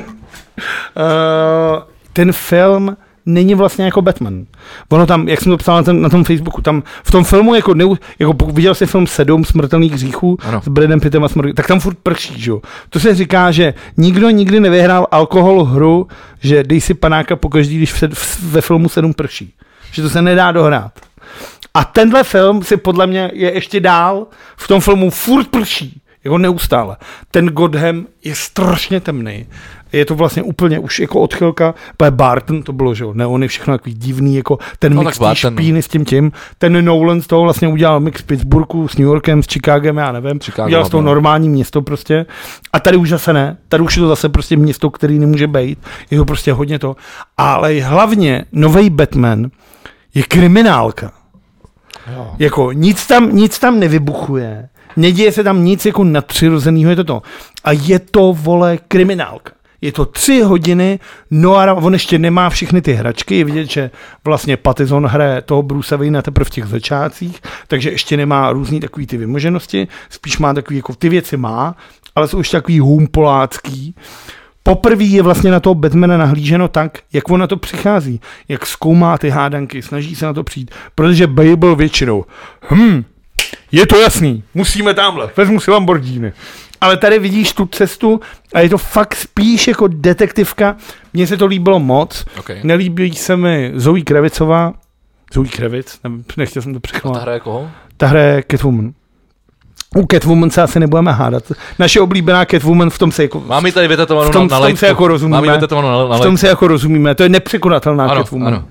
Ten film není vlastně jako Batman. Ono tam, jak jsem to psal na tom Facebooku, tam v tom filmu, jako viděl jsi film 7 smrtelných hříchů s Bradem Pittem a tak tam furt prší, že? To se říká, že nikdo nikdy nevyhrál alkohol hru, že dej si panáka pokaždý, když ve filmu 7 prší. Že to se nedá dohrát. A tenhle film si podle mě je ještě dál, v tom filmu furt prší. Jako neustále. Ten Gotham je strašně temný. Je to vlastně úplně už jako odchylka. Barton to bylo, že jo, neony, všechno takový divný, jako ten mix té špíny s tím. Ten Nolan z toho vlastně udělal mix Pittsburghu s New Yorkem, s Chicagem, já nevím. Udělal z toho normální město prostě. A tady už zase ne. Tady už je to zase prostě město, který nemůže být. Je to prostě hodně to. Ale hlavně novej Batman je kriminálka. Jo. Jako nic tam nevybuchuje. Neděje se tam nic jako nadpřirozenýho, je to to. A je to, vole, kriminálka. Je to 3 hodiny, Noara, on ještě nemá všechny ty hračky, je vidět, že vlastně Pattinson hraje toho Bruce Wayna teprve v těch začátcích, takže ještě nemá různý takový ty vymoženosti, spíš má takový, jako ty věci má, ale jsou už takový humpolácký. Poprvé je vlastně na toho Batmana nahlíženo tak, jak on na to přichází, jak zkoumá ty hádanky, snaží se na to přijít, protože Bale byl většinou, je to jasný, musíme tamhle, vezmu si Lamborghini. Ale tady vidíš tu cestu a je to fakt spíš jako detektivka. Mně se to líbilo moc. Okay. Nelíbí se mi Zoe Kravicová. Zoe Kravic, nechtěl jsem to překlad. Ta hraje koho? Ta hraje Catwoman. U Catwoman se asi nebudeme hádat. Naše oblíbená Catwoman v tom se jako... Máme tady vytetovanou na v tom se jako rozumíme. V tom se jako rozumíme. To je nepřekonatelná Catwoman. Ano.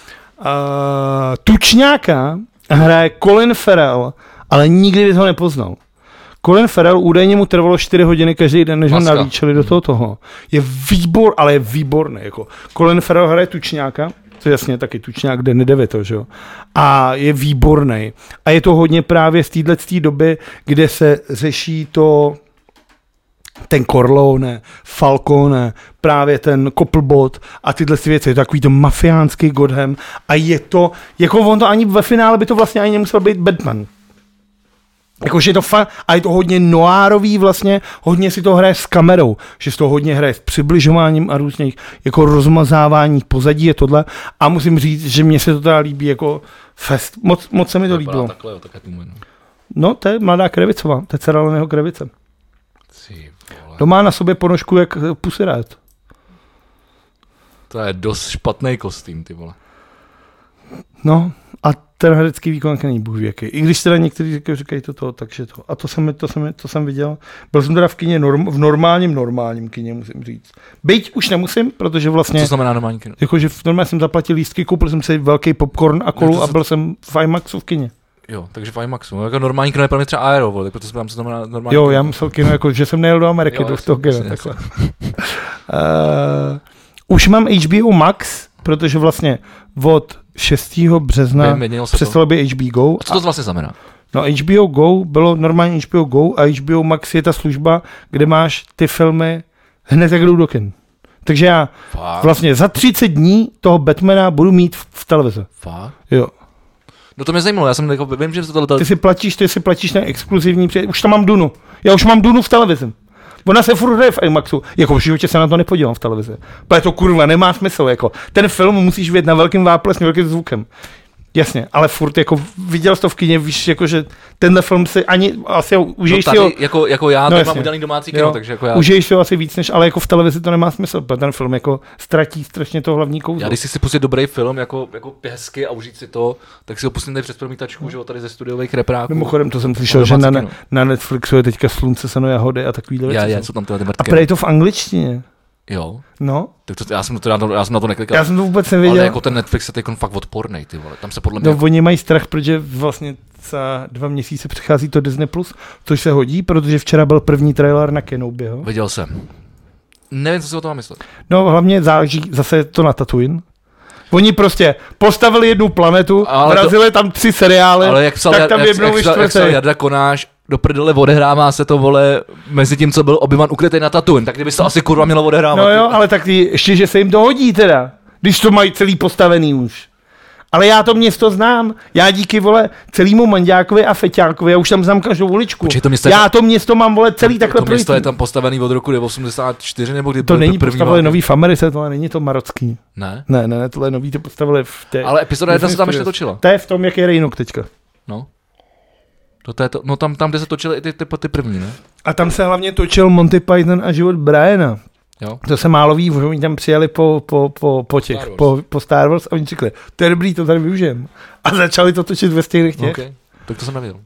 Tučňáka hraje Colin Farrell, ale nikdy bys ho nepoznal. Colin Farrell údajně mu trvalo 4 hodiny každý den, než ho nalíčili do toho. Je výborný. Jako. Colin Farrell hraje tučňáka, to je jasně taky tučňák, den 9, že jo. A je výborný. A je to hodně právě z této doby, kde se řeší to ten Corleone, Falcone, právě ten Koppelbot a tyhle věci, je to takový to mafiánský Gotham a je to, jako on to ani ve finále by to vlastně ani nemusel být Batman. Jakože je to a je to hodně noárový vlastně, hodně si to hraje s kamerou, že si to hodně hraje s přibližováním a různých jako rozmazávání pozadí je tohle a musím říct, že mně se to teda líbí jako fest, moc se mi to líbilo. Takhle, jo, tak no, to je mladá Krevicová, to je dcera Lennyho Krevice. To má na sobě ponožku jak Pussy Riot. To je dost špatný kostým, ty vole. No, a ten herecký výkon není bůh jaký. I když teda někteří říkají to, takže to. A to jsem viděl. Byl jsem teda v kině, v normálním kině, musím říct. Byť už nemusím, protože vlastně... Co znamená normální kino? Jakože normálně jsem zaplatil lístky, koupil jsem si velký popcorn a kolu a byl jsem v IMAXu v kině. Jo, takže v IMAXu. Jako normální kino je pro mě třeba Aero, vole, protože jsem tam se znamená normální jo, kino. Já myslel kino, jako, že jsem nejel do Ameriky, do toho kina, takhle. Už mám HBO Max, protože vlastně od 6. března přestalo být HBO Go. A co to vlastně znamená? No HBO Go bylo normálně HBO Go a HBO Max je ta služba, kde máš ty filmy hned jak jdou do kin. Takže já vlastně za 30 dní toho Batmana budu mít v televizi. Fakt? Jo. No to mě zajímalo, já jsem jako, vím, že to... Ty si platíš ten exkluzivní, už tam mám Dunu. Já už mám Dunu v televizi. Ona se furt hraje v IMAXu. Jako v životě se na to nepodívám v televizi. Protože to kurva nemá smysl. Jako. Ten film musíš vidět na velkým váple s velkým zvukem. Jasně, ale furt jako viděl jsi to v kině, víš, jako, že tenhle film si ani asi užiješ si ho... Jako já, tak mám udělaný domácí kino, takže jako já... Užiješ si ho asi víc, než, ale jako v televizi to nemá smysl, protože ten film jako ztratí strašně to hlavní kouzlo. Já když si pustit dobrý film, jako hezky a užít si to, tak si ho pustím tady přes promítačku, že ho tady ze studiových repráků. Mimochodem, to jsem slyšel, že na Netflixu je teďka Slunce, seno, jahody a takovýhle věci. Co tam tyhle mrtky. A prej je to v angličtině. Jo. No. Tak já jsem na to neklikal. Já jsem to vůbec nevěděl. Ale jako ten Netflix je teď fakt odpornej, ty vole. Tam se podle mě... No, oni mají strach, protože vlastně za 2 měsíce přichází to Disney+, což se hodí, protože včera byl první trailer na Kenobiho. Viděl jsem. Nevím, co si o tom mám myslet. No, hlavně záleží zase to na Tatooine. Oni prostě postavili jednu planetu, vrazili tam 3 seriály, ale jak psal, tak tam jednou vyštvrtej. Jak Jarda Konáš, do prdele odehrává se to, vole, mezi tím, co byl Obi-Wan ukrytej na Tatooine, tak kdyby se to asi kurva mělo odehrávat. No jo, ale tak ještě, že se jim to hodí teda, když to mají celý postavený už. Ale já to město znám, já díky, vole, celýmu Manďákovi a Feťákovi, já už tam znám každou uličku. Počkej, to město já to město mám, vole, celý takhle projít. To město je tam postavený od roku 1984, nebo kdy to není postavili nový v Americe, tohle není to marocký. Ne? Ne, tohle nový to postavili v té... Ale epizoda 1 se tam ještě točila. To je v tom, jak je Rejnok teďka. No. No tam, kde se točily i ty první, ne? A tam se hlavně točil Monty Python a život Briana. Jo. To se málo ví, oni tam přijeli po Star Wars a oni řekli, to je dobrý, to tady využijem. A začali to točit ve stejných těch. Okay. Tak to jsem nevěděl.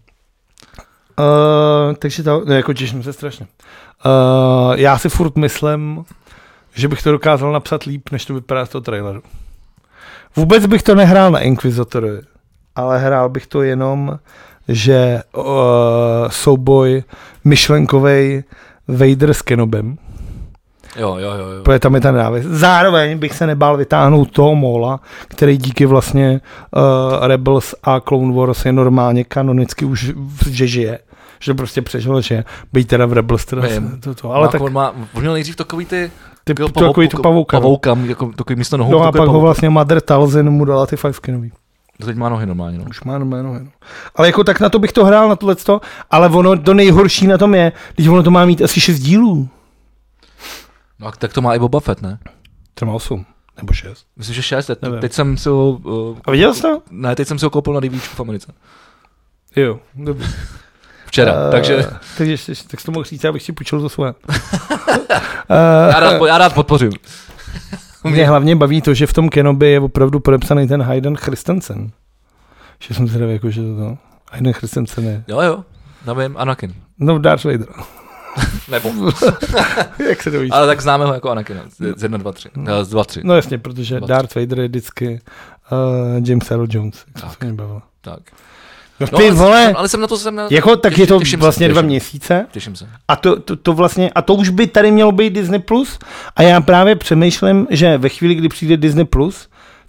Takže to, jako těším se strašně. Já si furt myslím, že bych to dokázal napsat líp, než to vypadá z toho traileru. Vůbec bych to nehrál na Inquisitory, ale hrál bych to jenom, že souboj myšlenkovej Vader s Kenobem. Jo. Protože tam je ten návěs. Zároveň bych se nebál vytáhnout toho Maula, který díky vlastně Rebels a Clone Wars je normálně kanonicky už, že žije. Že prostě přežil, že byť teda v Rebels teda ale tak... On měl nejdřív takový ty pavouka. Jako takový místo nohou. No a pak ho vlastně Mother Talzin mu dala ty 5 nový. Teď má nohy normálně. No. Už má nohy. No. Ale jako tak na to bych to hrál, na tohleto, ale ono to nejhorší na tom je, když ono to má mít asi 6 dílů. No tak to má i Boba Fett, ne? To má 8 nebo 6. Myslím, že 6. Teď jsem si ho... A viděl jsi to? Ne, teď jsem si ho koupil na DVDčku v Americe. Jo, dobře. Včera, takže... Tak jsi to mohl říct, abych si půjčil to svoje. Já rád podpořím. Mě hlavně baví to, že v tom Kenobi je opravdu podepsaný ten Hayden Christensen. Že jsem zvědavý, jako že to Hayden Christensen je. Jo, nevím, Anakin. No, Darth Vader. Nebo. Jak se to víš? Ale tak známe ho jako Anakin. Z 1, 2, 3. Z 2, 3. No jasně, protože Darth Vader je vždycky James Earl Jones. Jak se mě bavilo. Tak. No ty vole, ale jsem na to jako tak je to vlastně 2 měsíce. Těším se. A to vlastně, a to už by tady mělo být Disney Plus. A já právě přemýšlím, že ve chvíli, kdy přijde Disney Plus,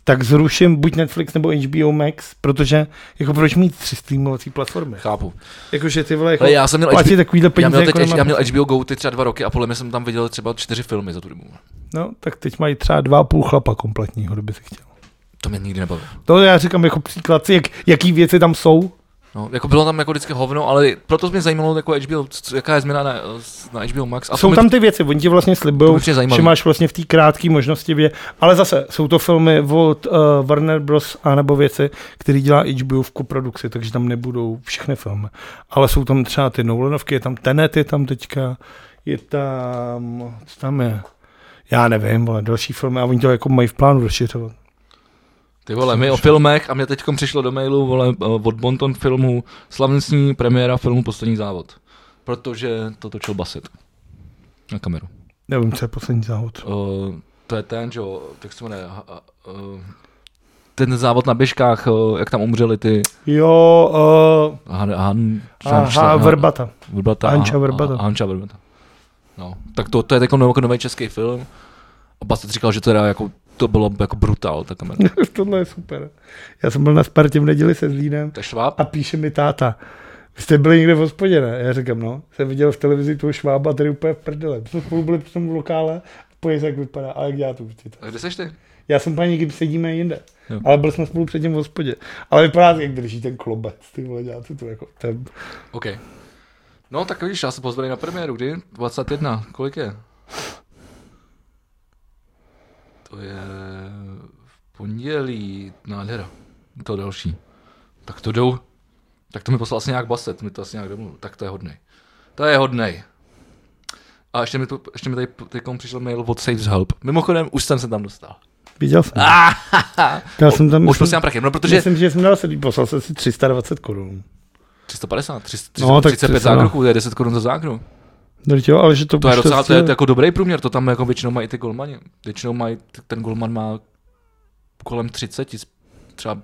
tak zruším buď Netflix nebo HBO Max, protože jako proč mít 3 streamovací platformy? Chápu. Jakože ty vole, jako já jsem měl takovýhle peníze. Já měl HBO Go ty třeba 2 roky a podle mě jsem tam viděl třeba 4 filmy za tu dobu. No, tak teď mají třeba 2,5 chlapa kompletního, kdyby si chtěl. To mě nikdy nebaví. To já říkám jako příklad, jaký věci tam jsou. No, jako bylo tam jako vždycky hovno, ale proto mě zajímalo jako HBO, jaká je změna na HBO Max. A jsou tam ty věci, oni ti vlastně slibují, že máš vlastně v té krátké možnosti ale zase jsou to filmy od Warner Bros. A nebo věci, které dělá HBO v koprodukci, takže tam nebudou všechny filmy. Ale jsou tam třeba ty Nolanovky, je tam Tenet, je tam teďka, je tam, co tam je? Já nevím, vole, další filmy a oni to jako mají v plánu rozšiřovat. Ty vole, my o filmech a mě teďkom přišlo do mailu, vole, od Bonton filmu, slavnostní premiéra filmu Poslední závod. Protože to točil Bassett. Na kameru. Nevím, co je Poslední závod. To je ten, že jo, tak se jmenuje, ten závod na běžkách, jak tam umřeli ty... Jo, Verbata. Hanča Verbata. Hanča Verbata. No, tak to je takový nový český film. A Bassett říkal, že teda jako to bylo jako brutál, ta kamera. Tohle je super. Já jsem byl na Spartě v neděli se Zlínem a píše mi táta, vy jste byli někde v hospodě, ne? Já říkám, no, jsem viděl v televizi toho Švába, tady úplně v prdele. My jsme spolu byli v tom lokále, pojď, jak vypadá, ale jak dělá tu věci. A kde seš ty? Já jsem paní, když sedíme jinde, ale byli jsme spolu předtím v hospodě. Ale vypadá, jak drží ten klobec, ty vole, dělá to jako ten. OK. No tak víš, já se pozvali na premiéru, kdy? 21, kolik je? To je v pondělí, nádhera, to další. Tak to jdou, tak to mi poslal asi nějak Bassett, mi to asi nějak domluvil, tak to je hodnej. To je hodnej. A ještě mi tady teďkom přišel mail od Saves Help. Mimochodem, už jsem se tam dostal. Viděl jsem. Já jsem tam, už posílám prachy, no protože... Myslím, že jsem dal poslal jsem si 320 korun. 350, 335 zákroků, to je 10 korun za zákrok. Jo, ale že to je docela, to je jako dobrý průměr, to tam jako většinou mají ty golmani. Většinou mají, ten golman má kolem 30, třeba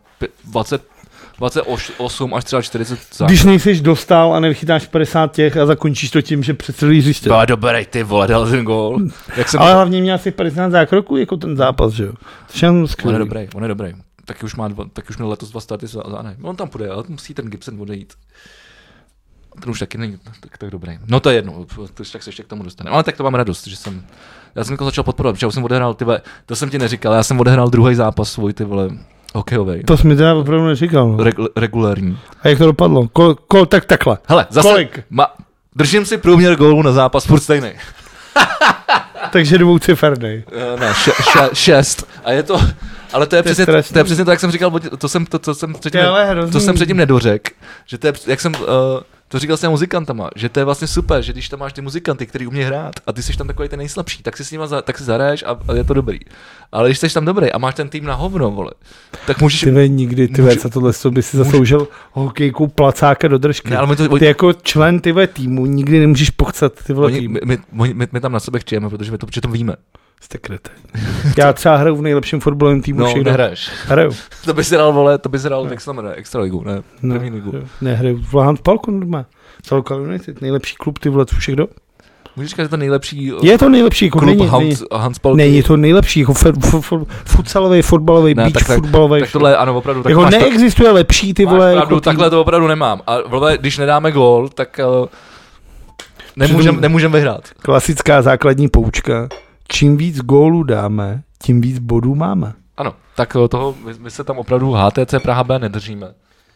28 až třeba 40 zákroků. Když nejsiš dostal a nechytáš 50 těch a zakončíš to tím, že před celý hřiště. Byla dobrý, ty vole, dal ten gól. Ale hlavně měl asi 50 zákroků jako ten zápas, že jo. On je dobrý. Taky už měl letos 2 starty za ne. On tam půjde, ale musí ten Gibson odejít. Ten už taky není tak dobrý. No to je jedno, tak se ještě k tomu dostaneme. Ale tak to mám radost, že já jsem jako začal podporovat, protože já jsem odehrál, to jsem ti neříkal, já jsem odehrál druhý zápas svůj, ty vole, hokejovej. To jsi mi teda opravdu neříkal. No. Regulární. A jak to dopadlo? Tak takhle. Hele, zase, kolik? Držím si průměr gólů na zápas, furt stejný. Takže dvouciferný. Ne, 6. A je to... Ale to je přesně to, jak jsem říkal, to jsem předtím nedořekl, že to je, jak jsem to říkal s těmi muzikantama, že to je vlastně super, že když tam máš ty muzikanty, který umí hrát a ty jsi tam takový ten nejslabší, tak si s nima tak si zahraješ a je to dobrý. Ale když jsi tam dobrý a máš ten tým na hovno, vole, tak můžeš... Za tohle by si zasloužil hokejku placáka do držky. Ne, ty jako člen týmu nikdy nemůžeš pochcat ty vole tým. My tam na sebe chtějeme, protože my to přitom víme. Jste krete. Já třeba hraju v nejlepším fotbalovém týmu všech. No, nehraješ. Hraju. To by si hrál, vole, extra ligu, ne? První ligu. Nehraju v Handballku normálně. Celkově United, nejlepší klub ty vole všech dob. Můžeš říkat, že to nejlepší... Je to nejlepší jako klub Handballku. Není to nejlepší jako futsalový, fotbalový, beach fotbalový. Tak tohle ano, opravdu. Tak jako neexistuje lepší ty vole. Jako takhle to opravdu nemám. A vole, když nedáme gól, tak nemůžeme vyhrát. Klasická základní poučka. Čím víc gólů dáme, tím víc bodů máme. Ano, tak toho my se tam opravdu HTC Praha B nedržíme.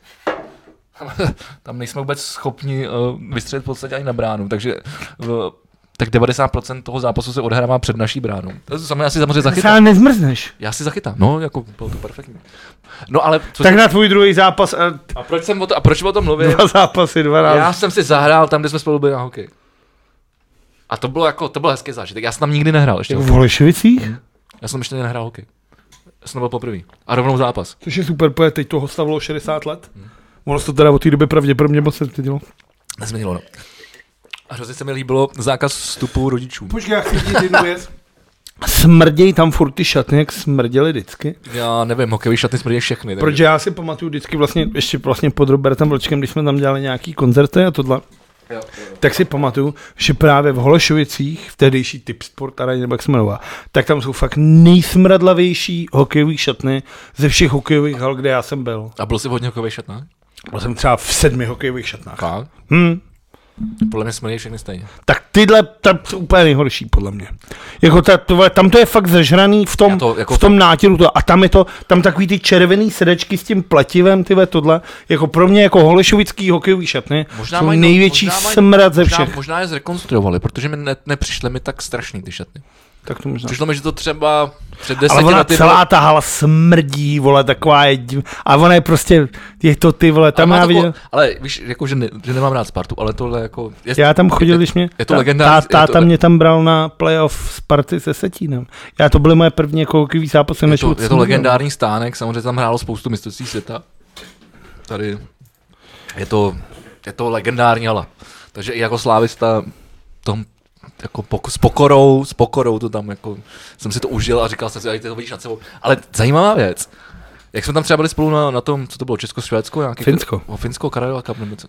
Tam nejsme vůbec schopni vystřelit v podstatě ani na bránu, takže tak 90% toho zápasu se odehrává před naší bránou. To já si samozřejmě zachytám. Já nezmrzneš. Já si zachytám, no, jako bylo to perfektní. No ale... Tak na tvůj druhý zápas... A proč o tom mluvím? 2 zápasy, 2 razy. Já jsem si zahrál tam, kde jsme spolu byli na hokej. A to byl hezký zážitek. Já jsem tam nikdy nehrál ještě. V Holešovicích? Já jsem ještě nehrál hokej. Já jsem byl poprvé. A rovnou zápas. Což je super, protože teď toho stavilo 60 let. Ono se to teda od té doby pravděpodobně moc nezměnilo. Nezměnilo, no. A hrozně se mi líbilo zákaz vstupu rodičů. Počkej, já chci říct jednu věc. Smrděj tam furt ty šatny, jak smrděly vždycky. Já nevím, hokejový šatny smrdějí všechny. Protože já si pamatuju vždycky vlastně pod Robertem Vlčkem, když jsme tam dělali nějaký koncerty a tohle. tak si pamatuju, že právě v Holešovicích, v tehdejší Typ Sport aréně, nebo jak se jmenovala, tak tam jsou fakt nejsmradlavější hokejové šatny ze všech hokejových hal, kde já jsem byl. A byl jsi v hodně hokejových šatnách? Byl jsem třeba v 7 hokejových šatnách. Tak? Podle mě smrdí všechny stejně. Tak tyhle tam jsou úplně nejhorší, podle mě. Jako tam to je fakt zažraný v tom nátěru a tam takový ty červený sedečky s tím pletivem, tohle, jako pro mě jako holešovický hokejový šatny jsou největší smrad ze všech. Možná je zrekonstruovali, protože mi nepřišly mi tak strašný ty šatny. Tak to možná. Přišlo mi, že to třeba před 10 lety... Ale ona lety celá ta hala smrdí, vole, taková je... A ona je prostě, je to ty, vole, tam já viděl... Ale víš, jako, že nemám rád Spartu, ale tohle jako... Já tam chodil, když mě... Je to legendární... Táta mě tam bral na playoff Sparty se Setínem. To byly moje první jako hokejový zápasy. Je to legendární stánek, samozřejmě tam hrálo spoustu mistrovství světa. Tady je to legendární hala. Takže i jako slávista tom jako s pokorou to tam jako jsem si to užil a říkal jsem si, to vidíš nad sebou. Ale zajímavá věc. Jak jsme tam třeba byli spolu na tom, co to bylo, Česko-Švédsko? Nějaký Finsko, Karajova Cup, nebo co?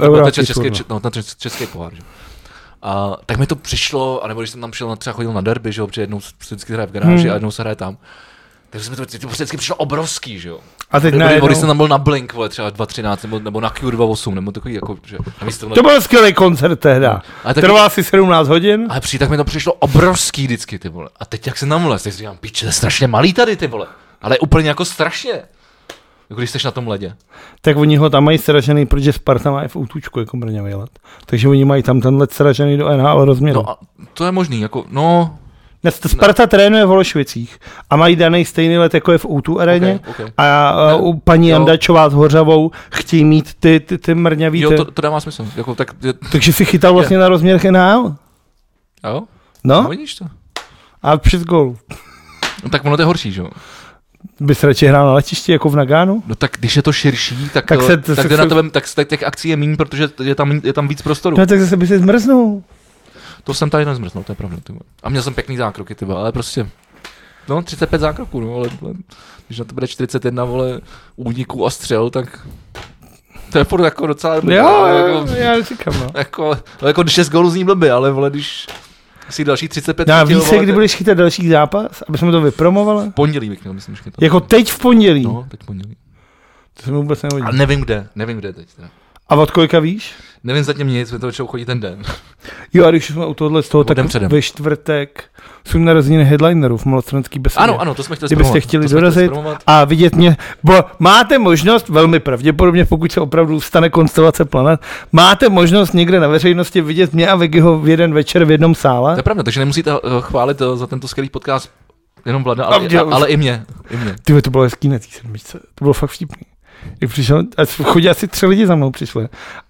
To český pohár, že? Tak mi to přišlo, anebo když jsem tam šel, třeba chodil na derby, že jo, protože jednou se vždycky hraje v garáži a jednou se hraje tam. Takže mi to vždycky přišlo obrovský, že jo. A teď když jsem tam byl na Blink, vole, třeba 2013, nebo na Q28, nebo takový jako, že... To byl skvělý koncert tehda. Trval asi 17 hodin. Ale tak mi to přišlo obrovský vždycky, ty vole. A teď jak se tam vlez, tak si říkám, piče, to je strašně malý tady, ty vole. Ale úplně jako strašně. Jako když jsi na tom ledě. Tak oni ho tam mají sražený, protože Sparta má i v útučku jako brňavý let. Takže oni mají tam ten let sražený do NHL rozměru. No a to je možný, jako, no... Sparta trénuje v Holešovicích a mají daný stejný let, jako je v O2 aréně. Okay. A u paní Jandačová s Hořavou chtějí mít ty mrňavý. Jo, to dává smysl. Jako, takže si chytal vlastně na rozměrech NHL. Jo? No? Vidíš to? A přes gól. No tak ono to je horší, že jo? Bys radši hrál na letišti jako v Nagánu? No tak když je to širší, tak těch akcí je méně, protože je tam víc prostoru. No tak zase by se zmrznul. To jsem tady nezmrznul, to je pravda. A měl jsem pěkný zákroky, ale prostě, 35 zákroků, no, ale když na to bude 41, vole, úniků a střel, tak to je furt jako docela dobrý. Jo, já říkám, no. Jako 6 gólů zní blbě, ale vole, když si další 35... No a víš se, kdy budeš chytat další zápas, aby jsme to vypromovali? V pondělí bych měl, myslím, chytat. Jako teď v pondělí? No, teď v pondělí. To jsem vůbec nehodil. A nevím kde teď teda. A od kolika víš? Nevím zatím nic, my to začalo chodit ten den. Jo, a když jsme u tohohle z toho, tak ve čtvrtek jsou narozeniny headlinerů v Malostranský besedě. Ano, to jsme chtěli kdybyste chtěli dorazit a vidět mě, bo máte možnost, velmi pravděpodobně, pokud se opravdu stane konstelace planet, máte možnost někde na veřejnosti vidět mě a Vegiho v jeden večer v jednom sále. To je pravda, takže nemusíte chválit za tento skvělý podcast jenom Vlada, ale i mě. Tyhle, to bylo hezký na té sedmičce, to bylo fakt vtipný. Jak přišel, chodí asi 3 lidi za mnou přišli.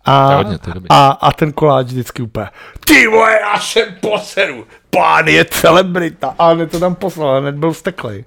A ten koláč vždycky úplně, ty vole, já jsem poseru, pán je celebrita. A hned to tam poslal, hned byl vzteklej.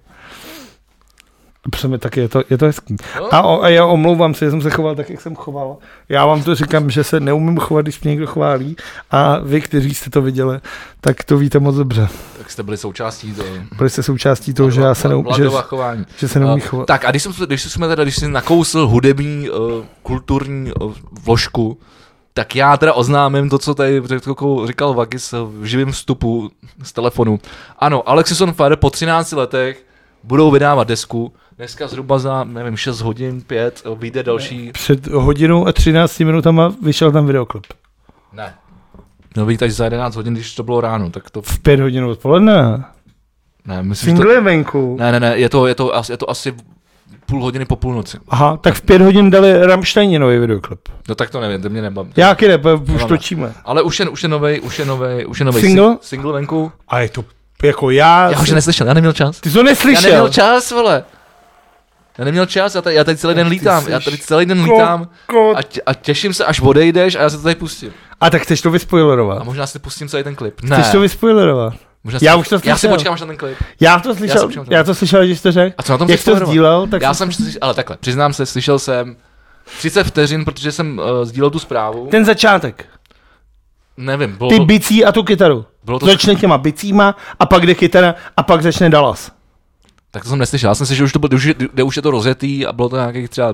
Přesně taky je to hezký. A já omlouvám se, že jsem se choval tak, jak jsem choval. Já vám to říkám, že se neumím chovat, když mě někdo chválí. A vy, kteří jste to viděli, tak to víte moc dobře. Tak jste byli součástí toho. Byli jste součástí toho, že já se neumím chovat. Tak a když jsi nakousl hudební, kulturní vložku, tak já teda oznámím to, co tady říkal Vagis v živém vstupu z telefonu. Ano, Alexis on Fire po 13 letech budou vydávat desku. Dneska zhruba za, nevím, 6 hodin, 5, vyjde další. Před hodinou a 13 minutama vyšel tam videoklip. Ne. No vyjde až za 11 hodin, když to bylo ráno, tak to... V 5 hodin odpoledne? Ne, myslím, Single venku. Ne, je to asi půl hodiny po půlnoci. Aha, tak v 5 hodin dali Rammsteini nový videoklip. No tak to nevím, to mě nebaví. Jaký ne, už točíme. Ale už je novej single venku. A je to jako já už neslyšel, já neměl čas. Ty jsi to neslyšel? Já neměl čas, vole. Já neměl čas, já tady celý den lítám. A těším se, až odejdeš a já se to tady pustím. A tak chceš to vyspoilerovat? A možná si pustím celý ten klip. Ne. Chceš to vyspoilerovat? Já už to slyšel. Já si počkám až na ten klip. Já to slyšel, že jsi to řekl. A co na tom jak to sdílel? Tak ale takhle, přiznám se, slyšel jsem 30 vteřin, protože jsem sdílel tu zprávu. Ten začátek. Nevím. Ty bicí a tu kytaru. Začne těma bicíma a pak jde kytara a pak začne Dallas. Tak to jsem neslyšel. Já jsem si, že už je to rozjetý a bylo to nějakých třeba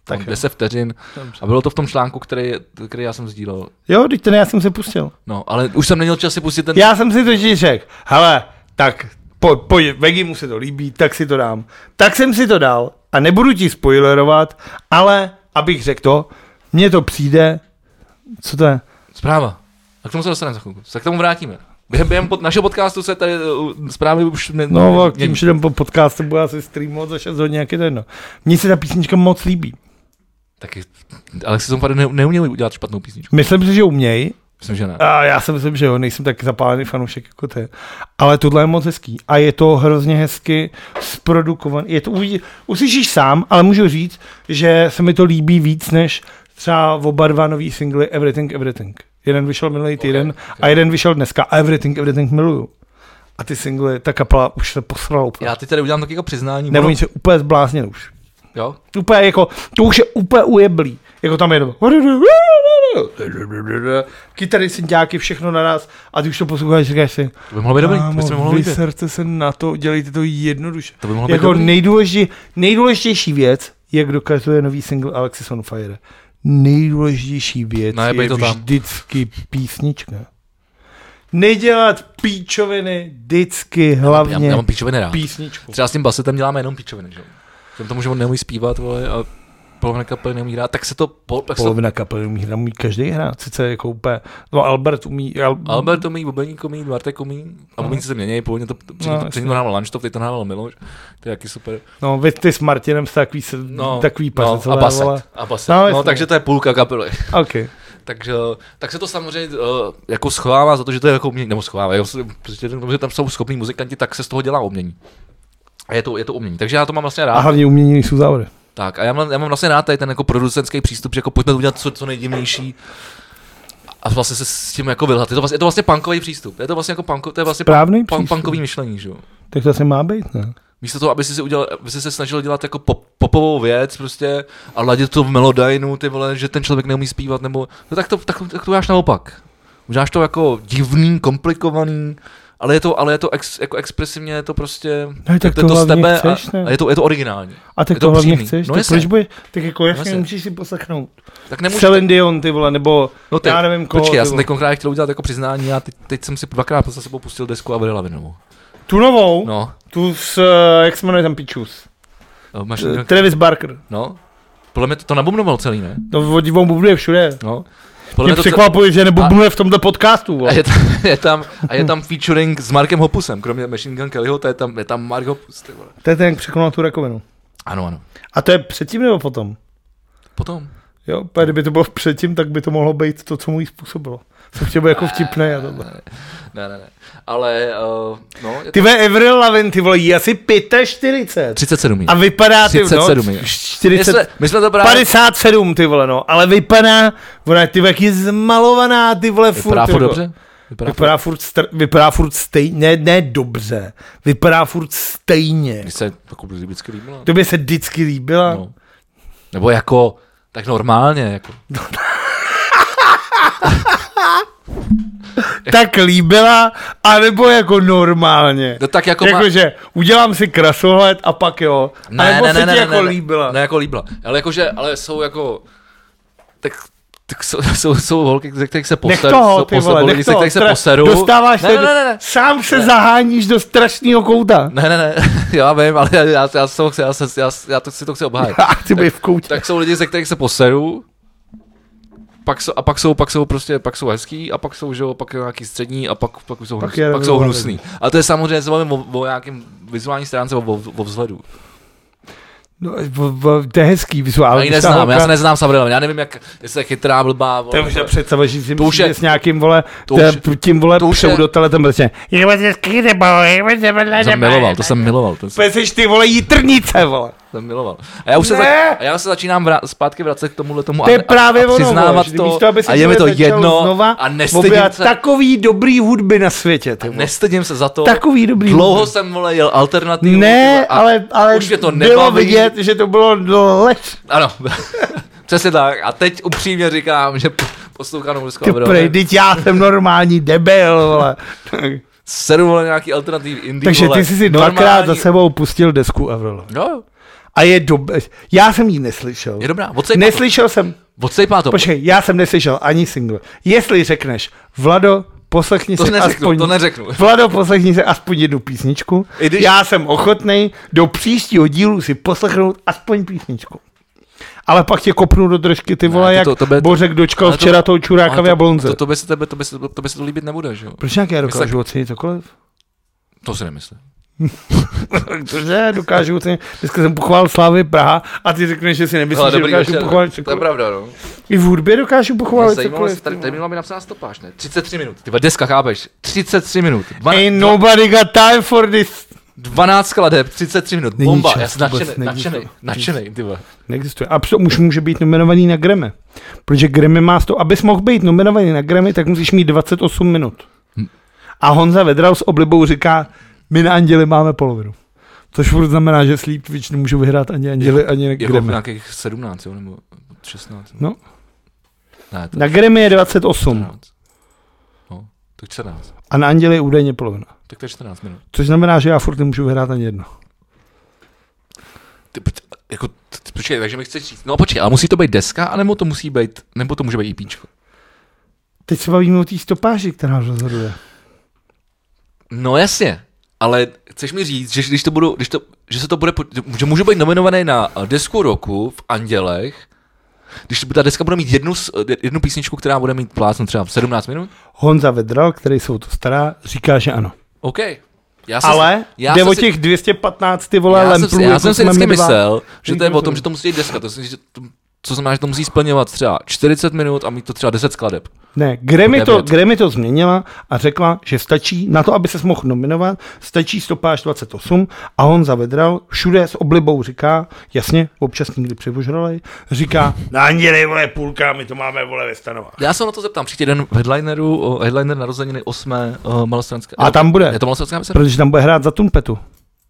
Tak 10 vteřin. A bylo to v tom článku, který já jsem sdílel. Jo, teď ten já jsem si pustil. No, ale už jsem neměl čas si pustit ten... Já jsem si totiž řekl, hele, tak pojď, Vegi mu se to líbí, tak si to dám. Tak jsem si to dal a nebudu ti spoilerovat, ale abych řekl to, mně to přijde, co to je? Zpráva. A k tomu se dostaneme za chvilku. Se k tomu vrátíme. Během našeho podcastu se tady zprávy už... No, tím všem po podcastu budu asi streamovat za 6 hodin, jak je to jedno. Mně se ta písnička moc líbí. Taky, ale si tomu neuměli udělat špatnou písničku. Myslím si, že umějí. Myslím, že ne. A já si myslím, že jo, nejsem tak zapálený fanoušek jako ty. Ale tohle je moc hezký. A je to hrozně hezky zprodukovaný. Je to, uslyšíš sám, ale můžu říct, že se mi to líbí víc, než třeba oba dva nový singly Everything, Everything. Jeden vyšel minulý týden a jeden vyšel dneska a Everything, Everything miluju. A ty singly, ta kapela už se posrala úplně. Já ty tady udělám taky jako přiznání. Nebo oni se úplně zbláznili už. Jo? Úplně jako, to už je úplně ujeblý. Jako tam je to. Kytary, synťáky, všechno naraz a ty už to posloucháš, říkáš si. To by mohlo být dobrý, to by mohlo být. Vyserte se na to, dělejte to jednoduše. To by mohlo být jako dobrý. nejdůležitější věc, jak dokazuje nový single Alexis on Fire. Nejdůležitější věc je vždycky písnička. Nedělat píčoviny, vždycky hlavně já mám píčoviny rád. Písničku. Třeba s tím basetem děláme jenom píčoviny, že jo? Vzhledem tomu, že on neumí zpívat, vole, a polovina kapely neumí hrát, tak se to... Polovina kapely neumí hrát, umí každý hrát, sice jako úplně... No Albert umí... Albert umí, Bubeník umí, Martek umí, a Bubeníci se mění, původně to předtím to hrával Lanštov, teď to hrával Miloš, to je jaký super. No, vy ty s Martinem jste takový pařecové, a baset, no, takže to je půlka kapely. Okay. Takže tak se to samozřejmě jako schovává za to, že to je jako umění, nebo schovává, protože tam jsou schopní muzikanti, tak se z toho dělá umění. A je to umění, takže já to mám vlastně rád. A hlavně umění nejsou závody. Tak a já mám vlastně rád tady ten jako producentský přístup, že jako pojďme udělat co nejdivnější a vlastně se s tím jako vylhat. Je to vlastně punkový přístup, je to vlastně jako to je vlastně punkový myšlení, že jo. Tak to asi má být, ne? Místo toho, aby si se snažil dělat jako popovou věc prostě a ladit to v melodinu, ty vole, že ten člověk neumí zpívat, nebo no tak to uděláš naopak. Uděláš to jako divný, komplikovaný, ale je to jako expresivně, je to prostě, no, tak to z tebe chceš, a je to originální. A tak to hlavně chceš, no, tak proč bude, tak jako jasně můžeš si poslechnout. Tak nemůžeš. Celine Dion, ty vole, nebo no já nevím koho. Počkej, já jsem teď konkrétně chtěl udělat jako přiznání a teď jsem si dvakrát za sebou pustil desku Avril Lavigneovou. Tu novou? No. Tu s, jak se jmenuje ten pičus? Travis Barker. No. Podle mě to nabumnoval celý, ne? No, on bubnuje všude. No. Mě překvapuje, že nebubnuje v tomto podcastu. A je tam featuring s Markem Hoppusem, kromě Machine Gun Kellyho, je tam Mark Hoppus. To je ten, jak překonal tu rakovinu. Ano. A to je předtím nebo potom? Potom. Jo, kdyby to bylo předtím, tak by to mohlo být to, co mu jí způsobilo. Jsem chtěl být jako vtipnej a tohle. Ne. Ale, no... Ty ve Avril Lavigne, ty vole, jí asi 45. 37. A vypadá, ty 37, no, 40, my jsme to právě... 57, ty vole, no. Ale vypadá, ona ty jak je zmalovaná, ty vole, furt. Vypadá furt dobře? Vypadá furt stejně, ne dobře. Vypadá furt stejně. Mně se jako vždycky líbila. Tobě se vždycky líbila? No. Nebo jako, tak normálně, jako. Tak líbila, anebo jako normálně. No tak jako že udělám si krasohled a pak jo. Ne, se ti jako líbila. Ne, jako líbila. Ale jakože, ale jsou jako, tak jsou holky, ze kterých se poseru. Dostáváš sám se zaháníš do strašného kouta. Ne, já vím, ale já si to chci obhájit. Tak jsou lidi, ze kterých se poseru, pak jsou hezký a pak jsou, že jo, pak nějaký střední a pak jsou hnusný. A to je samozřejmě, se bavím o nějakým vizuální stránce, o vzhledu. No, to je hezký vizuální. Já se neznám s Avrilem, já nevím, jestli je chytrá, blbá. To už je představa, že si s nějakým, vole, tím, vole, pseudoteletem, protože to jsem miloval. Jsi ty, vole, jitrnice, vole. Jsem miloval. A já se začínám zpátky vracet k tomuhle tomu to je právě a přiznávat ono, to a je mi to jedno a nestydím se. Takový dobrý hudby na světě. Nestydím se za to. Takový dobrý dlouho hudby. Jsem, vole, jel alternativu. Ne, ale už mě to bylo vidět, že to bylo lež. Ano, přesně tak. A teď upřímně říkám, že poslouchám Ruskou Avril. Teď já jsem normální debil, vole. Sedu, vole, nějaký alternativ indie, takže vole. ty jsi si dvakrát za sebou pustil desku Avril. Jo. A je dobré. Já jsem ji neslyšel. Je dobrá, neslyšel jsem. Odsejpá to. Počkej, já jsem neslyšel ani single. Jestli řekneš, Vlado, poslechni to si neřeknu, aspoň... To neřeknu. Vlado, poslechni si aspoň jednu písničku. Když... Já jsem ochotnej do příštího dílu si poslechnout aspoň písničku. Ale pak tě kopnu do držky, ty vole, jak Bořek dočkal včera toho čuráka v Jablonce. To by se to líbit nebude, že jo? Proč nějak já dokážu ocenit cokoliv? To si nemyslím. Protože dokážu ocenit. Dneska jsem pochválil Slávy Praha a ty řekneš, že si nemyslíš, že dokážu pochválit cokoliv. To je pravda, no. I v hudbě dokážu pochválit cokoliv. Tady měla by napsaná stopáž, ne? 33 minut. Ty deska, chápeš? 33 minut. Ain't nobody got time for this. 12 skladeb, 33 minut, bomba, já jsem nadšenej, ty vole. Neexistuje. A už může být nominovaný na Grammy. Protože Grammy má 100, abys mohl být nominovaný na Grammy, tak musíš mít 28 minut. A Honza Vedral s oblibou říká, my na Anděli máme polovinu. Což furt znamená, že Sleepwitch nemůžu vyhrát ani Anděli, ani na Grammy. Jako nějakých 17, jo, nebo 16. No. Ne, na Grammy je 28. 14. No, tak 14. A na Anděli je údajně polovina. Tak to je 14 minut. Což znamená, že já furt nemůžu vyhrát ani jedno. Počkej, takže mi chceš říct, no počkej, ale musí to být deska, anebo to musí být, nebo to může být EPčko? Teď se bavíme o té stopáži, která rozhoduje. No jasně, ale chceš mi říct, že že můžu být nominovaný na desku roku v Andělech, když ta deska bude mít jednu písničku, která bude mít plácnu třeba 17 minut? Honza Vedral, který se o to stará, říká, že ano. OK. Ale jde o těch 215 ty vole lemplů. Já jsem si vždycky myslel, že to je o tom, že to musí být deska. Co znamená, že to musí splňovat třeba 40 minut a mít to třeba 10 skladeb. Ne, Grammy to změnila a řekla, že stačí, na to, aby ses mohl nominovat, stačí stopáž 28 a Honza Vedral všude s oblibou říká, jasně, občas někdy přivožralej, říká, na Anděli, vole, půlka, my to máme, vole, ve Stanovách. Já se na to zeptám, příští den v headliner narozeniny 8. malostranské. A tam bude, je to malostranská píseň? Protože tam bude hrát za trumpetu.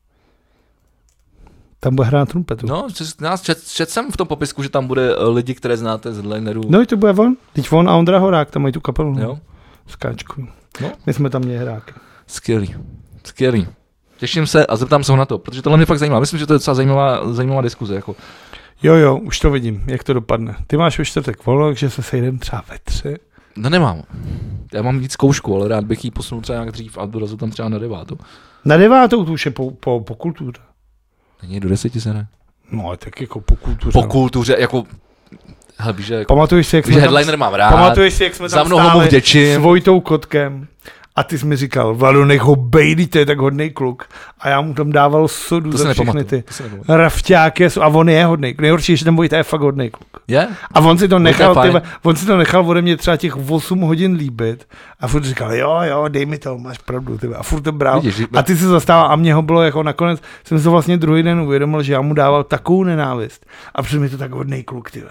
Tam bude hrát trumpetu. No, čet jsem v tom popisku, že tam bude lidi, které znáte z headlinerů. No, to bude on. Teď on a Ondra Horák, tam mají tu kapelu. Jo. Skáčku. No. My jsme tam měli hráky. Skvělý. Těším se a zeptám se ho na to, protože tohle mě fakt zajímá. Myslím, že to je docela zajímavá diskuze. Jako. Jo, už to vidím, jak to dopadne. Ty máš ve čtvrtek volno, takže se sejdeme třeba ve 3. No nemám. Já mám víc zkoušku, ale rád bych ji posunul třeba nějak dřív a dorazil tam třeba na 9. Na 9 to už je po kultuře. Není do 10 se ne? No, tak jako po kultuře. Po kultuře, jako... Hele, víš, že jako... Pamatuješ si, jak jsme headliner mám rád. Pamatuješ si, jak jsme tam stáli s Vojtou Kotkem a ty jsi mi říkal, Vlado, nech ho bejdi, to je tak hodnej kluk. A já mu tam dával sodu za všechny ty rafťáky a on je hodnej. Nejhorší, že ten Vojta je fakt hodnej kluk. Je? A on si to nechal ode mě třeba těch 8 hodin líbit a furt říkal, jo, dej mi to, máš pravdu. Tyba. A furt to bral. Vidíš, a ty se zastával a mě ho bylo jako nakonec, jsem se vlastně druhý den uvědomil, že já mu dával takovou nenávist. A před mi to tak hodnej kluk, tyba.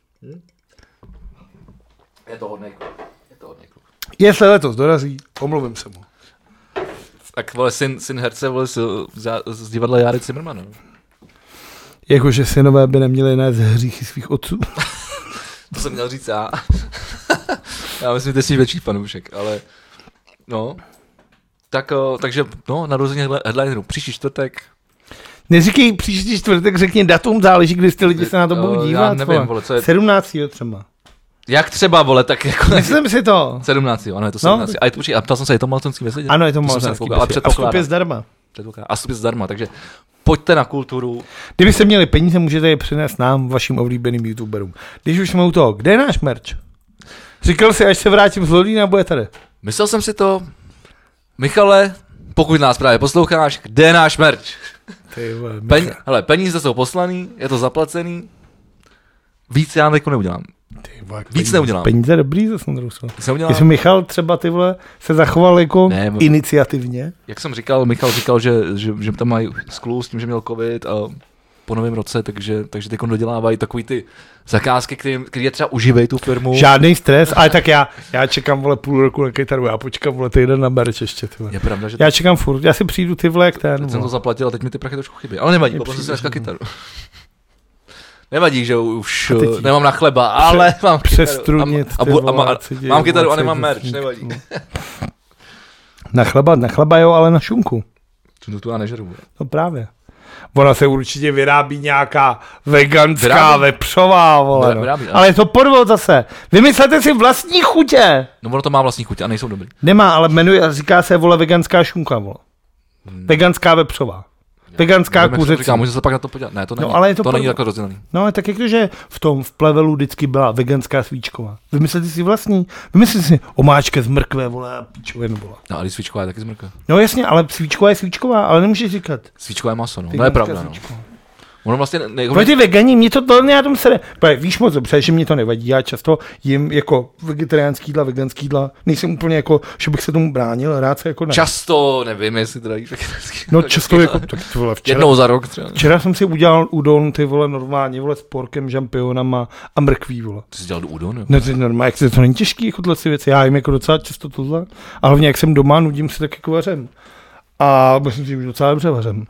Je to hodnej kluk. Jestli letos dorazí, omluvím se mu. Tak vole, syn herce vole, z divadla Járy Cimrmana. Jakože synové by neměli nést hříchy svých otců. To jsem měl říct já. Já myslím, že jsi větší fanoušek, ale no. Takže no, narození headlineru příští čtvrtek. Neříkej příští čtvrtek, řekni datum, záleží, kdy ty lidi se na to budou dívat. Já nevím, vole, co je... 17. třeba. Jak třeba, vole, tak jako... Myslím si to. 17. Ano, je to 17. No. A ptal jsem se, je to malostranský vesledě? Ano, je to malostranský vesledě. A vstup je zdarma. A vstup je zdarma, takže pojďte na kulturu. Kdybyste měli peníze, můžete je přinést nám, vašim oblíbeným youtuberům. Když už jsme u toho, kde je náš merch? Říkal jsi, až se vrátím z Londýna, bude tady. Myslel jsem si to. Michale, pokud nás právě posloucháš, kde je náš merch? Hele, peníze jsou poslaný, je to zaplacený. Víc já teď neudělám. Víc neudělám. Peníze dobrý zase na druhou stranu. Jestli Michal třeba ty vole se zachoval jako iniciativně. Jak jsem říkal, Michal říkal, že tam mají skluz s tím, že měl covid a po novém roce, takže teď dodělávají takový ty zakázky, který je třeba uživějí tu firmu. Žádný stres, ale tak já čekám vole půl roku na kytaru, já počkám vole týden na merch ještě. Tyhle. Je pravda, že já čekám furt, já si přijdu ty vole jak ten. Teď jsem to zaplatil a teď mi ty prachy trošku chybí, ale nevadí, poprosím si dneska kytaru. Nevadí, že už nemám na chleba, ale mám kytaru. Mám kytaru a nemám merch, nevadí. Na chleba jo, ale na šunku. Tu já nežeru. No právě. Ona se určitě vyrábí nějaká veganská vepřová, vole. Vyrábí, ale je to podvod zase. Vymyslete si vlastní chutě. No ono to má vlastní chuť a nejsou dobrý. Nemá, ale říká se, vole, veganská šunka, vole. Veganská vepřová. Veganská kuřecí. Říkám, můžu se pak na to podívat. Ne, to není, ale to není takhle rozdělený. No ale tak jakože v plevelu vždycky byla veganská svíčková. Vymyslete si vlastní. Vymyslete si omáčka z mrkve, vole, a píčovinu, vole. No ale svíčková je taky z mrkve. No jasně, ale svíčková je svíčková, ale nemůžeš říkat. Svíčková je maso, no. To je pravda, no. Ono vlastně... Pro ty vegani, mě to já tom sere. Víš moc dobře, že mě to nevadí, já často jim jako vegetariánský jídla, veganský jídla, nejsem úplně jako, že bych se tomu bránil, rád se jako ne. Často, nevím, jestli teda jíš vegetariánský. No často jako, tak ty vole, jednou za rok třeba. Včera jsem si udělal udon, ty vole, normálně, vole, s porkem, žampionama a mrkví, vole. Ty jsi dělal udon, jo? Ne, to je normálně, jak to není těžký, jako tyhle si věci, já jim jako docela často tohle, a hlavně jak jsem doma, nudím se tak jako vařem. A myslím si, že už docela dobře vařem.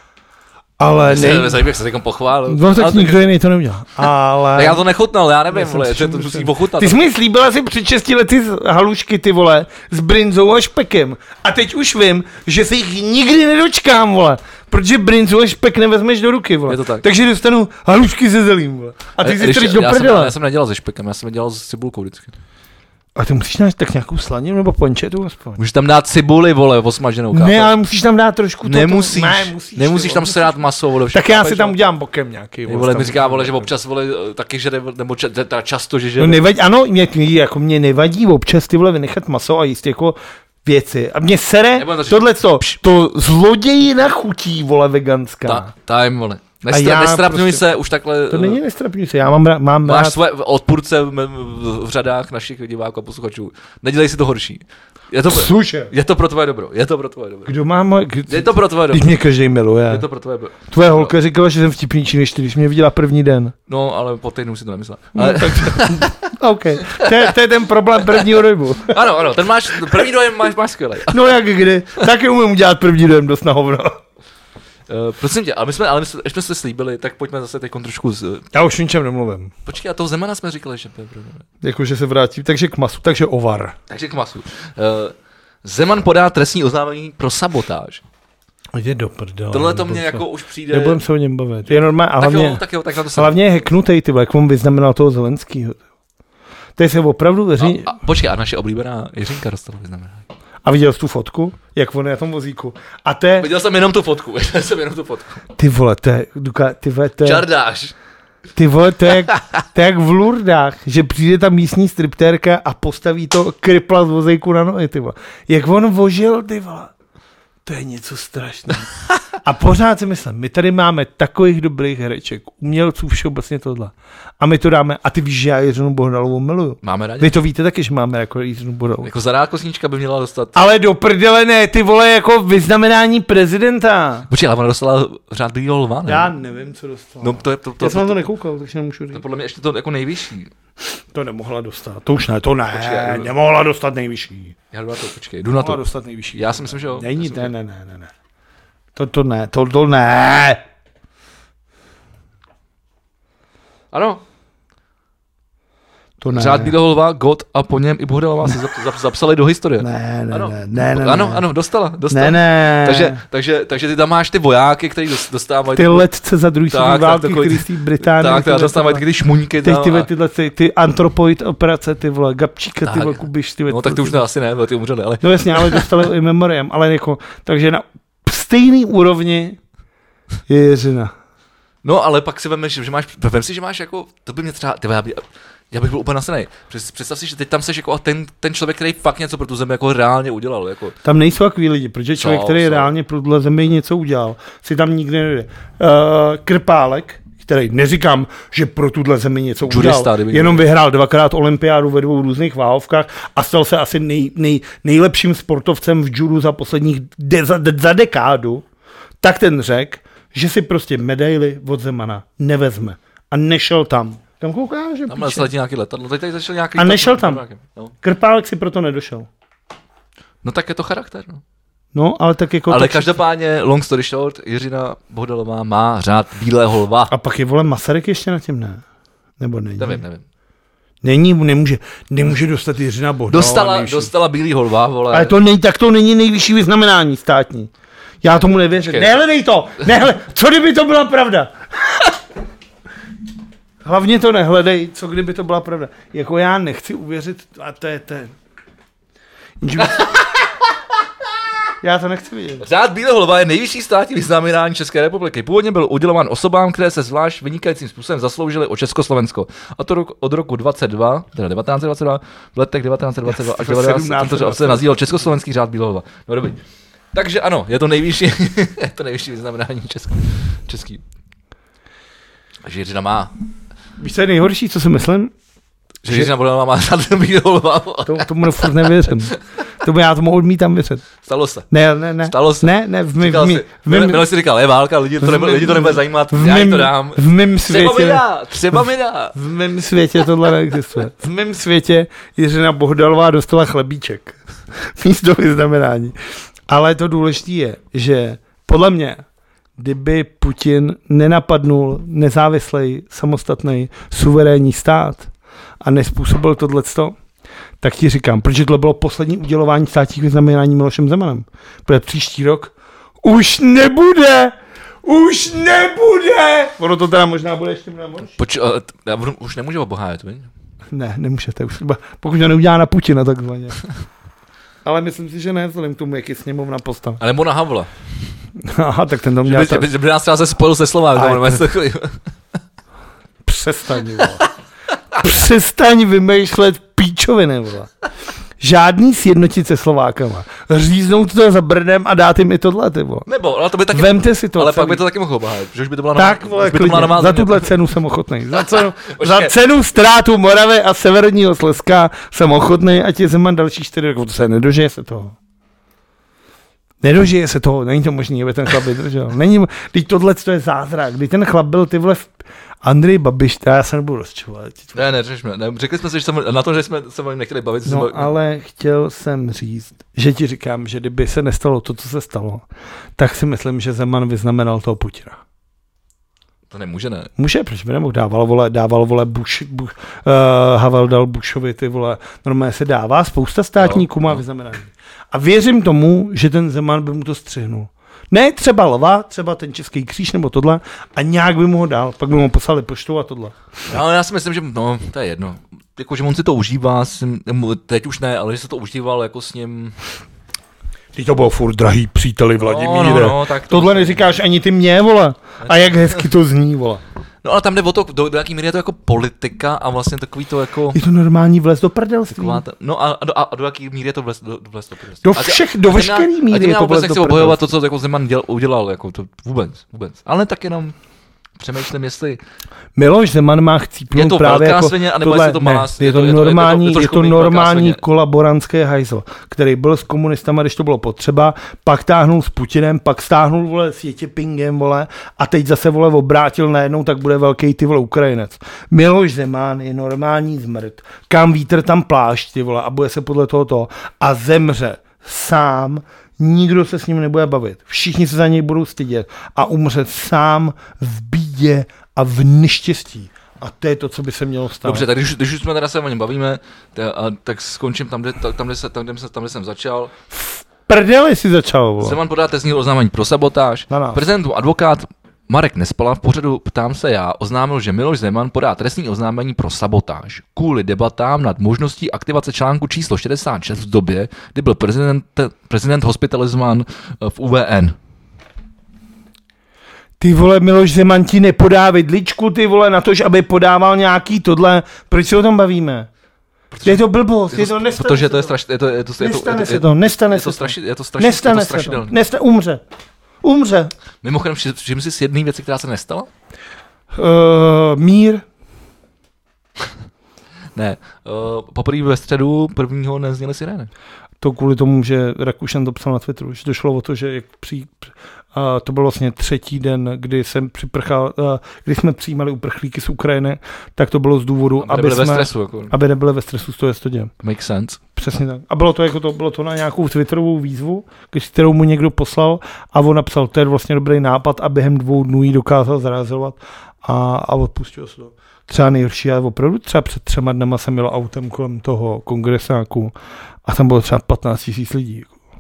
Ale jak se takom pochválil. No tak nikdo jiný to neudělal. Ale... Tak já to nechutnal, já nevím, vole, že to musí pochutnat. Ty jsi mi slíbila si před 6 lety halušky, ty vole, s brinzou a špekem. A teď už vím, že se jich nikdy nedočkám, vole. Protože brinzu a špek nevezmeš do ruky, vole. Je to tak. Takže dostanu halušky se zelím, vole. A ty si strč do prdele. Já jsem nedělal se špekem, já jsem dělal s cibulkou vždycky. A ty musíš dát tak nějakou slaninu nebo pančetu aspoň. Můžeš tam dát cibuli, vole, osmaženou kápu. Ne, ale musíš tam dát trošku nemusíš, nemusíš tam srát maso, vole. Tak já si tam udělám bokem nějaký. Vole, mi říká, vole, že občas, vole, taky žere, nebo teda často, že žere. No nevadí, ano, mě nevadí občas ty vole vynechat maso a jíst jako věci. A mě sere tohleto, to zlodějina chutí, vole, veganská. Time, vole. Nestrapňuj se, už takhle... To není nestrapňuj se, já mám máš rád. Svoje odpůrce v řadách našich diváků a posluchačů. Nedělej si to horší. Je to pro tvoje dobro. Kdo má moje... Je to pro tvoje dobro. Když mě každý miluje. Je to pro tvoje dobro. Tvoje holka říkala, že jsem vtipnější než ty, když mě viděla první den. No, ale po týdnu si to nemyslela. Ale... OK. To je ten problém prvního dojmu. Ano, první dojem máš skvělej. No jak kdy? Taky umím udělat první dojem dost na hovno. Prosím tě, ale my jsme se slíbili, tak pojďme zase teď trošku Já už ničem nemluvím. Počkej, a toho Zemana jsme říkali, že to je problém. Jako, že se vrátí, takže k masu, takže ovar. Takže k masu. Zeman podá trestní oznámení pro sabotáž. Jde do prdele. Tohle to mě jako už přijde... Nebudem se o něm bavit. Je normálně, a hlavně, tak na to hlavně je hacknutej, ty jak on vyznamenal toho Zelenskýho. Tady se opravdu veří... Počkej, a naše oblíbená Jiřinka dostala vyznamenání. A viděl jsi tu fotku, jak on je na tom vozíku. Viděl jsem jenom tu fotku. Ty vole, to je... Čardáš. Ty vole, to je jak v Lurdách, že přijde tam místní striptérka a postaví to kripla z vozejku na nohy, ty vole. Jak on vožil, ty vole. To je něco strašného. A pořád si myslím, my tady máme takových dobrých hereček, umělců, všeobecně tohle. A my to dáme, a ty víš, že já Jiřinu Bohdalovou miluju. Máme rádi. Vy to víte taky, že máme jako Jiřinu Bohdalovou. Jako Zadárkosníčka by měla dostat. Ale do prdele ne, ty vole, jako vyznamenání prezidenta. Počkej, ale ona dostala řád Bílého lva, ne? Já nevím, co dostala. No to je já jsem na to nekoukal, takže nemůžu říct. To podle mě ještě to jako nejvyšší. To nemohla dostat, to už ne, počkej, nemohla dostat nejvyšší. Já jdu na to, počkej, jdu na to. Dostat nejvyšší. Já si myslím, že jo. Není, ne. To ne. Ano. To ne. Řád Bílého lva, God a po něm i Bohdalová se zapsali do historie. Ne. Ano, dostala. Ne. Takže ty tam máš ty vojáky, kteří dostávají... Ty letce za druhý světové války, který z té Británie. Tak, dostávají ty šmuňky. Ty antropoid operace, ty vole, Gabčíka, ty vole, Kubiš, ty vole. No tak ty už to asi ne, ty umřeli, ale... No jasně, ale dostali i memoriem, ale jako, takže na stejný úrovni je Jiřina. No, ale pak si vem si, že máš jako, to by mě třeba, já bych byl úplně nasranej. Představ si, že teď tam seš jako ten člověk, který fakt něco pro tu zemi jako reálně udělal. Jako. Tam nejsou takový lidi, protože člověk, který reálně pro tu zemi něco udělal, si tam nikdy nejde. Krpálek, který neříkám, že pro tuhle zemi něco udělal, jenom vyhrál 2krát olympiádu ve 2 různých váhovkách a stal se asi nejlepším sportovcem v judu za posledních za dekádu, tak ten řekl, že si prostě medaily od Zemana nevezme a nešel tam. Kam koukáš, že tam letí nějaký letadlo, teď začal nějaký... A nešel tam. No. Krpálek si proto nedošel. No tak je to charakter, no. No, ale tak jako... Ale každopádně, long story short, Jiřina Bohdalová má řád Bílého lva. A pak je, vole, Masaryk ještě na tím, ne? Nebo není? Nevím. Nemůže dostat Jiřina Bohdalová. Dostala Bílýho lva, vole. Ale to není nejvyšší vyznamenání státní. Já tomu nevěřím. Nehledej to! Co kdyby to byla pravda? Hlavně to nehledej, co kdyby to byla pravda. Jako já nechci uvěřit, a to je ten. Já to nechci vidět. Řád Bílého lva je nejvyšší státní vyznamenání České republiky. Původně byl udělován osobám, které se zvlášť vynikajícím způsobem zasloužily o Československo. A to od roku 1922, v letech 1922 až 1922 se nazýval Československý řád Bílého lva. No dobrý. Takže ano, je to nejvyšší vyznamenání český. Takže Jiřina má. Víš, co je nejhorší, co si myslím? Že Jiřina Bodlenová má řád Bílého lva. Tomu furt nevěřím. Já tomu odmítám věřit. Stalo se. Ne. Stalo se. Ne, Minule si říkal, je válka, lidi to nebude zajímat, já jim to dám. V mém světě. Třeba mi dá. V mém světě tohle neexistuje. V mém světě Jiřina Bohdalová dostala chlebíček. Místo vyznamenání. Ale to důležité je, že podle mě, kdyby Putin nenapadnul nezávislý, samostatný, suverénní stát a nespůsobil tohleto, tak ti říkám, protože tohle bylo poslední udělování státních vyznamenání Milošem Zemanem. Protože příští rok už nebude! Ono to teda možná bude ještě mnohem horší. Už nemůže obohájet, víš? Ne, nemůžete už. Pokud to neudělá na Putina takzvaně. Ale myslím si, že ne, vzhledem k tomu, jak je sněmovna postav. Ale Mona Havla. Aha, tak ten to měl... Že by nás třeba se spojil se Slovákem. Přestaň, vole. Přestaň vymýšlet píčoviny, vole. Žádný sjednotit se Slovákama. Říznout to za Brnem a dát jim i tohle, ty vole. Nebo, ale to by taky... Vemte si to. Ale pak by to taky mohlo obhájit, že už by to byla tak, vole, za tuhle cenu jsem ochotnej. Za cenu ztrátu Moravy a severního Slezska jsem ochotnej, ať je Zeman další 4 roky. To se nedožije se toho. Nedožije se toho, není to možný, aby ten chlap vydržel. Teď tohle je zázrak, kdy ten chlap byl ty vole Andrej Babiš, já se nebudu rozčovat. Ne, řekli jsme si, že na to, že jsme se nechtěli bavit. No, ale chtěl jsem říct, že ti říkám, že kdyby se nestalo to, co se stalo, tak si myslím, že Zeman vyznamenal toho Putina. To nemůže, ne? Může, proč by nemohl? Dával vole Havel dal Bushovi, ty vole, normálně se dává, spousta státníků má vyznamenání. A věřím tomu, že ten Zeman by mu to střihnul. Ne třeba lva, třeba ten Český kříž nebo tohle a nějak by mu ho dal, pak by mu poslali poštou a tohle. No, já si myslím, že no, to je jedno. Jako, že on si to užívá, teď už ne, ale že se to užíval jako s ním... Ty to bylo furt drahý příteli Vladimíre. No, tak tohle neříkáš ani ty mě, vole. A jak hezky to zní, vole. No ale tam jde o to, do jaký míry je to jako politika a vlastně takový to jako... Je to normální vlez do prdelství. No a do jaký míry je to vlez do prdelství. Do veškerý míry je to vlez do prdelství. Obhajovat to, co jako Zeman udělal, jako to vůbec. Ale tak jenom přemýšlím, jestli... Miloš Zeman má chcípnout právě jako... Svině, anebo tohle, to má, je to normální kolaborantský hajzl, který byl s komunistama, když to bylo potřeba, pak táhnul s Putinem, pak stáhnul, vole, s Jetěpingem, vole, a teď zase, vole, obrátil najednou, tak bude velký, ty vole, Ukrajinec. Miloš Zeman je normální zmrt, kam vítr, tam plášť, ty vole, a bude se podle tohoto a zemře sám. Nikdo se s ním nebude bavit. Všichni se za něj budou stydět a umře sám v bídě a v neštěstí. A to je to, co by se mělo stát. Dobře, tak když už jsme teda se o něm bavíme, tak skončím tam, kde jsem začal. V prdeli si začal. Vole. Zeman podá trestní oznámení pro sabotáž. Prezidentův advokát Marek Nespala v pořadu Ptám se já oznámil, že Miloš Zeman podá trestní oznámení pro sabotáž kvůli debatám nad možností aktivace článku číslo 66 v době, kdy byl prezident hospitalizován v UVN. Ty vole, Miloš Zeman ti nepodá vidličku, ty vole, na to, aby podával nějaký tohle. Proč se o tom bavíme? Je to blbost, protože to je strašné. Nestane se. Umře. Mimochodem, všim si s jedné věci, která se nestala? Mír. Ne, poprvé ve středu prvního nezněly sirény. To kvůli tomu, že Rakušan to psal na Twitteru, že to šlo o to, že to byl vlastně 3. den, kdy jsme přijímali uprchlíky z Ukrajiny, tak to bylo z důvodu, aby nebyli ve stresu z toho jestodě. Make sense. Přesně tak. A bylo to na nějakou Twitterovou výzvu, kterou mu někdo poslal a on napsal, to je vlastně dobrý nápad a během 2 dnů ji dokázal zrealizovat a odpustil se to. Třeba nejhorší, já opravdu třeba před 3 dnama jsem jel autem kolem toho kongresáku a tam bylo třeba 15 000 lidí.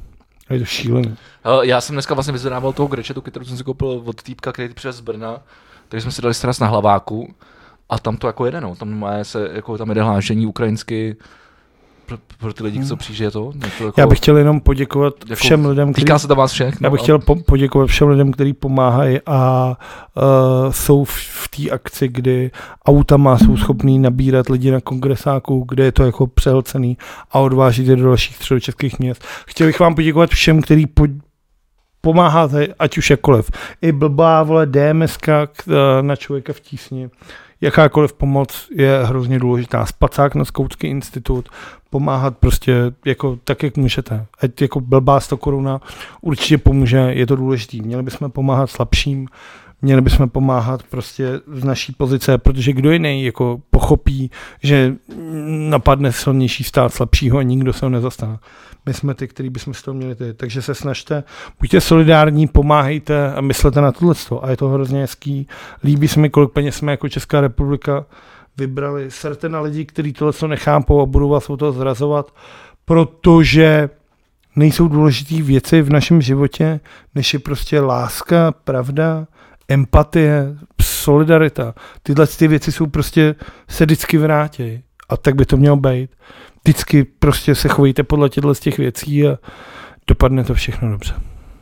Je to šílený. Já jsem dneska vlastně vyzvedával toho Grečetu, kterou jsem si koupil od týpka, který přes z Brna, takže jsme si dali sraz na hlaváku a tam to jako jede, no. Tam má se, jako tam jede hlášení ukrajinsky pro ty lidi, co přijde to. Jako, já bych chtěl jenom poděkovat jako, všem lidem, kteří... Týká se to vás všech. Já bych chtěl poděkovat všem lidem, kteří pomáhají a jsou v té akci, kdy autama jsou schopní nabírat lidi na kongresáku, kde je to jako přehlcený a odvážit je do dalších středočeských měst. Chtěl bych vám poděkovat všem, kteří pomáháte, ať už jakkoliv. I blbá, vole, DMSka na Člověka v tísni. Jakákoliv pomoc je hrozně důležitá. Spacák na Skautský institut, pomáhat prostě jako tak, jak můžete. Ať jako blbá 100 koruna určitě pomůže, je to důležitý. Měli bychom pomáhat slabším, měli bychom pomáhat prostě z naší pozice, protože kdo jiný jako pochopí, že napadne silnější stát slabšího a nikdo se ho nezastane. My jsme ty, který bychom z toho měli ty. Takže se snažte, buďte solidární, pomáhejte a myslete na tohleto. A je to hrozně hezký. Líbí se mi, kolik peněz jsme jako Česká republika vybrali. Serte na lidi, kteří tohleto nechápou a budou vás o toho zrazovat, protože nejsou důležitý věci v našem životě, než je prostě láska, pravda, empatie, solidarita. Tyhle ty věci jsou prostě se vždycky vrátí. A tak by to mělo být. Vždycky prostě se chovejte podle těchto z těch věcí a dopadne to všechno dobře.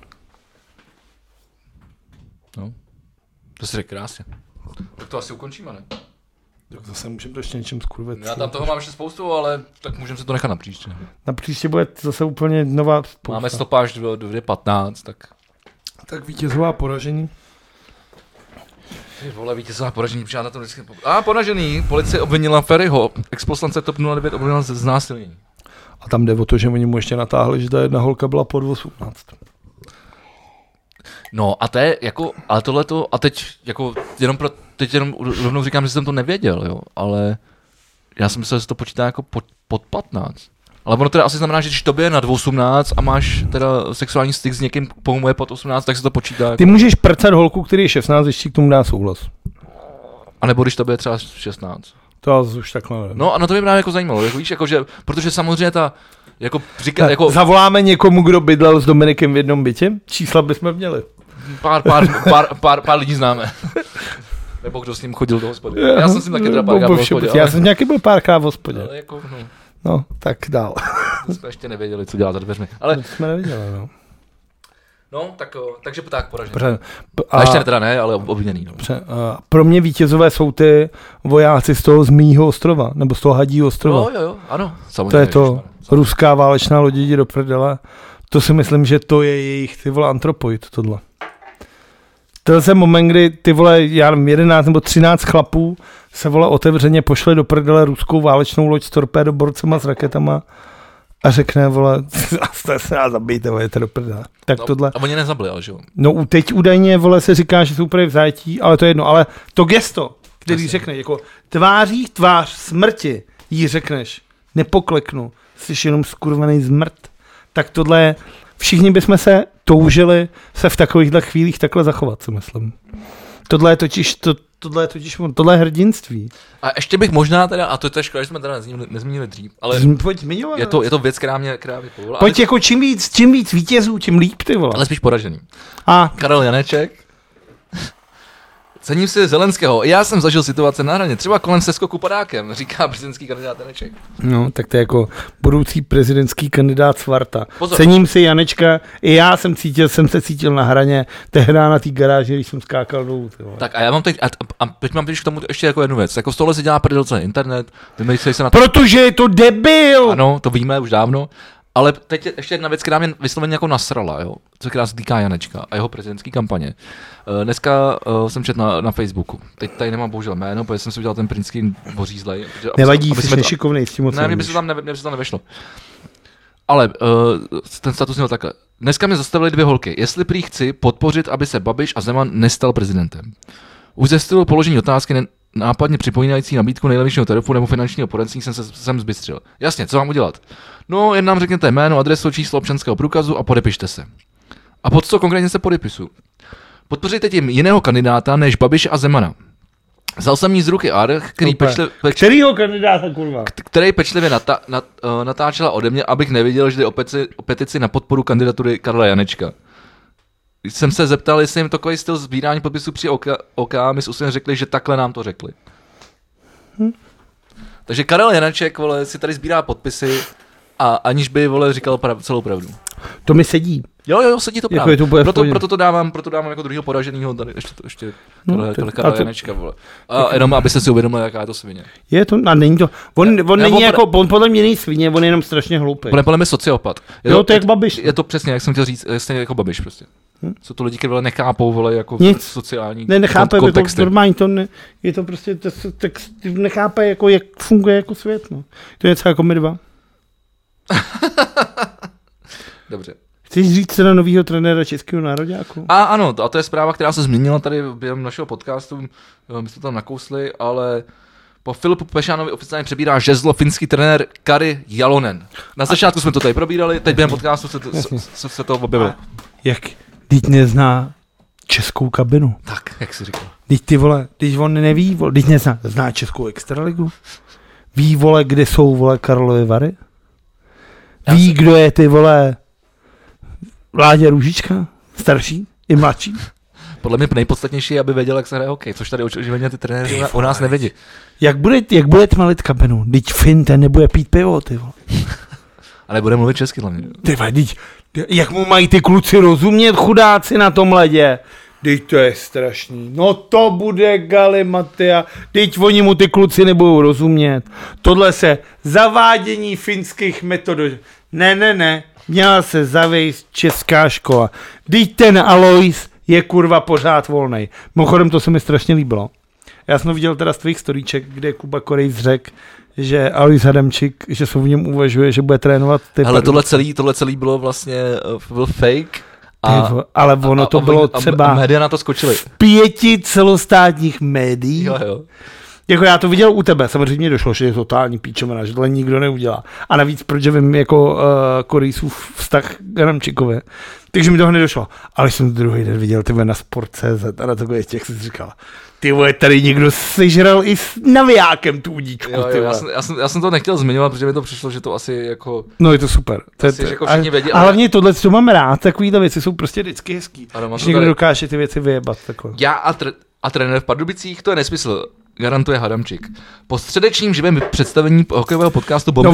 No, to si řekl krásně. Tak to asi ukončíme, ne? Tak zase můžeme to ještě něčem skurvit. Já tam toho mám ještě spoustu, ale tak můžeme se to nechat na příště. Na příště bude zase úplně nová spousta. Máme stopáž do 2.15, tak... Tak vítězová poražení. Ty vole, vítězová poražení, protože já na to vždycky... Poražený, policie obvinila Ferryho, exposlance TOP 09 obvinila ze znásilnění. A tam jde o to, že oni mu ještě natáhli, že ta jedna holka byla pod 18. No a to je jako, ale tohleto, a teď jenom rovnou říkám, že jsem to nevěděl, jo, ale já jsem myslel, že se to počítá jako pod 15. Ale ono teda asi znamená, že když tobě je nad 18 a máš teda sexuální styk s někým, komu je pod 18, tak se to počítá jako... Ty můžeš prcat holku, který je 16, ještě k tomu dá souhlas. A nebo když tobě je třeba 16. To už takhle nevím. No a na to mě právě jako zajímalo, jako víš, jako že, protože samozřejmě ta, jako říká, jako... Zavoláme někomu, kdo bydlel s Dominikem v jednom bytě? Čísla bychom měli. Pár lidí známe. Nebo kdo s ním chodil do hospody. Já jsem s ním taky teda párkrát v hospodě. Já jsem nějaký byl párkrát v hospodě. Ale jako, no, tak dál. Jsme ještě nevěděli, co dělá za dveřmi. Ale... jsme nevěděli, no. No, takže tak poražený. A ještě teda ne, ale obviněný. No. Pro mě vítězové jsou ty vojáci z toho Zmího ostrova, nebo z toho Hadího ostrova. Jo, ano. Samozřejmě, to je to ruská válečná loď jde do prdele. To si myslím, že to je jejich, ty vole, antropoid, tohle. To je moment, kdy ty vole, já nevím, 11 nebo 13 chlapů se vole otevřeně pošle do prdele ruskou válečnou loď s torpédoborcema s raketama a řekne, vole, jste se nás zabijte, vole, jete do prdele. Tak tohle. A oni nezabili, ale že jo? No teď údajně, vole, se říká, že jsou úplně v zajetí, ale to je jedno, ale to gesto, který řekne, jako tváří tvář smrti, jí řekneš, nepokleknu, jsi jenom skurvený zmrt. Tak tohle, všichni bychom se toužili se v takovýchhle chvílích takhle zachovat, si myslím. Tohle je tohle je hrdinství. A ještě bych možná teda, a to je škoda, že jsme teda nezmínili dřív, ale je to věc, která mě povolá. Pojď jako čím víc vítězů, tím líp, ty vole. Ale spíš poražený. A Karel Janeček. Cením si Zelenského. Já jsem zažil situace na hraně, třeba kolem seskoku padákem, říká prezidentský kandidát Janeček. No, tak to je jako budoucí prezidentský kandidát Svarta. Pozor. Cením si Janečka, i já jsem se cítil na hraně, tehdy na té garáži, když jsem skákal dolů. Tak a já mám teď, a teď mám k tomu ještě jako jednu věc. Jako z tohle se dělá prdel celý internet, vymýšlej se na to. Protože je to debil! Ano, to víme už dávno. Ale teď je ještě jedna věc, která mě vysloveně jako nasrala, jo? Co která se týká Janečka a jeho prezidentské kampaně. Dneska jsem četl na Facebooku. Teď tady nemám bohužel jméno, protože jsem si udělal ten printský bořízlej. Nevadí, jsi nešikovnej, s tím moc ne, mě by se tam nevešlo. Ale ten status měl takhle. Dneska mě zastavili 2 holky. Jestli prý chci podpořit, aby se Babiš a Zeman nestal prezidentem. Už ze stylu položení otázky nápadně připomínající nabídku nejlevnějšího tarifu nebo finančního poradenství jsem zbystřil. Jasně, co mám udělat? No, jen nám řekněte jméno, adresu, číslo občanského průkazu a podepište se. A pod co konkrétně se podepisu? Podpořte tím jiného kandidáta než Babiše a Zemana. Vzal jsem jí z ruky Arch, Kterýho kandidáta, kurva? Který pečlivě natáčela ode mě, abych nevěděl, že jde o petici na podporu kandidatury Karla Janečka. Když jsem se zeptal, jestli jim takový styl sbírání podpisů při OK, my s úsměvem řekli, že takhle nám to řekli. Takže Karel Janeček, vole, si tady sbírá podpisy a aniž by, vole, říkal celou pravdu. To mi sedí. Jo, sedí to právě. Jako proto to dávám jako druhýho poraženýho, tady ještě Karel Janečka, vole. A jenom, abyste si uvědomili, jaká je to svině. Je to, a není to, on není jako, on podle mě není svině, on je jenom strašně hloupý. On je podle mě sociopat. To je jak Babiš. Je to přesně, jak jsem chtěl říct, stejně jako Babiš prostě. Jsou to lidi, kteří vole nechápou, vole, jako sociální nechápe, kontexty. Normálně to je to prostě, nechápe, jako, jak funguje jako svět, no. To je něco jako my dva. Dobře. Chceš říct se na novýho trenéra českého nároďáku? Ano, a to je zpráva, která se změnila tady během našeho podcastu, my jsme tam nakousli, ale po Filipu Pešánovi oficiálně přebírá žezlo finský trenér Kari Jalonen. Na začátku jsme to tady probírali, teď během podcastu se to objevilo. Jak? Teď nezná českou kabinu. Tak, jak jsi říkal. Teď ty vole, když on neví, vole, teď zná českou extraligu. Ví, vole, kde jsou, vole, Karlovy Vary? Ví, kdo je ty, vole, Vláďa Růžička? Starší i mladší? Podle mě nejpodstatnější je, aby věděl, jak se hraje hokej, což tady očividně ty trenéři u nás nevědí. Jak bude tmalit kabinu? Teď Fin, ten nebude pít pivo, ty vole. A nebude mluvit česky hlavně. Ty vole, jak mu mají ty kluci rozumět, chudáci na tom ledě? Teď to je strašný. No to bude galimatia. Teď oni mu ty kluci nebudou rozumět. Tohle se zavádění finských metod. Ne. Měla se zavést česká škola. Teď ten Alois je kurva pořád volnej. Mimochodem to se mi strašně líbilo. Já jsem viděl teda z tvých storíček, kde Kuba Korejc řekl, že Alois Adamčík, že se v něm uvažuje, že bude trénovat ty. Ale tohle celý bylo vlastně byl fake. Ale ono to bylo třeba a média na to skočily. 5 celostátních médií. Jo. Jako já to viděl u tebe, samozřejmě došlo, že je totální píčovina, že tohle nikdo neudělá. A navíc, protože vím jako Korejcův vztah k Adamčíkovi. Takže mi to hned došlo. Ale jsem druhý den viděl ty na Sport.cz a na takových těch si říkal, ty vole, tady někdo sežral i s navijákem tu udíčku. Jo, já jsem to nechtěl zmiňovat, protože mi to přišlo, že to asi jako... No je to super. Jako všichni vědí, a hlavně tohle, co mám rád, takovýhle věci jsou prostě vždycky hezký. Když někdo dokáže ty věci vyjebat. Takhle. Já a trenér v Pardubicích, to je nesmysl. Garantuje Hadamčík. Po středečním živém představení hokejového podcastu Bomby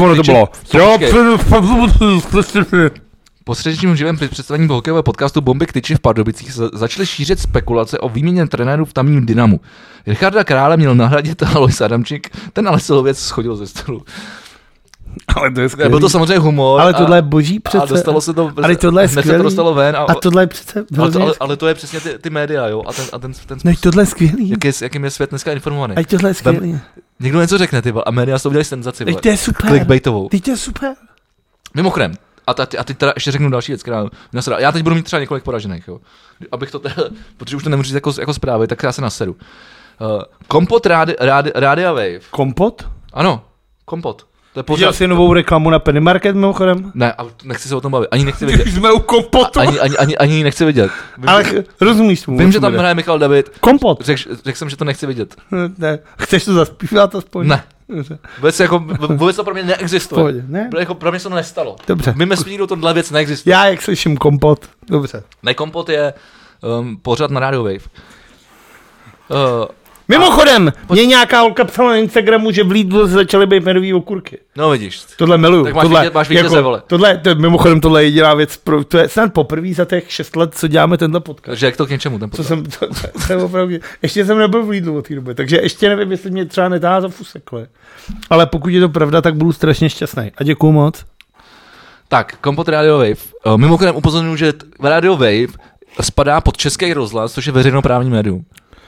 Po středečním živém představení hokejového podcastu Bomby k tyči v Pardubicích začaly šířit spekulace o výměně trenérů v tamním Dynamu. Richarda Krále měl nahradit Alois Adamčík, ten ale celou věc schodil ze stolu. Ale to je skvělý. Byl to samozřejmě humor. Ale tohle je boží přece. A dostalo se to, ale tohle je hned se to dostalo ven. A tohle je přece ale to je přesně ty média, jo. A ten no tohle je skvělý. Jakým je svět dneska informovaný. A tohle je skvělý. Někdo něco řekne, ty a média s tou udělají senzaci. To je super. Clickbaitovou. To je super. Mimochodem, a ty teda ještě řeknu další věc, která já teď budu mít třeba několik poražených, jo. Abych to teda, protože už to nemůžu říct jako zprávy, tak já se nasedu. Kompot Radia Wave. Kompot? Ano, Kompot. Viděl jsi novou reklamu na Penny Market mimochodem? Ne, ale nechci se o tom bavit, ani nechci vidět. Jsme u Kompotu. Ani nechci vidět. Ale rozumíš tomu. Vím, že tam hraje Michal David. Kompot. Řekl jsem, že to nechci vidět. Ne. Chceš to zaspívat aspoň? Ne. Vůbec to pro mě neexistuje. Ne? Jako pro mě se to nestalo. Dobře. V mým vesmíru tohle věc neexistuje. Já jak slyším Kompot. Dobře. Ne, Kompot je pořád na Radio Wave. Mimochodem, mě nějaká holka psala na Instagramu, že v Lidlu začaly být medový okurky. No vidíš. Tohle miluju. Tak máš vítěze, vole. Mimochodem tohle je jediná věc, to je snad poprvé za těch 6 let, co děláme tenhle podcast. Takže jak to k něčemu ten podcast? To je opravdu, ještě jsem nebyl v Lidlu od té doby, takže ještě nevím, jestli mě třeba netáhá za fusekle. Ale pokud je to pravda, tak budu strašně šťastný. A děkuju moc. Tak, Kompot Radio Wave. Mimochodem upozorňuji, že Radio Wave spadá pod Český rozhlas, což je veřejnoprávní médium.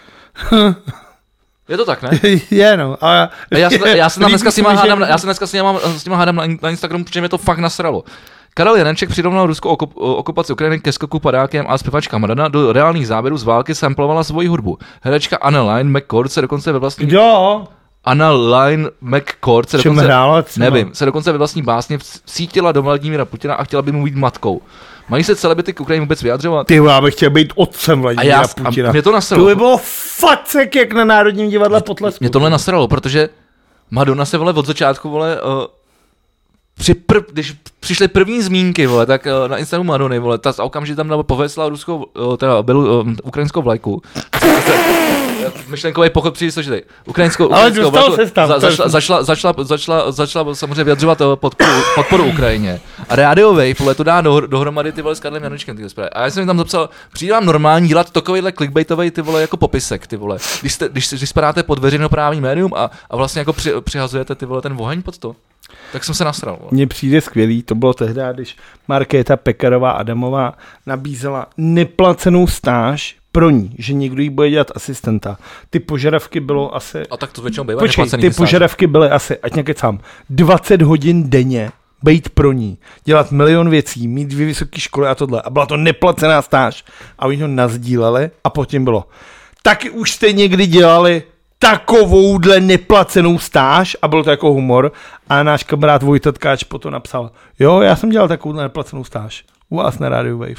Je to tak, ne? Je, no. A já se dneska s nima hádám na Instagramu, protože mě to fakt nasralo. Karel Janeček přirovnal ruskou okupaci Ukrajiny ke skoku padákem a zpěvačka Madonna do reálných záběrů z války samplovala svoji hudbu. Herečka Anna Line McCord se dokonce ve vlastním... Jo. Anna Lynn McCord se dokonce ve vlastní básně vcítila do Vladimíra Putina a chtěla by mu být matkou. Mají se celebrity k Ukrajině vůbec vyjadřovat? Ty já bych chtěl být otcem Vladimíra Putina. A mě to nasralo. To by bylo facek jak na Národním divadle Potlesku. Mě tohle nasralo, protože Madonna se, vole, od začátku, vole, když přišly první zmínky, vole, tak na Instagramu Madony, vole, ta okamžitě tam povesla ukrajinskou vlajku. Myšlenkový pochod přijde složitý. Ukrajinskou vlajku. Začala samozřejmě vyjadřovat podporu Ukrajině. A Radio Wave, vole, to dá dohromady ty, vole, s Karlem Janočkem, ty zprávy. A já jsem jim tam zapsal, přijde vám normální dělat takovýhle clickbaitový, ty, vole, jako popisek, ty, vole. Když spadáte pod veřejnoprávní médium a vlastně jako přihazujete, ty, vole, ten oheň pod to. Tak jsem se nasral. Mně přijde skvělý, to bylo tehdy, když Markéta Pekarová Adamová nabízela neplacenou stáž pro ní, že někdo jí bude dělat asistenta. Ty požadavky bylo asi... A tak to většinou bývá neplacený. Ty požadavky byly asi, ať nekecám, 20 hodin denně bejt pro ní, dělat milion věcí, mít 2 vysoké školy a tohle. A byla to neplacená stáž. A oni to nazdíleli a potom bylo. Taky už jste někdy dělali takovouhle neplacenou stáž a byl to jako humor a náš kamarád Vojta Tkáč potom napsal, jo, já jsem dělal takovouhle neplacenou stáž u vás na Radio Wave.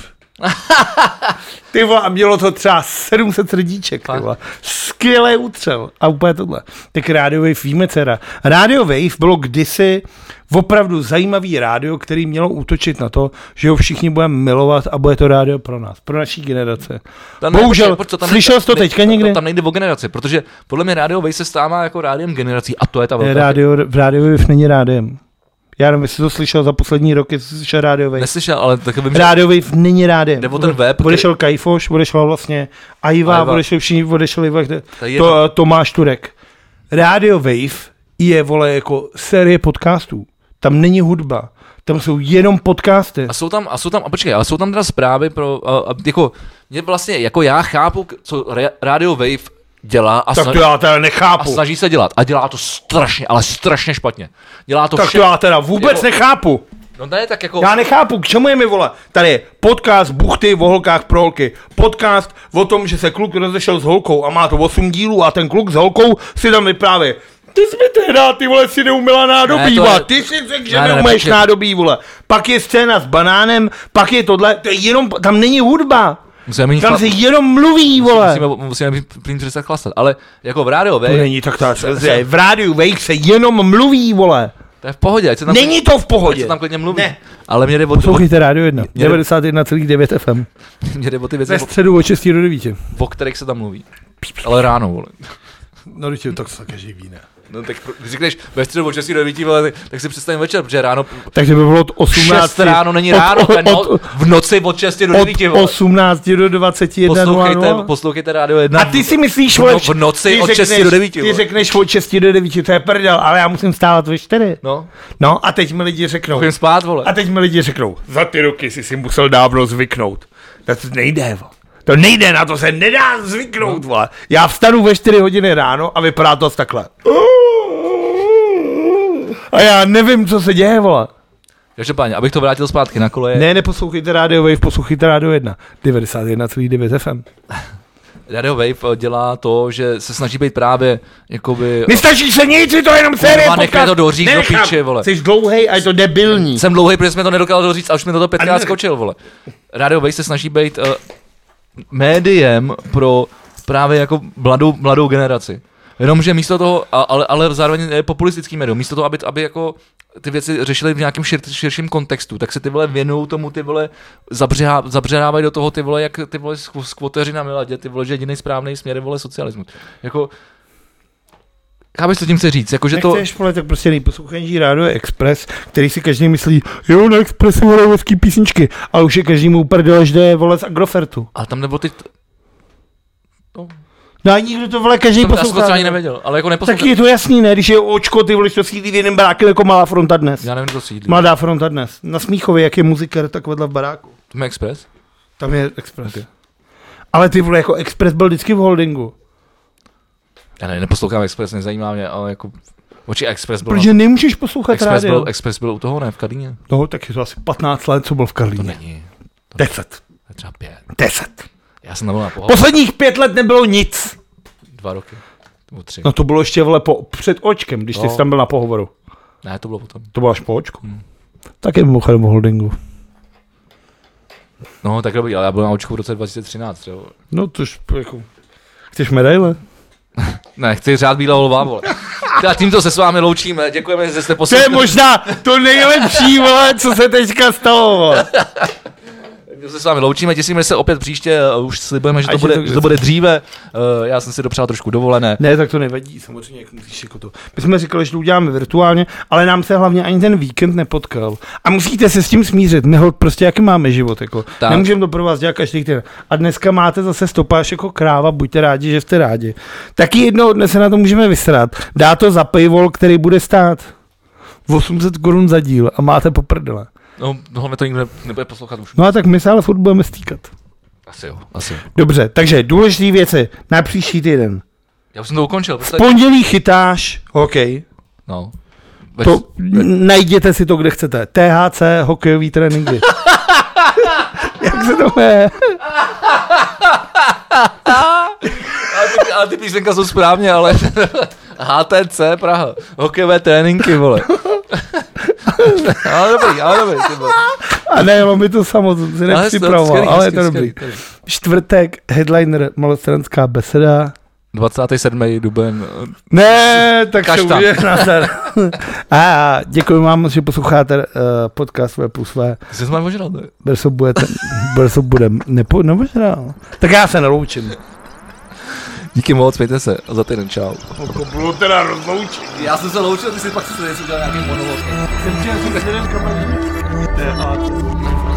Ty vole, a mělo to třeba 700 srdíček, ty vole. Skvělé utřel a úplně tohle. Tak Radio Wave víme, dcera. Radio Wave bylo kdysi opravdu zajímavý rádio, který mělo útočit na to, že ho všichni budeme milovat a bude to rádio pro nás, pro naší generace. Bohužel, slyšel jsi to teďka někdy? Tam nejde o generaci, protože podle mě Radio Wave se stává jako rádiem generací a to je ta velká... Radio Wave není rádiem. Já nevím, jestli to slyšel za poslední roky, slyšel Radio Wave. Neslyšel, ale tak vím, Radio Wave není rádiem. Nebo ten web. Odešel Kajfoš, odešel vlastně Aiva, odešel všichni, Tomáš Turek. Radio Wave je, vole, jako série podcastů. Tam není hudba. Tam jsou jenom podcasty. A jsou tam, ale jsou tam teda zprávy pro, jako, mě vlastně, jako já chápu, co Radio Wave dělá a tak to já teda nechápu. A snaží se dělat. A dělá to strašně, ale strašně špatně. Dělá to tak to já teda vůbec nechápu. No ne, tak jako... Já nechápu, k čemu je mi, vole. Tady je podcast Buchty o holkách pro holky. Podcast o tom, že se kluk rozešel s holkou a má to 8 dílů a ten kluk s holkou si tam vypráví. Ty jsi mi tehda, ty vole, si neuměla nádobí, vole. Ty si řekl, že neumíš nádobí, vole. Pak je scéna s banánem, pak je tohle, to je jenom, tam není hudba. Tam se jenom mluví, vole. Musíme být přestat chlastat, ale jako v Radio Wave... To není tak v Radio Wave se jenom mluví, vole. To je v pohodě, ať se tam... Není to v pohodě. Ať se tam klidně mluví. Ne. Ale mě jde o... Poslouchejte Radio 1, 91,9 FM. Mě jde o ty věci... Ve středu od 6 do 9. O kterých se tam mluví. Ale ráno, vole. No, když tak se každý ví, ne. No tak když řekneš ve středu od 6 do 9, vole, tak si představím večer, protože ráno... Takže by bylo od 18... 6 ráno není ráno, v noci od 6 do 9, vole. Od 18 do 21. Poslouchejte Radio 1. A ty si myslíš, vole... V noci od 6 do 9, Ty řekneš od 6 do 9, to je prdel, ale já musím stávat ve 4. No a teď mi lidi řeknou... Musím spát, vole. A teď mi lidi řeknou, za ty roky si musel dávno zvyknout. To nejde, vole. To nejde, na to se nedá zvyknout, vole. Já vstanu ve 4 hodiny ráno a vypadá to takhle. A já nevím, co se děje, vole. Každopádně, abych to vrátil zpátky na koleje. Ne, neposlouchejte Radio Wave, poslouchejte Radio 1. 91,9 FM. Radio Wave dělá to, že se snaží být právě, jakoby... Nesnaží se nic, je to jenom série podcast. Nechme to doříct do píči, vole. Jsi dlouhej a je to debilní. Jsem dlouhej, protože jsme to nedokázali doříct a už mi to 5krát skočil, vole. Radio Wave se snaží být médiem pro právě jako mladou generaci. Jenomže místo toho, ale zároveň je populistický médium, místo toho, aby jako ty věci řešili v nějakém širším kontextu, tak se ty vole věnují tomu, ty vole zabřehávají do toho, ty vole, jak ty vole skvoteři na miladě, ty vole, že jediný správný směr je, vole, socialismus. Jako, chápeš, co tím chci říct? Jako, že nechceš, vole, tak prostě nejposlouchanější rádio je Express, který si každý myslí, jo, na Expressu hrajou hezký písničky, ale už je každému uprdele, že to je, vole, z Agrofertu. Ale tam nebo ty... No a nikdo to, vole, každý poslouchá. Já jsem to ani nevěděl, ale jako neposlouchá. Tak je to jasný, ne? Když je očko, ty vole, to sídlí v jednom baráku jako Malá fronta dnes. Já nevím, kdo sídlí. Mladá fronta dnes. Na Smíchově, jak je muziker, tak vedle v baráku. Tam je Express? Tam je Express. Okay. Ale ty vole, jako Express byl vždycky v holdingu. Já neposlouchám Express, nezajímá mě, ale jako... Oči Express byl... Protože nemůžeš poslouchat rádio. Express byl u toho, ne? V Karlíně? No, tak je to asi 15 let, co byl v Karlíně. To není. 10. To je třeba 5. 10. Já jsem nebyl na pohodu. Posledních 5 let nebylo nic. 2 roky. Nebo 3. No to bylo ještě před očkem, když ty jsi tam byl na pohovoru. Ne, to bylo potom. To bylo až po očku. Tak je mimochodem o holdingu. No, tak dobrý, ale já byl na očku v roce 2013, jo. No tož jako... Chceš medaile? Ne, chci řád bílá holva, vole. A tímto se s vámi loučíme, děkujeme, že jste poslouchali. To je možná to nejlepší, vole, co se teďka stalo, vole. Takže se s vámi loučíme, těšíme se opět příště, už slibujeme, že to bude dříve. Já jsem si dopřál trošku dovolené. Ne, tak to nevadí, samozřejmě, jak musíš jako to. My jsme říkali, že to uděláme virtuálně, ale nám se hlavně ani ten víkend nepotkal. A musíte se s tím smířit, my ho prostě jaký máme život, jako. Nemůžeme to pro vás dělat každý den. A dneska máte zase stopáž jako kráva, buďte rádi, že jste rádi. Taky jednoho dne se na to můžeme vysrat. Dá to za paywall, který bude stát 800 korun za díl a máte po prdele. No, tohle to nikdo nebude poslouchat už. No a tak my se ale furt budeme stýkat. Asi jo, asi jo. Dobře, takže důležité věci na příští týden. Já už jsem to ukončil. V pondělí chytáš hokej. No. Najděte si to, kde chcete. THC, hokejový tréninky. Jak se to jmenuje? Ale ty písmenka jsou správně, ale HTC Praha. Hokejové tréninky, vole. ale dobrý. A ne, mi to samo, jsem si nepřipravoval, ale je to dobrý. Čtvrtek, headliner, malostranská beseda. 27. duben. Ne, tak se uvidíš na ser. A děkuji vám, že posloucháte podcast své plus své. Ty jsi to mám ožral, ne? Brzo budem. Neožral. Tak já se neloučím. Díky moc, mějte se a za týden, čau. To bylo teda rozloučit. Já jsem se loučil, ty si pak si udělal nějaký monolog. Jsem chtěl si jeden kamarádí.